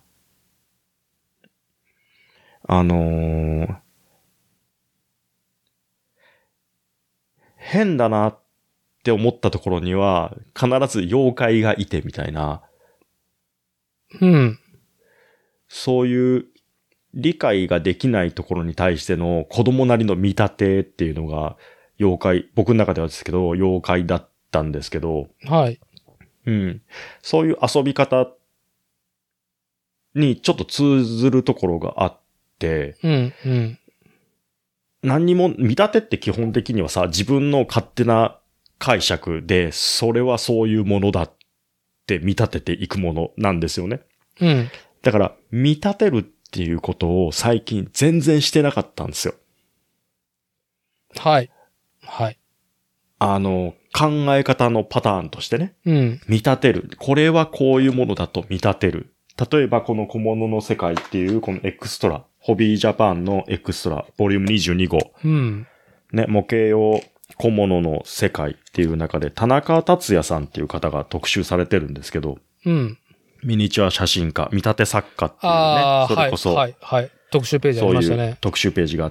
変だなって思ったところには、必ず妖怪がいてみたいな。 うん。 そういう理解ができないところに対しての子供なりの見立てっていうのが、妖怪、僕の中ではですけど、妖怪だったんですけど。 はい。 うん。そういう遊び方にちょっと通ずるところがあって、何にも、見立てって基本的にはさ、自分の勝手な解釈で、それはそういうものだって見立てていくものなんですよね。 うん。 だから、見立てるっていうことを最近全然してなかったんですよ。 はい。はい。 考え方のパターンとしてね。 うん。 見立てる。これはこういうものだと見立てる。例えばこの小物の世界っていうこのエクストラ、ホビージャパンのエクストラ、ボリューム22号。 うん。 ね、模型用小物の世界っていう中で、田中達也さんっていう方が特集されてるんですけど、 うん。 ミニチュア写真家、見立て作家っていうね、それこそ、 はい、はい、はい。特集ページありましたね。 そういう特集ページがあって、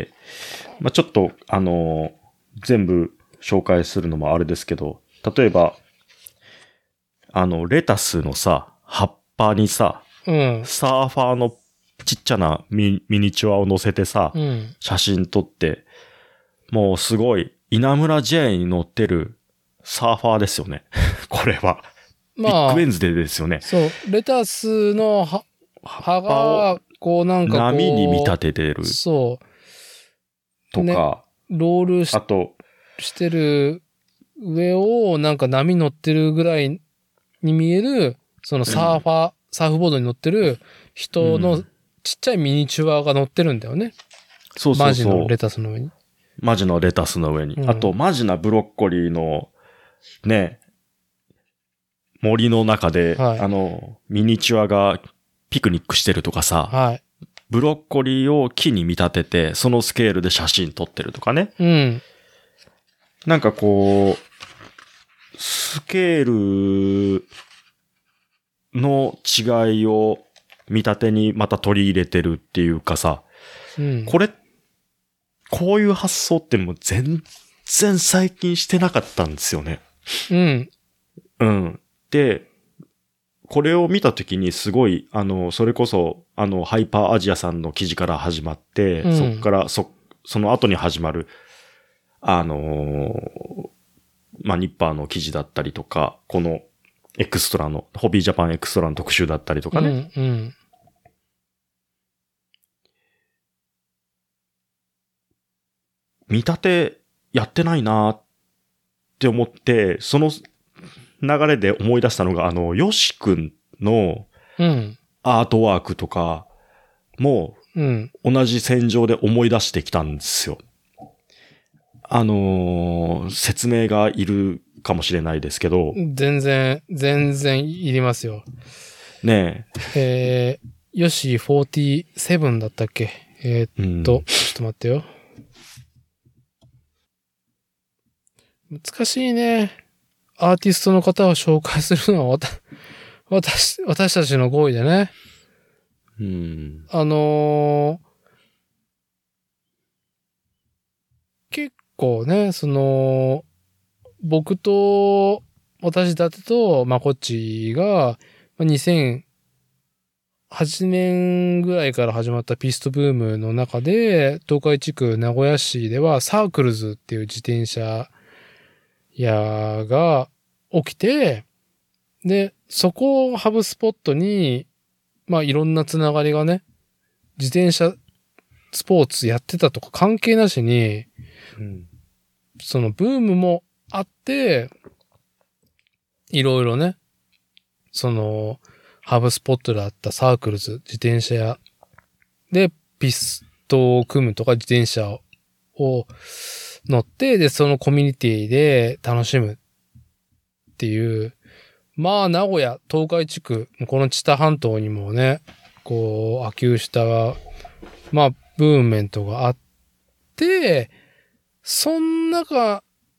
まあ、ちょっと、全部紹介するのもあれですけど、例えば、レタスのさ、葉っぱにさ、 うん、 サーファーのちっちゃなミニチュアを載せてさ、 うん、 写真撮って、もうすごい、稲村ジェーンに乗ってるサーファーですよね。これは。まあ、ビッグウェンズデーですよね。 そう。レタスの葉が、こうなんかこう。 波に見立ててる。 そう。 とか。 ね、ロールしてる上をなんか波乗ってるぐらいに見える、そのサーフボードに乗ってる人のちっちゃいミニチュアが乗ってるんだよね。 そうそうそう。 マジのレタスの上に。 マジのレタスの上に。あと、マジなブロッコリーの、ね、森の中で、はい、ミニチュアがピクニックしてるとかさ、 はい、 ブロッコリーを木に見立てて、そのスケールで写真撮ってるとかね。 うん。 なんかこう、スケールの違いを見立てにまた取り入れてるっていうかさ、 うん、 こういう発想ってもう全然最近してなかったんですよね。 うん。 うん。で、これを見たときにすごい、それこそ、ハイパーアジアさんの記事から始まって、うん、そっから、その後に始まる、まあ、ニッパーの記事だったりとか、このエクストラの、ホビージャパンエクストラの特集だったりとかね。 うんうん、 見立てやってないなって思って、その流れで思い出したのが、ヨシ君のアートワークとかも、同じ戦場で思い出してきたんですよ。説明がいるかもしれないですけど。 全然いりますよ。 ねえ。ヨシ47だったっけ？ちょっと待ってよ。難しいね。アーティストの方を紹介するのは私たちの行為でね。結構ね、僕と、私伊達と、こっちが、2008年ぐらいから始まったピストブームの中で、東海地区名古屋市ではサークルズっていう自転車屋が起きて、で、そこをハブスポットに、いろんなつながりがね、自転車スポーツやってたとか関係なしに、 そのブームもあって、いろいろね、その、ハブスポットだったサークルズ、自転車屋でピストを組むとか自転車を乗って、で、そのコミュニティで楽しむっていう、まあ、名古屋、東海地区、この知多半島にもね、こう、波及した、まあ、ブームメントがあって、そん中、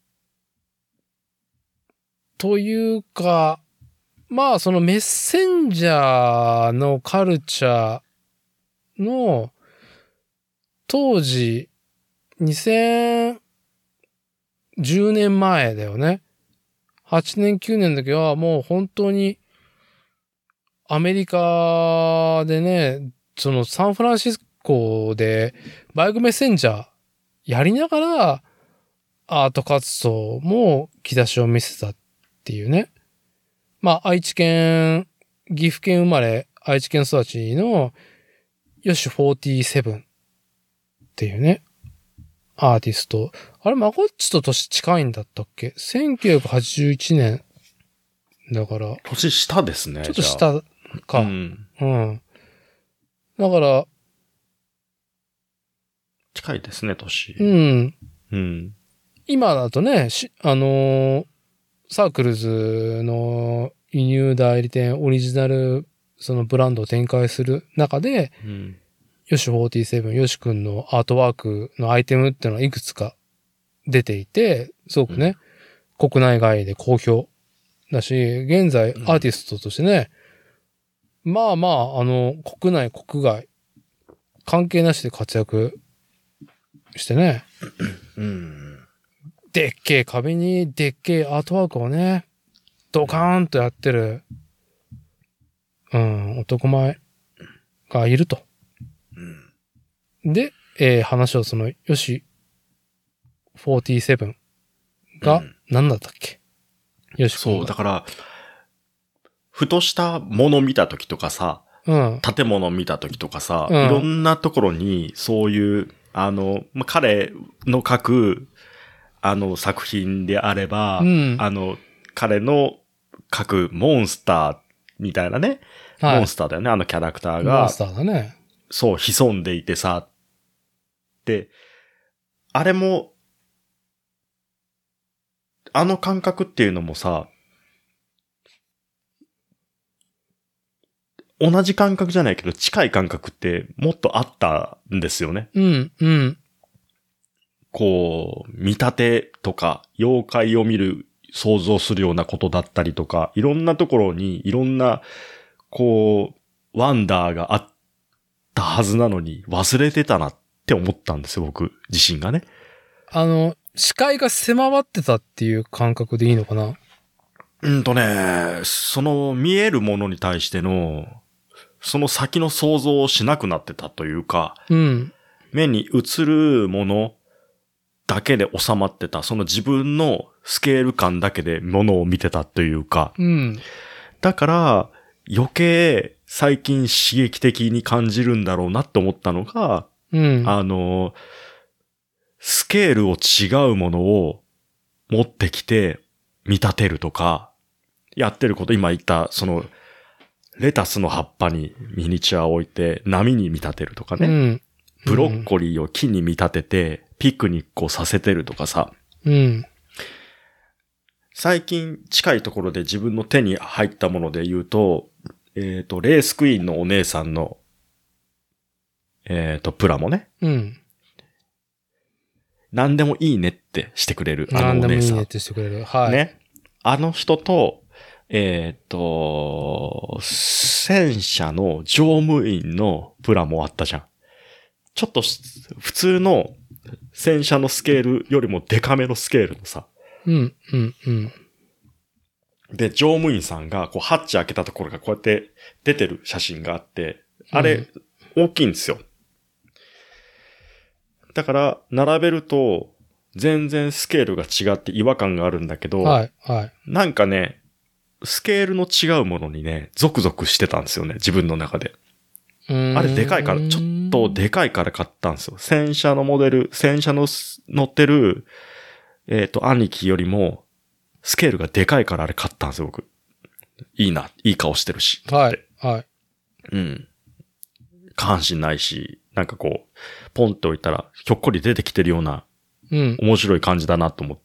というか、まあ、そのメッセンジャーのカルチャーの、当時、2010年前だよね。8年9年の時はもう本当にアメリカでね、そのサンフランシスコでバイクメッセンジャーやりながらアート活動も兆しを見せたっていうね。まあ愛知県、岐阜県生まれ、愛知県育ちのヨシ47っていうね、アーティスト。あれ、マゴッチと年近いんだったっけ ?1981 年。だから。 年下ですね。 ちょっと下か。うん。だから。 近いですね、年。 うん。今だとね、サークルズの輸入代理店、オリジナル、そのブランドを展開する中で、ヨシ47、ヨシ君のアートワークのアイテムっていうのはいくつか出ていて、すごくね、国内外で好評だし、現在アーティストとしてね、まあまあ、国内、国外、関係なしで活躍してね、でっけえ壁にでっけえアートワークをね、ドカーンとやってる、男前がいると。で、話をその、ヨシ47が何だったっけ、ヨシそう、だから、ふとしたもの見たときとかさ、建物見たときとかさ、いろんなところにそういう、彼の書く、作品であれば、彼の書くモンスターみたいなね、モンスターだよね、キャラクターが。 モンスターだね。 そう、潜んでいてさ、で、あれも、感覚っていうのもさ、同じ感覚じゃないけど近い感覚ってもっとあったんですよね。こう、見立てとか、妖怪を見る、想像するようなことだったりとか、いろんなところにいろんな、こう、ワンダーがあったはずなのに忘れてたなって思ったんですよ、僕自身がね。 視界が狭まってたっていう感覚でいいのかな？ その見えるものに対しての、その先の想像をしなくなってたというか、目に映るものだけで収まってた、その自分のスケール感だけでものを見てたというか、だから余計最近刺激的に感じるんだろうなって思ったのが、スケールを違うものを持ってきて見立てるとか、やってること、今言った、その、レタスの葉っぱにミニチュアを置いて波に見立てるとかね。ブロッコリーを木に見立ててピクニックをさせてるとかさ。最近近いところで自分の手に入ったもので言うと、レースクイーンのお姉さんの、プラモね。何でもいいねってしてくれる、お姉さん。 何でもいいねってしてくれる。はい。ね。 あの人と、戦車の乗務員のプラモあったじゃん。ちょっと普通の戦車のスケールよりもデカめのスケールのさ。で、乗務員さんがこうハッチ開けたところがこうやって出てる写真があって、あれ、大きいんですよ。だから、並べると全然スケールが違って違和感があるんだけど、なんかね、スケールの違うものにね、ゾクゾクしてたんですよね、自分の中で。あれでかいからちょっとでかいから買ったんですよ。戦車のモデル、戦車の乗ってる、兄貴よりも、スケールがでかいからあれ買ったんですよ、僕。いい顔してるし。 はい、はい。 うん。下半身ないし、なんかこう、ポンって置いたら、ひょっこり出てきてるような、面白い感じだなと思って。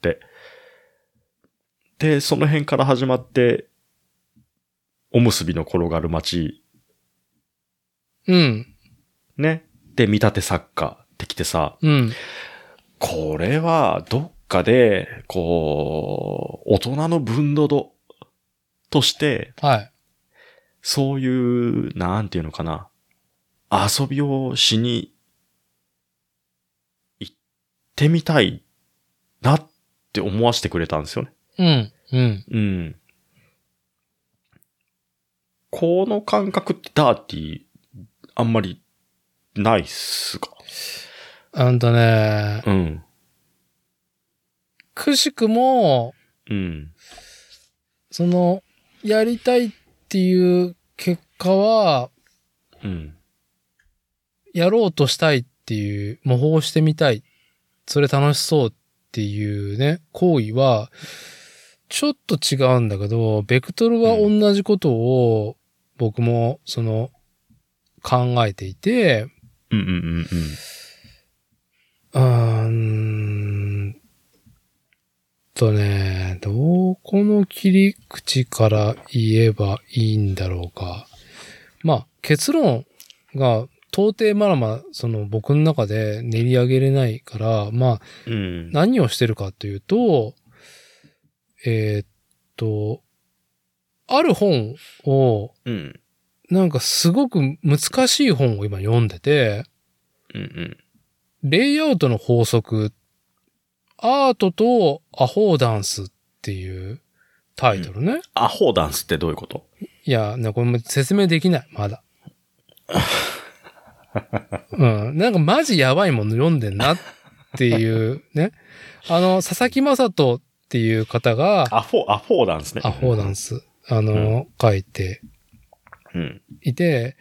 で、その辺から始まって、おむすびの転がる街。 うん。 ね。で、見立て作家ってきてさ、 うん。 これは、どっかで、こう、大人の分度度として、 はい。 そういう、なんていうのかな、遊びをしに行ってみたいなって思わせてくれたんですよね。 うん。うん。 うん。この感覚ってダーティー、あんまりないっすか？ うん。くしくも、 うん。 その、やりたいっていう結果は、 うん。 やろうとしたいっていう、模倣してみたい。それ楽しそうっていうね、行為は、ちょっと違うんだけど、ベクトルは同じことを、僕も、考えていて、どこの切り口から言えばいいんだろうか。まあ、結論が到底まだまだ僕の中で練り上げれないから、まあ、何をしてるかというと、ある本を、なんかすごく難しい本を今読んでて、レイアウトの法則、アートとアホーダンスっていうタイトルね。 アホーダンスってどういうこと？ いや、これも説明できない、まだ。なんかマジやばいもの読んでんなっていうね。佐々木正人っていう方が、 アフォーダンスね。 アホーダンス、書いていて、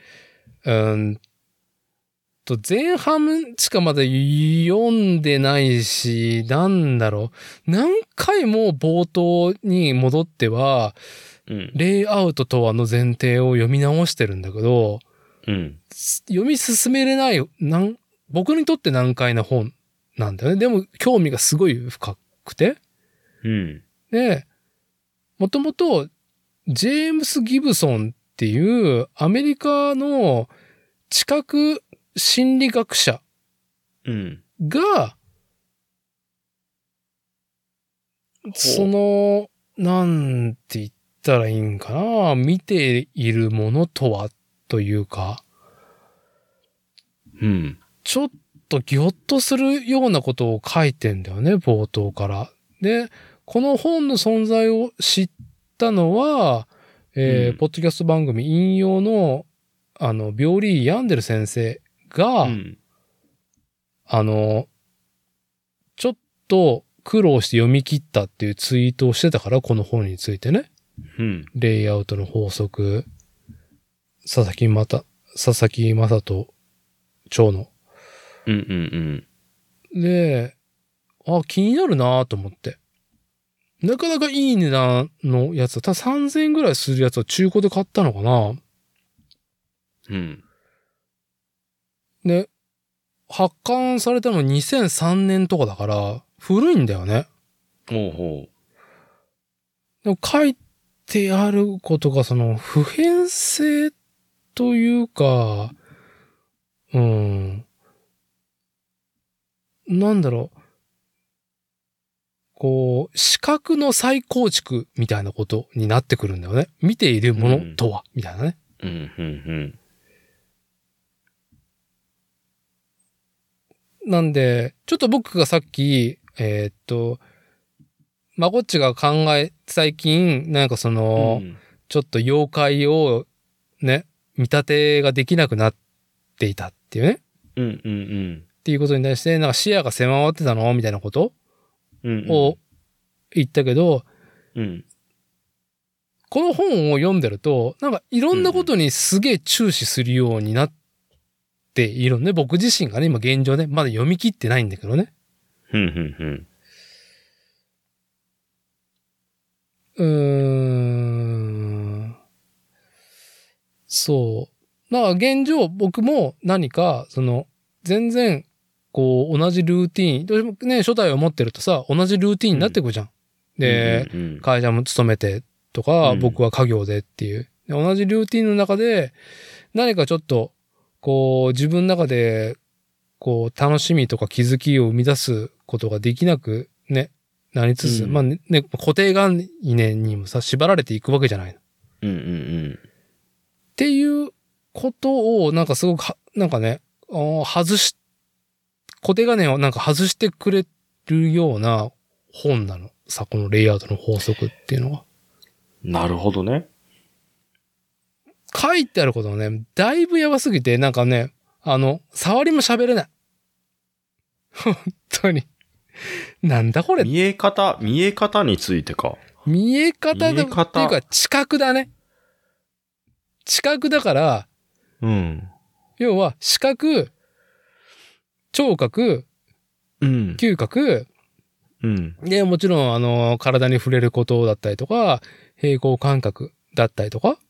前半しかまだ読んでないし、何回も冒頭に戻っては、レイアウトとはの前提を読み直してるんだけど、読み進めれない、僕にとって難解な本なんだよね。でも興味がすごい深くて。で、もともと、ジェームス・ギブソンっていうアメリカの知覚心理学者が、なんて言ったらいいんかな、見ているものとはというか、ちょっとギョッとするようなことを書いてんだよね、冒頭から。で、この本の存在を知ったのは、ポッドキャスト番組引用の、ビョーリー・ヤンデル先生が、ちょっと苦労して読み切ったっていうツイートをしてたから、この本についてね。レイアウトの法則、佐々木正人長の。で、気になるなと思って。なかなかいい値段のやつ、ただ3000円ぐらいするやつを中古で買ったのかな。で、発刊されたの2003年とかだから、古いんだよね。でも書いてあることが普遍性というか、視覚の再構築みたいなことになってくるんだよね。見ているものとは、みたいなね。なんで、ちょっと僕がさっき、まこっちが最近、ちょっと妖怪をね、見立てができなくなっていたっていうね。っていうことに対して、視野が狭まってたのみたいなことを言ったけど、この本を読んでると、いろんなことにすげえ注視するようになっているのね。僕自身がね、今現状ね、まだ読み切ってないんだけどね。そう。だから現状僕も何か、全然、こう、同じルーティーン、どうしてもね、初代を持ってるとさ、同じルーティーンになってくじゃん。で、会社も勤めてとか、僕は家業でっていう。同じルーティーンの中で、何かちょっと、こう、自分の中で、こう、楽しみとか気づきを生み出すことができなく、ね、なりつつ、まあね、固定概念にもさ、縛られていくわけじゃないの。っていうことを、なんかすごく、なんかね、固定概念をなんか外してくれるような本なのさ、このレイアウトの法則っていうのは。 なるほどね。 書いてあることがね、だいぶやばすぎて、なんかね、触りも喋れない。本当に。なんだこれ。 見え方についてか。 見え方っていうか、知覚だね。知覚だから、要は、視覚、聴覚、嗅覚、で、もちろん、体に触れることだったりとか、平衡感覚だったりとか、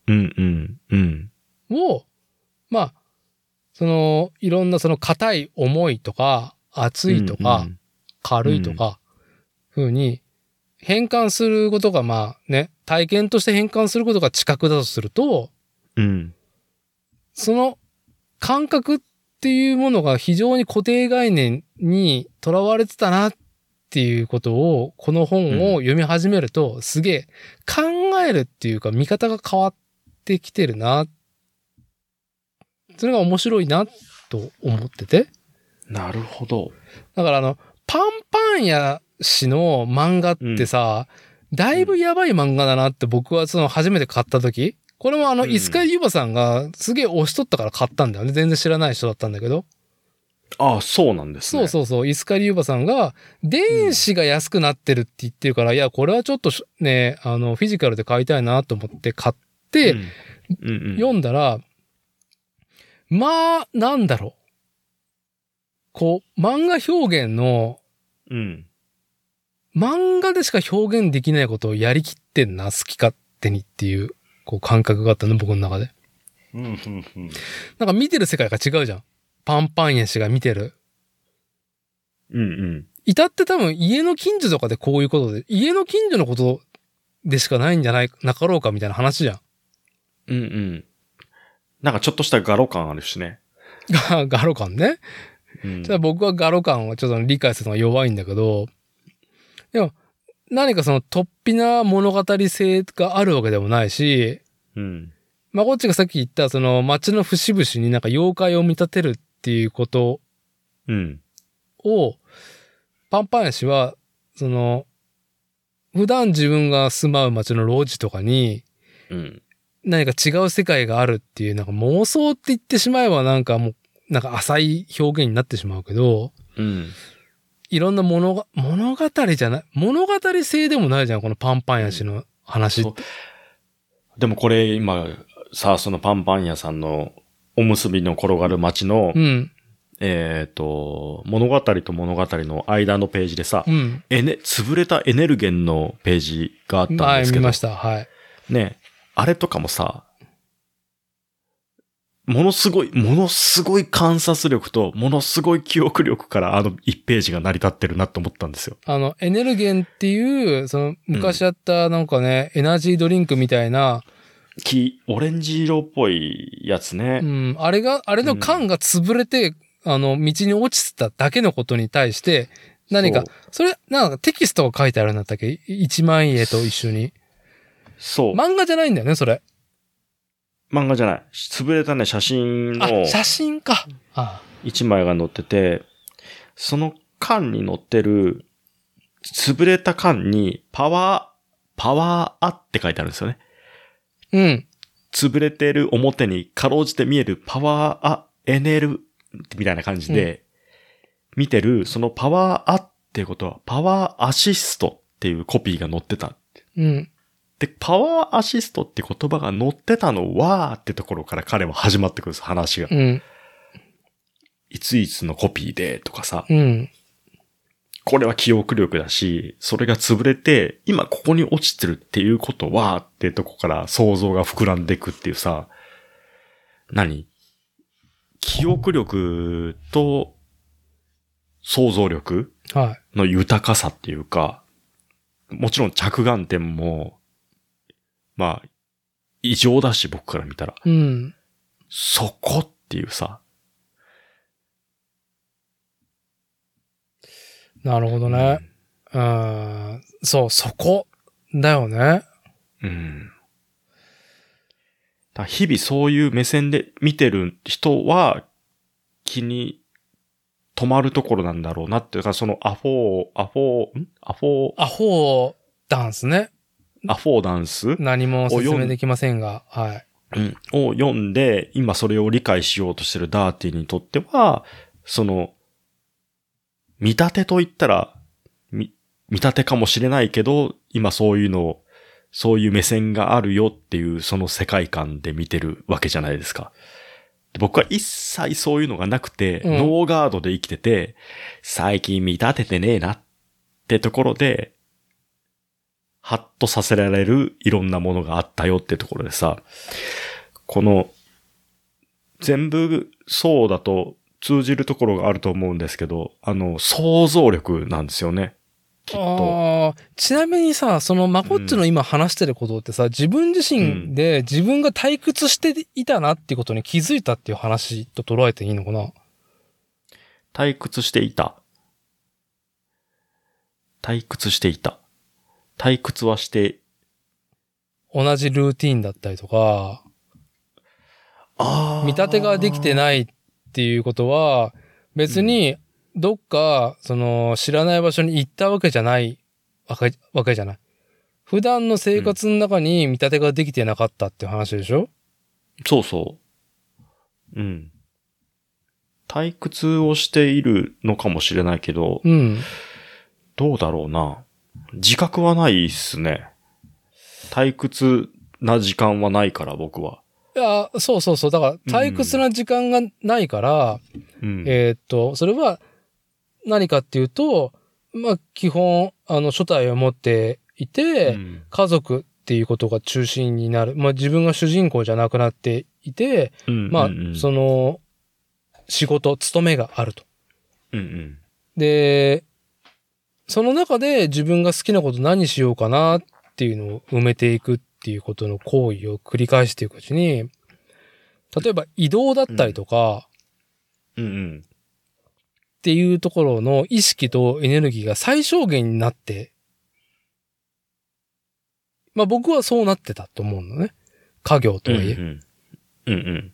を、まあ、いろんな硬い重いとか、熱いとか、軽いとか、風に変換することが、まあね、体験として変換することが知覚だとすると、その感覚っていうものが非常に固定概念にとらわれてたなっていうことを、この本を読み始めると、すげえ考えるっていうか見方が変わってきてるな。それが面白いなと思ってて。 なるほど。 だからパンパン屋氏の漫画ってさ、だいぶやばい漫画だなって僕は初めて買った時、これもイスカイユバさんがすげえ推しとったから買ったんだよね。全然知らない人だったんだけど。 ああ、そうなんですね。 そう。イスカリユバさんが、電子が安くなってるって言ってるから、いや、これはちょっとね、フィジカルで買いたいなと思って買って、読んだら、まあ、なんだろう。こう、漫画表現の、漫画でしか表現できないことをやりきってんな、好き勝手にっていう、こう感覚があったの、僕の中で。なんか見てる世界が違うじゃん。パンパン屋氏が見てる。至って多分家の近所とかでこういうことで、家の近所のことでしかないんじゃなかろうかみたいな話じゃん。 なんかちょっとしたガロ感あるしね。 ガロ感ね。ただ僕はガロ感をちょっと理解するのが弱いんだけど、でも何か突飛な物語性があるわけでもないし、まあこっちがさっき言った街の節々になんか妖怪を見立てるっていうことを、パンパン屋氏は、普段自分が住まう街の路地とかに、何か違う世界があるっていう、なんか妄想って言ってしまえばなんかもう、なんか浅い表現になってしまうけど、いろんな物語じゃない、物語性でもないじゃん、このパンパン屋氏の話って。 でもこれ今、さあそのパンパン屋さんのおむすびの転がる街の、物語と物語の間のページでさ、潰れたエネルゲンのページがあったんですけど。 見ました。はい。 ね、あれとかもさ、ものすごい観察力と、ものすごい記憶力から1ページが成り立ってるなと思ったんですよ。 エネルゲンっていう、昔あったなんかね、エナジードリンクみたいな、 オレンジ色っぽいやつね。 あれの缶が潰れて、道に落ちてただけのことに対して、何か、なんかテキストが書いてあるんだったっけ？一枚絵と一緒に。 そう。 漫画じゃないんだよね、それ。 漫画じゃない。潰れたね、写真の。 写真か。 一枚が載ってて、その缶に載ってる、潰れた缶にパワーアって書いてあるんですよね。潰れてる表にかろうじて見えるパワーアエネルみたいな感じで、見てる、そのパワーアっていうことは、パワーアシストっていうコピーが載ってた。で、パワーアシストって言葉が載ってたのは、ってところから彼は始まってくるんです、話が。 いついつのコピーでとかさ、 うん。 これは記憶力だし、それが潰れて、今ここに落ちてるっていうことは、ってとこから想像が膨らんでいくっていうさ、記憶力と想像力の豊かさっていうか、もちろん着眼点も、まあ、異常だし、僕から見たら。 うん。 そこっていうさ。 なるほどね。そう、そこだよね。 うん。日々そういう目線で見てる人は気に止まるところなんだろうなっていうか、そのアフォーダンスね。 アフォーダンス何も説明できませんが、はい。 を読んで、今それを理解しようとしてるダーティにとっては、その、見立てと言ったら、見立てかもしれないけど、今そういう目線があるよっていうその世界観で見てるわけじゃないですか。僕は一切そういうのがなくて、ノーガードで生きてて、最近見立ててねえなってところで、ハッとさせられるいろんなものがあったよってところでさ、この、全部そうだと通じるところがあると思うんですけど、想像力なんですよね。きっと。 ちなみにさ、そのマコッチの今話してることってさ、自分自身で自分が退屈していたなっていうことに気づいたっていう話と捉えていいのかな？ 退屈していた。退屈はして、 同じルーティーンだったりとか、見立てができてないっていうことは、別にどっか、知らない場所に行ったわけじゃないわけじゃない。普段の生活の中に見立てができてなかったっていう話でしょ？ そうそう。うん。退屈をしているのかもしれないけど、どうだろうな。自覚はないっすね。退屈な時間はないから、僕は。 いや、そう。だから、退屈な時間がないから、それは何かっていうと、まあ、基本、初体を持っていて、家族っていうことが中心になる。まあ、自分が主人公じゃなくなっていて、まあ、仕事、勤めがあると。で、その中で自分が好きなこと何しようかなっていうのを埋めていくっていうことの行為を繰り返していくうちに、例えば移動だったりとか、っていうところの意識とエネルギーが最小限になって、まあ僕はそうなってたと思うのね。家業とはいえ。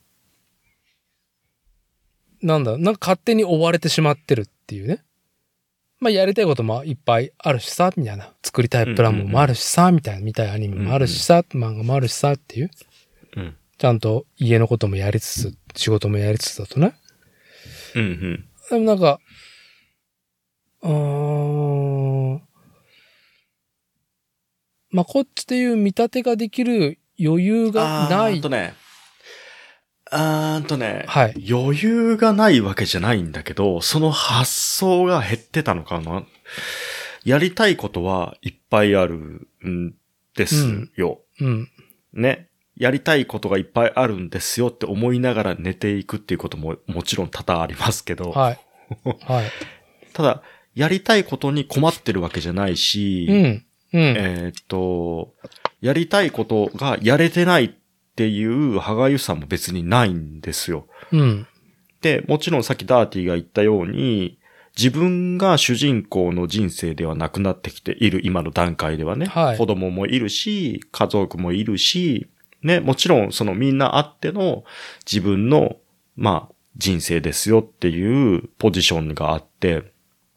なんか勝手に追われてしまってるっていうね。まあやりたいこともいっぱいあるしさ、みたいな。作りたいプラモもあるしさ、みたいな。見たいアニメもあるしさ、漫画もあるしさっていう。ちゃんと家のこともやりつつ、仕事もやりつつだとね。でもなんか、まあ、こっちっていう見立てができる余裕がない。はい。 余裕がないわけじゃないんだけど、その発想が減ってたのかな。やりたいことはいっぱいあるんですよ。ね。やりたいことがいっぱいあるんですよって思いながら寝ていくっていうことももちろん多々ありますけど。 はい。 ただ、やりたいことに困ってるわけじゃないし、やりたいことがやれてないっていう歯がゆさも別にないんですよ。で、もちろんさっきダーティが言ったように、自分が主人公の人生ではなくなってきている今の段階ではね、子供もいるし、家族もいるし、ね、もちろんそのみんなあっての自分の、まあ、人生ですよっていうポジションがあって、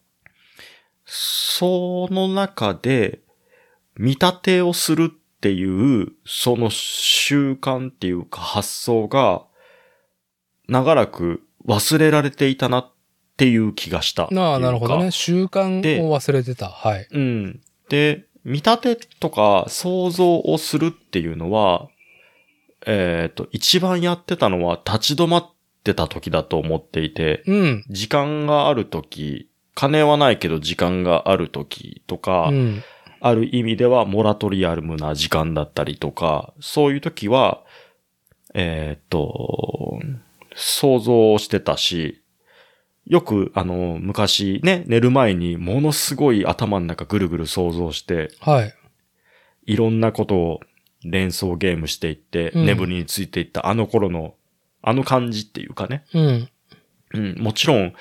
その中で見立てをするっていうその習慣っていうか発想が長らく忘れられていたなっていう気がしたなるほどね。習慣を忘れてた。はい。 で、見立てとか想像をするっていうのは、一番やってたのは立ち止まってた時だと思っていて、 うん。 時間がある時、金はないけど時間がある時とか、 うん。 ある意味ではモラトリアルな時間だったりとか、そういう時は、想像してたし、よく昔ね、寝る前にものすごい頭の中ぐるぐる想像して、 はい。 いろんなことを連想ゲームしていって、 うん眠りについていったあの頃の、あの感じっていうかね。 うん。 うん、もちろん、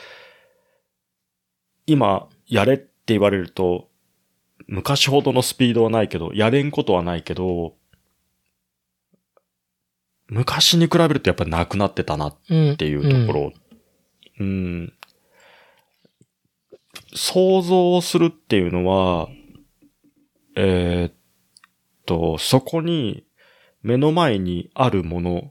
今、やれって言われると、昔ほどのスピードはないけど、やれんことはないけど、昔に比べるとやっぱなくなってたなっていうところ。想像するっていうのは、そこに目の前にあるもの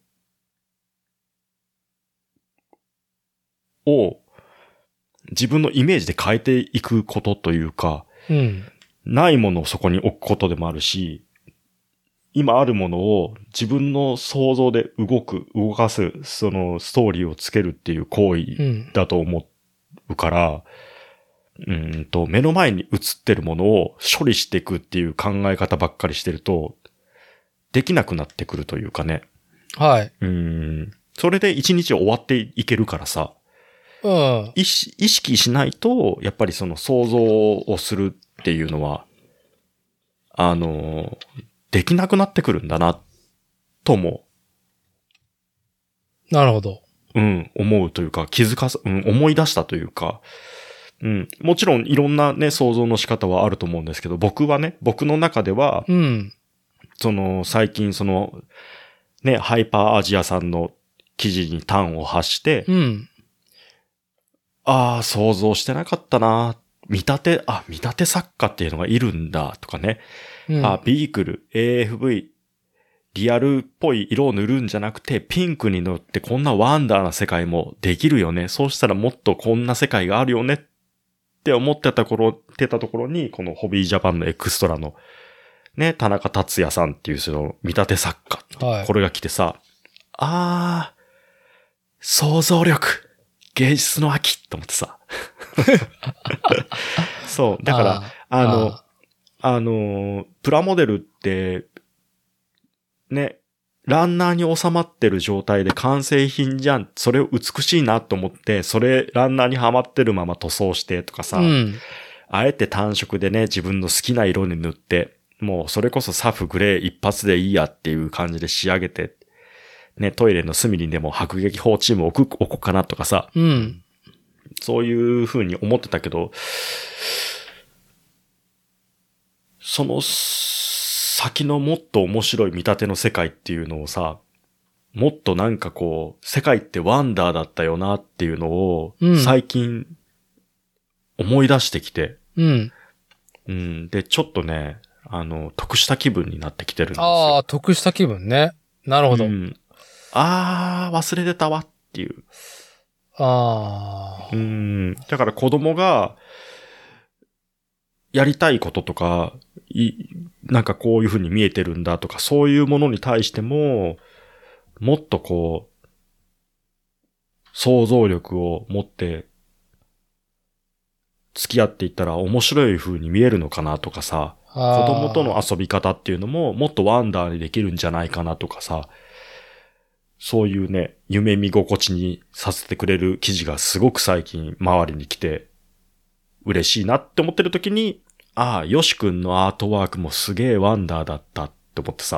を自分のイメージで変えていくことというか、 うん。 ないものをそこに置くことでもあるし、今あるものを自分の想像で動かす、そのストーリーをつけるっていう行為だと思うから、目の前に映ってるものを処理していくっていう考え方ばっかりしてると、できなくなってくるというかね。 はい。 それで一日終わっていけるからさ、 うん。 意識しないと、やっぱりその想像をするっていうのは、できなくなってくるんだな、とも。 なるほど。 思うというか、思い出したというか、もちろんいろんなね、想像の仕方はあると思うんですけど、僕の中では、最近ね、ハイパーアジアさんの記事に端を発して、想像してなかったな。見立て作家っていうのがいるんだ、とかね。ビークル、AFV、リアルっぽい色を塗るんじゃなくて、ピンクに塗ってこんなワンダーな世界もできるよね。そうしたらもっとこんな世界があるよねって思ってたところに、このホビージャパンのエクストラの、ね、田中達也さんっていうその見立て作家。 はい、 これが来てさ、想像力、芸術の秋と思ってさ。そう。だから、プラモデルって、ね、ランナーに収まってる状態で完成品じゃん。それを美しいなと思って、ランナーにはまってるまま塗装してとかさ、あえて単色でね、自分の好きな色に塗って、もうそれこそサフグレー一発でいいやっていう感じで仕上げて、ね、トイレの隅にでも迫撃砲チーム置こうかなとかさ、そういう風に思ってたけど、その先のもっと面白い見立ての世界っていうのをさ、もっとなんかこう、世界ってワンダーだったよなっていうのを、最近思い出してきて、で、ちょっとね、得した気分になってきてるんですよ。 得した気分ね。なるほど。 忘れてたわっていう。だから子供が、やりたいこととか、なんかこういう風に見えてるんだとか、そういうものに対しても、もっとこう、想像力を持って、付き合っていったら面白い風に見えるのかなとかさ、子供との遊び方っていうのももっとワンダーにできるんじゃないかなとかさ、そういうね、夢見心地にさせてくれる記事がすごく最近周りに来て、嬉しいなって思ってる時に、ヨシ君のアートワークもすげえワンダーだったって思ってさ。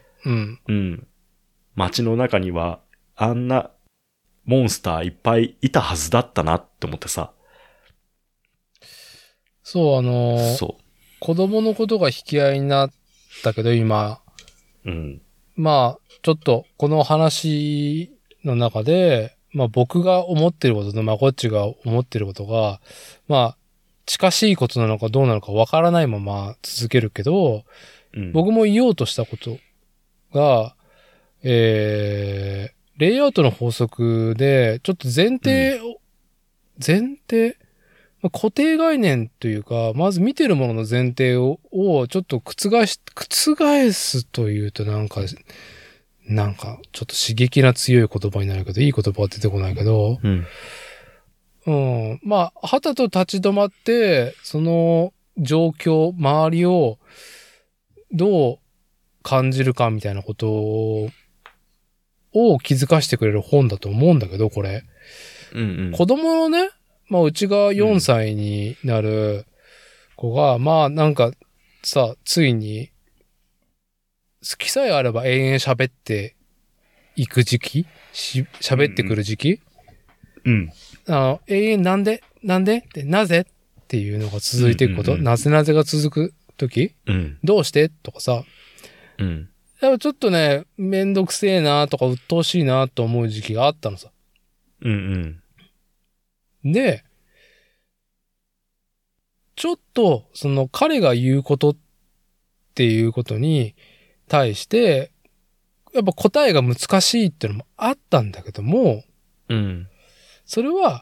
街の中にはあんなモンスターいっぱいいたはずだったなって思ってさ。 そう、子供のことが引き合いになったけど今。まあ、ちょっとこの話の中で、まあ僕が思ってることとまあこっちが思ってることが、まあ近しいことなのかどうなのかわからないまま続けるけど、僕も言おうとしたことが、レイアウトの法則で、ちょっと前提、固定概念というか、まず見てるものの前提をちょっと覆すというとなんか、 なんか、ちょっと刺激な強い言葉になるけど、いい言葉は出てこないけど、まあ、はたと立ち止まって、その状況、周りをどう感じるかみたいなことを気づかせてくれる本だと思うんだけど、これ。子供のね、まあ、うちが4歳になる子が、まあ、なんかさ、ついに、好きさえあれば永遠喋っていく時期喋ってくる時期永遠なんでってなぜっていうのが続いていくこと、なぜが続く時、どうしてとかさ、やっぱちょっとね、めんどくせえなとか鬱陶しいなと思う時期があったのさ。で、ちょっと、その彼が言うことっていうことに対して、やっぱ答えが難しいっていうのもあったんだけども、それは、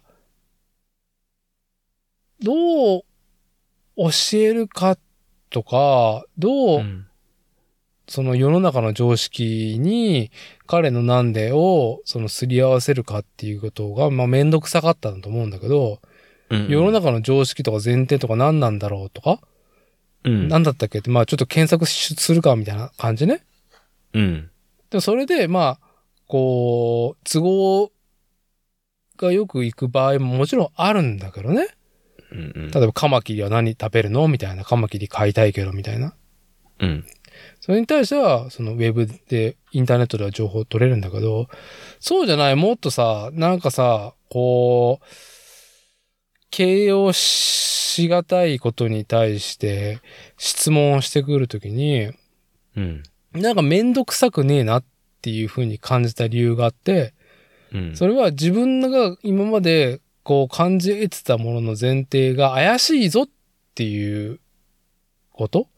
どう教えるかとか、どう、その世の中の常識に彼のなんでをそのすり合わせるかっていうことが、まあめんどくさかったんだと思うんだけど、世の中の常識とか前提とか何なんだろうとか、何だったっけって、まあちょっと検索するかみたいな感じね。でそれで、まあ、こう、都合がよく行く場合ももちろんあるんだけどね。例えばカマキリは何食べるのみたいな。カマキリ飼いたいけどみたいな。それに対しては、そのウェブで、インターネットでは情報取れるんだけど、そうじゃない、もっとさ、なんかさ、こう、形容しがたいことに対して質問をしてくるときに、なんかめんどくさくねえなっていう風に感じた理由があって、それは自分が今までこう感じ得てたものの前提が怪しいぞっていうこと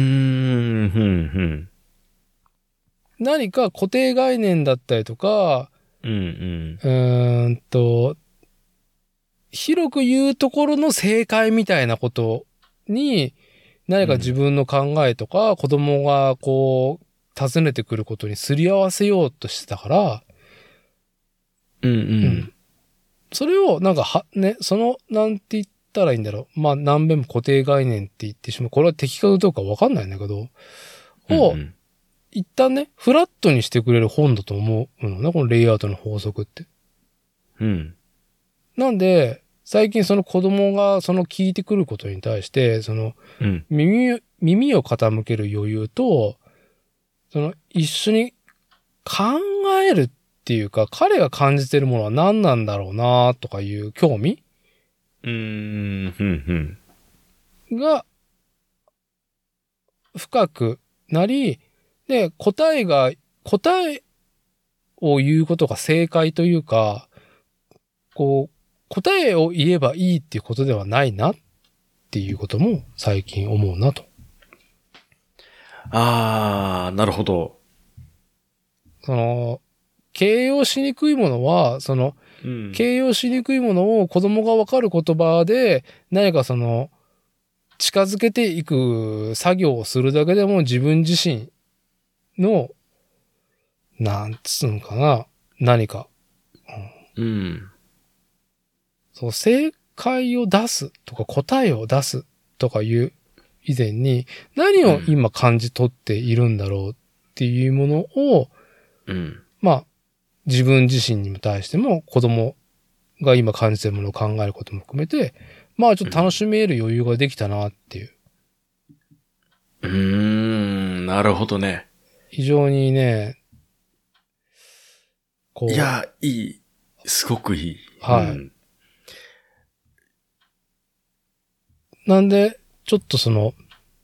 何か固定概念だったりとか、広く言うところの正解みたいなことに、何か自分の考えとか、子供がこう、尋ねてくることにすり合わせようとしてたから、それを、なんかね、なんて言ったらいいんだろう。まあ、何遍も固定概念って言ってしまう。これは適かどうかわかんないんだけど、一旦ね、フラットにしてくれる本だと思うのね、このレイアウトの法則って。なんで、最近その子供がその聞いてくることに対して、その、耳を傾ける余裕と、その一緒に考えるっていうか、彼が感じてるものは何なんだろうなとかいう興味が深くなり、で、答えを言うことが正解というか、こう、答えを言えばいいっていうことではないなっていうことも最近思うなと。 なるほど。 その、形容しにくいものは、形容しにくいものを子供がわかる言葉で、何かその、近づけていく作業をするだけでも自分自身の、なんつうんかな、何か。そう、正解を出すとか答えを出すとかいう以前に、何を今感じ取っているんだろうっていうものを、まあ、自分自身にも対しても子供が今感じているものを考えることも含めて、まあちょっと楽しめる余裕ができたなっていう。 なるほどね。 非常にね、 こう。いや、いい。すごくいい。 なんで、ちょっとその、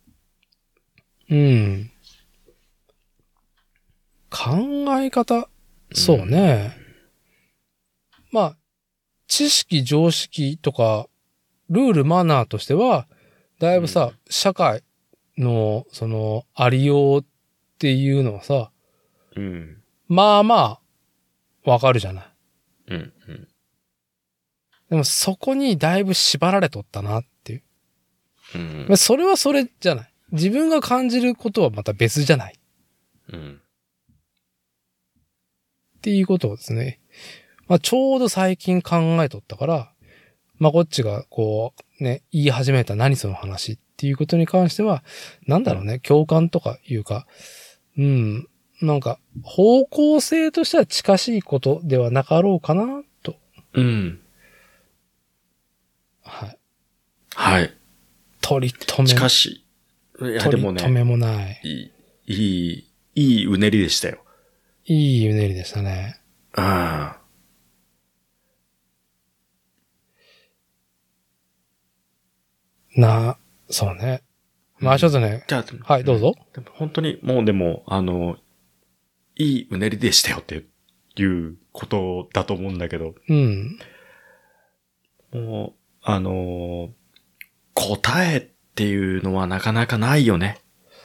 考え方、そうね。まあ、知識、常識とか、ルール、マナーとしては、だいぶさ、社会の、その、ありようっていうのはさ、まあまあ、わかるじゃない。でもそこにだいぶ縛られとったなっていう。それはそれじゃない。自分が感じることはまた別じゃない。 っていうことをですね、まあちょうど最近考えとったから、まあこっちがこうね、言い始めた何その話っていうことに関しては、なんだろうね、共感とかいうか、なんか方向性としては近しいことではなかろうかな、と。はい。 はい。 取り留め。 近しい。いや、でもね。 取り留めもない。 いいうねりでしたよ。 いいうねりでしたね。そうね。まあちょっとね。 じゃあ、はい、どうぞ。 でも本当に、もうでも、いいうねりでしたよっていうことだと思うんだけど。もう、答えっていうのはなかなかないよね。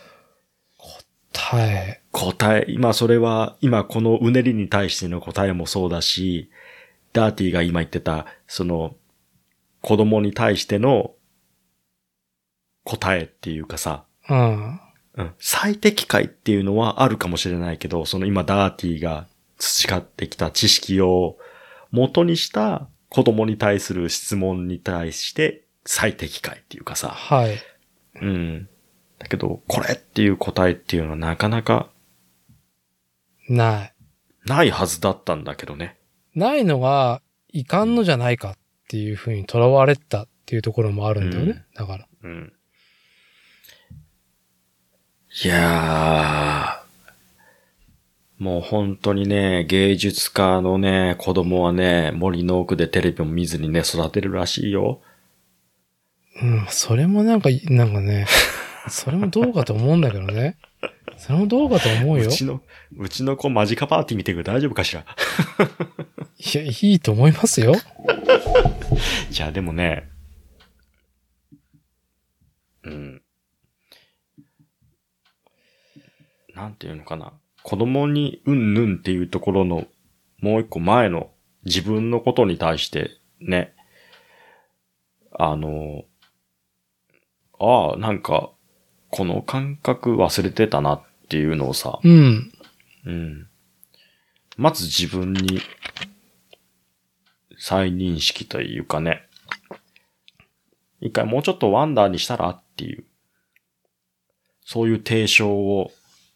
答え。今このうねりに対しての答えもそうだし、ダーティが今言ってた、子供に対しての答えっていうかさ、最適解っていうのはあるかもしれないけど、今ダーティが培ってきた知識を元にした子供に対する質問に対して最適解っていうかさ。 はい。 だけど、これっていう答えっていうのはなかなかないはずだったんだけどね。 ないのがいかんのじゃないかっていうふうにとらわれたっていうところもあるんだよね。だから。 いやー、もう本当にね、芸術家のね、子供はね、森の奥でテレビも見ずにね、育てるらしいよ。 それもなんかね、それもどうかと思うんだけどね。それもどうかと思うよ。 うちの子マジカパーティー見てくる大丈夫かしら。 いや、いいと思いますよ。 じゃあでもね、なんていうのかな。子供にうんぬんっていうところのもう一個前の自分のことに対してね、なんか、この感覚忘れてたなっていうのをさ、まず自分に再認識というかね、一回もうちょっとワンダーにしたらっていう、そういう提唱を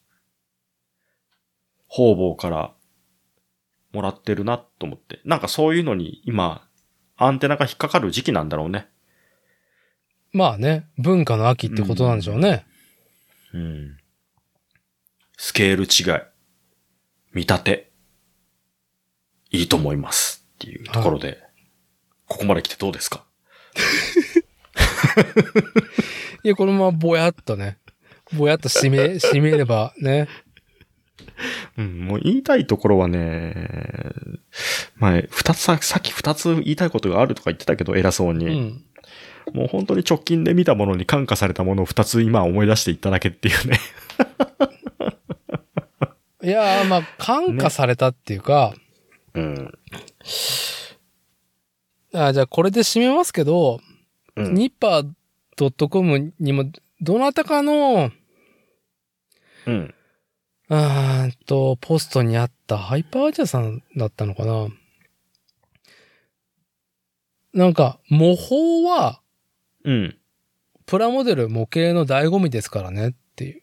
方々からもらってるなと思って。なんかそういうのに今、アンテナが引っかかる時期なんだろうね。 まあね、文化の秋ってことなんでしょうね。 スケール違い。見立て。いいと思います。っていうところで、ここまで来てどうですか？ いや、このままぼやっと締めればね。 もう言いたいところはね、さっき二つ言いたいことがあるとか言ってたけど、偉そうに。もう本当に直近で見たものに感化されたものを二つ今思い出していっただけっていうね。 いやー、感化されたっていうか、じゃあこれで締めますけど、ニッパー .com にも、どなたかの、ポストにあったハイパーアジャさんだったのかな。なんか、模倣は、プラモデル模型の醍醐味ですからねっていう。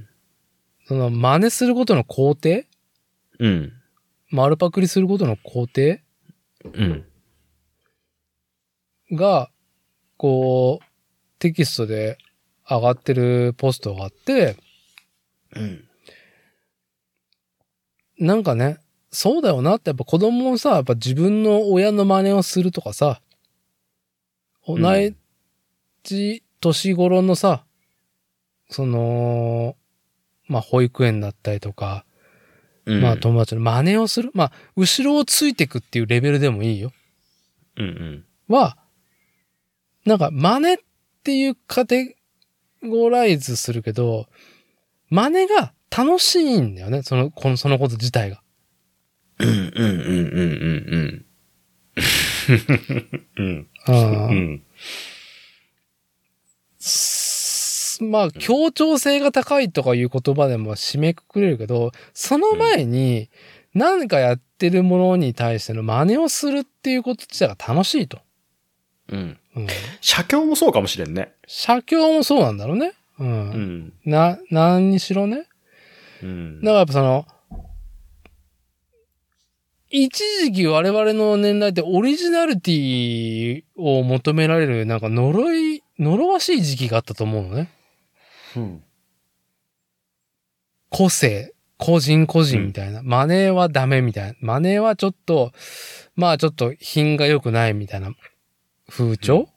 その真似することの工程丸パクリすることの工程が、こう、テキストで上がってるポストがあって、なんかね、そうだよなって、やっぱ子供もさ、やっぱ自分の親の真似をするとかさ、同じ年頃のさ、保育園だったりとか、友達の真似をする。後ろをついてくっていうレベルでもいいよ。は、なんか真似っていうカテゴライズするけど、真似が楽しいんだよね。そのこと自体が。 まあ、協調性が高いとかいう言葉でも締めくくれるけど、その前に何かやってるものに対しての真似をするっていうこと自体が楽しいと。 うん。写経もそうかもしれんね。 写経もそうなんだろうね。うん。何にしろね。 うん。 だからやっぱその、一時期我々の年代ってオリジナリティを求められるなんか呪わしい時期があったと思うのね。 うん。 個性、個人みたいな。真似はダメみたいな。真似はちょっと、まあちょっと品が良くないみたいな風潮、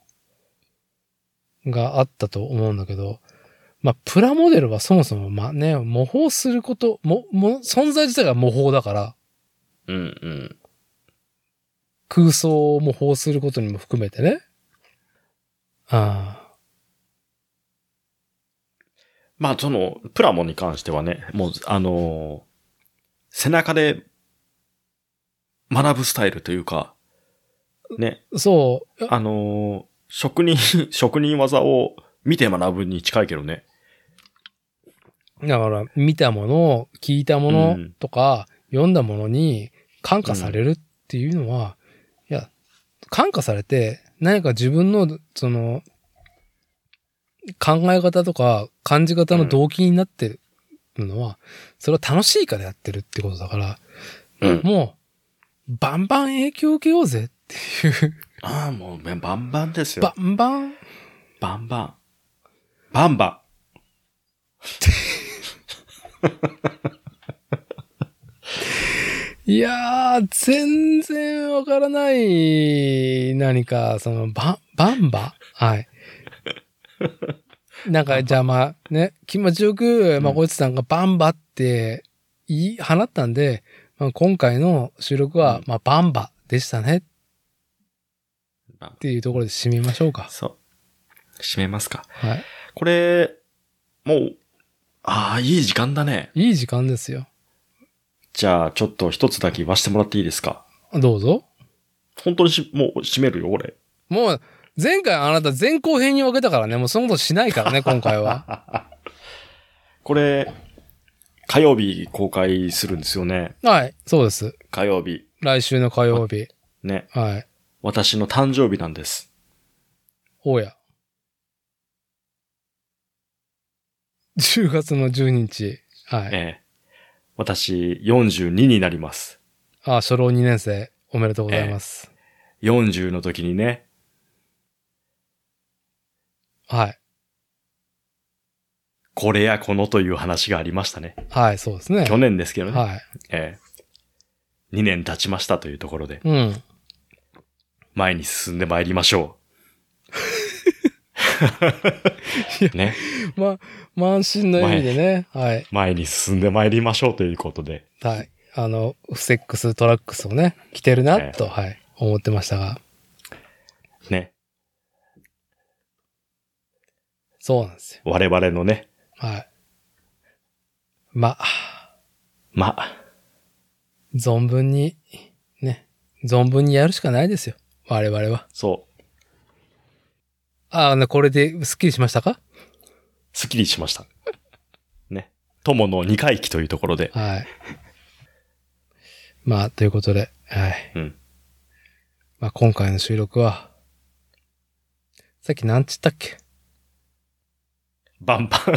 があったと思うんだけど、まあプラモデルはそもそも真似を模倣すること、存在自体が模倣だから、 うんうん。 空想を模倣することにも含めてね。 まあ、その、プラモに関してはね、もう、背中で学ぶスタイルというか、ね。 そう。 職人技を見て学ぶに近いけどね。 だから、見たもの、聞いたものとか、読んだものに感化されるっていうのは、いや、感化されて、何か自分の、その、考え方とか感じ方の動機になってるのは、それは楽しいからやってるってことだから、もう、バンバン影響を受けようぜっていう。 ああ、もう、バンバンですよ。 バンバン。 バンバン。バンバン。 いやー、全然わからない、何か、その、バンバはい。なんか、じゃあまあ、ね、気持ちよく、まあ、こいつさんがバンバって言い放ったんで、まあ、今回の収録は、まあ、バンバでしたね。っていうところで締めましょうか。 そう。締めますか。 はい。 これ、もう、いい時間だね。 いい時間ですよ。 じゃあ、ちょっと一つだけ言わせてもらっていいですか？ どうぞ。 本当にもう閉めるよ、俺。 もう、前回あなた前後編に分けたからね、もうそのことしないからね、今回は。 これ、火曜日公開するんですよね。 はい、そうです。 火曜日。 来週の火曜日。 ね。 はい。 私の誕生日なんです。 おや。10月の12日。はい。 私、42になります。 初老2年生、おめでとうございます。 40の時にね。 はい。 これやこのという話がありましたね。 はい、そうですね。 去年ですけどね。 はい。 2年経ちましたというところで。 うん。 前に進んでまいりましょう。ね。 満身の意味でね。はい。 前に進んでまいりましょうということで。 はい。フセックストラックスをね、着てるな、と、はい、思ってましたが。 ね。 そうなんですよ。 我々のね。 はい。存分にやるしかないですよ。我々は。 そう。 これでスッキリしましたか？ スッキリしました。ね。友の2回忌というところで。 はい。ということで、はい。 うん。 今回の収録は、さっきなんつったっけ？ バンバン。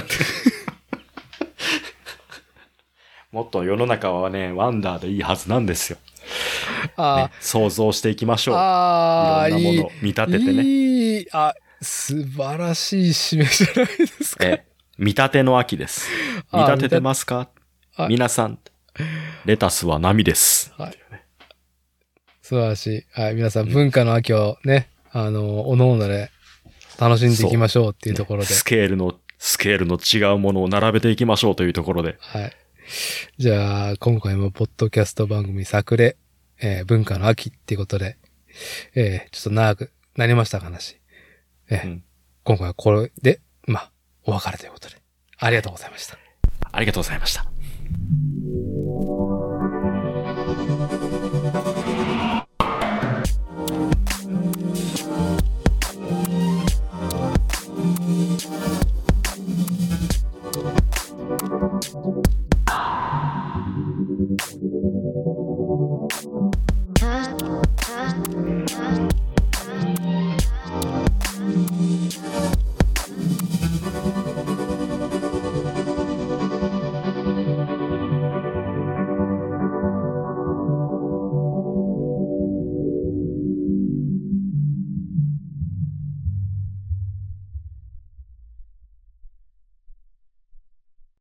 もっと世の中はね、ワンダーでいいはずなんですよ。ね、想像していきましょう。いろんなもの見立ててね。 素晴らしい締めじゃないですか。 見立ての秋です。見立ててますか？皆さん、レタスは波です。 はい。素晴らしい。はい。皆さん、文化の秋をね、おのおので楽しんでいきましょうっていうところで。 スケールの違うものを並べていきましょうというところで。 はい。じゃあ、今回もポッドキャスト番組作例、文化の秋っていうことで、ちょっと長くなりました話。今回はこれで、お別れということで。ありがとうございました。 ありがとうございました。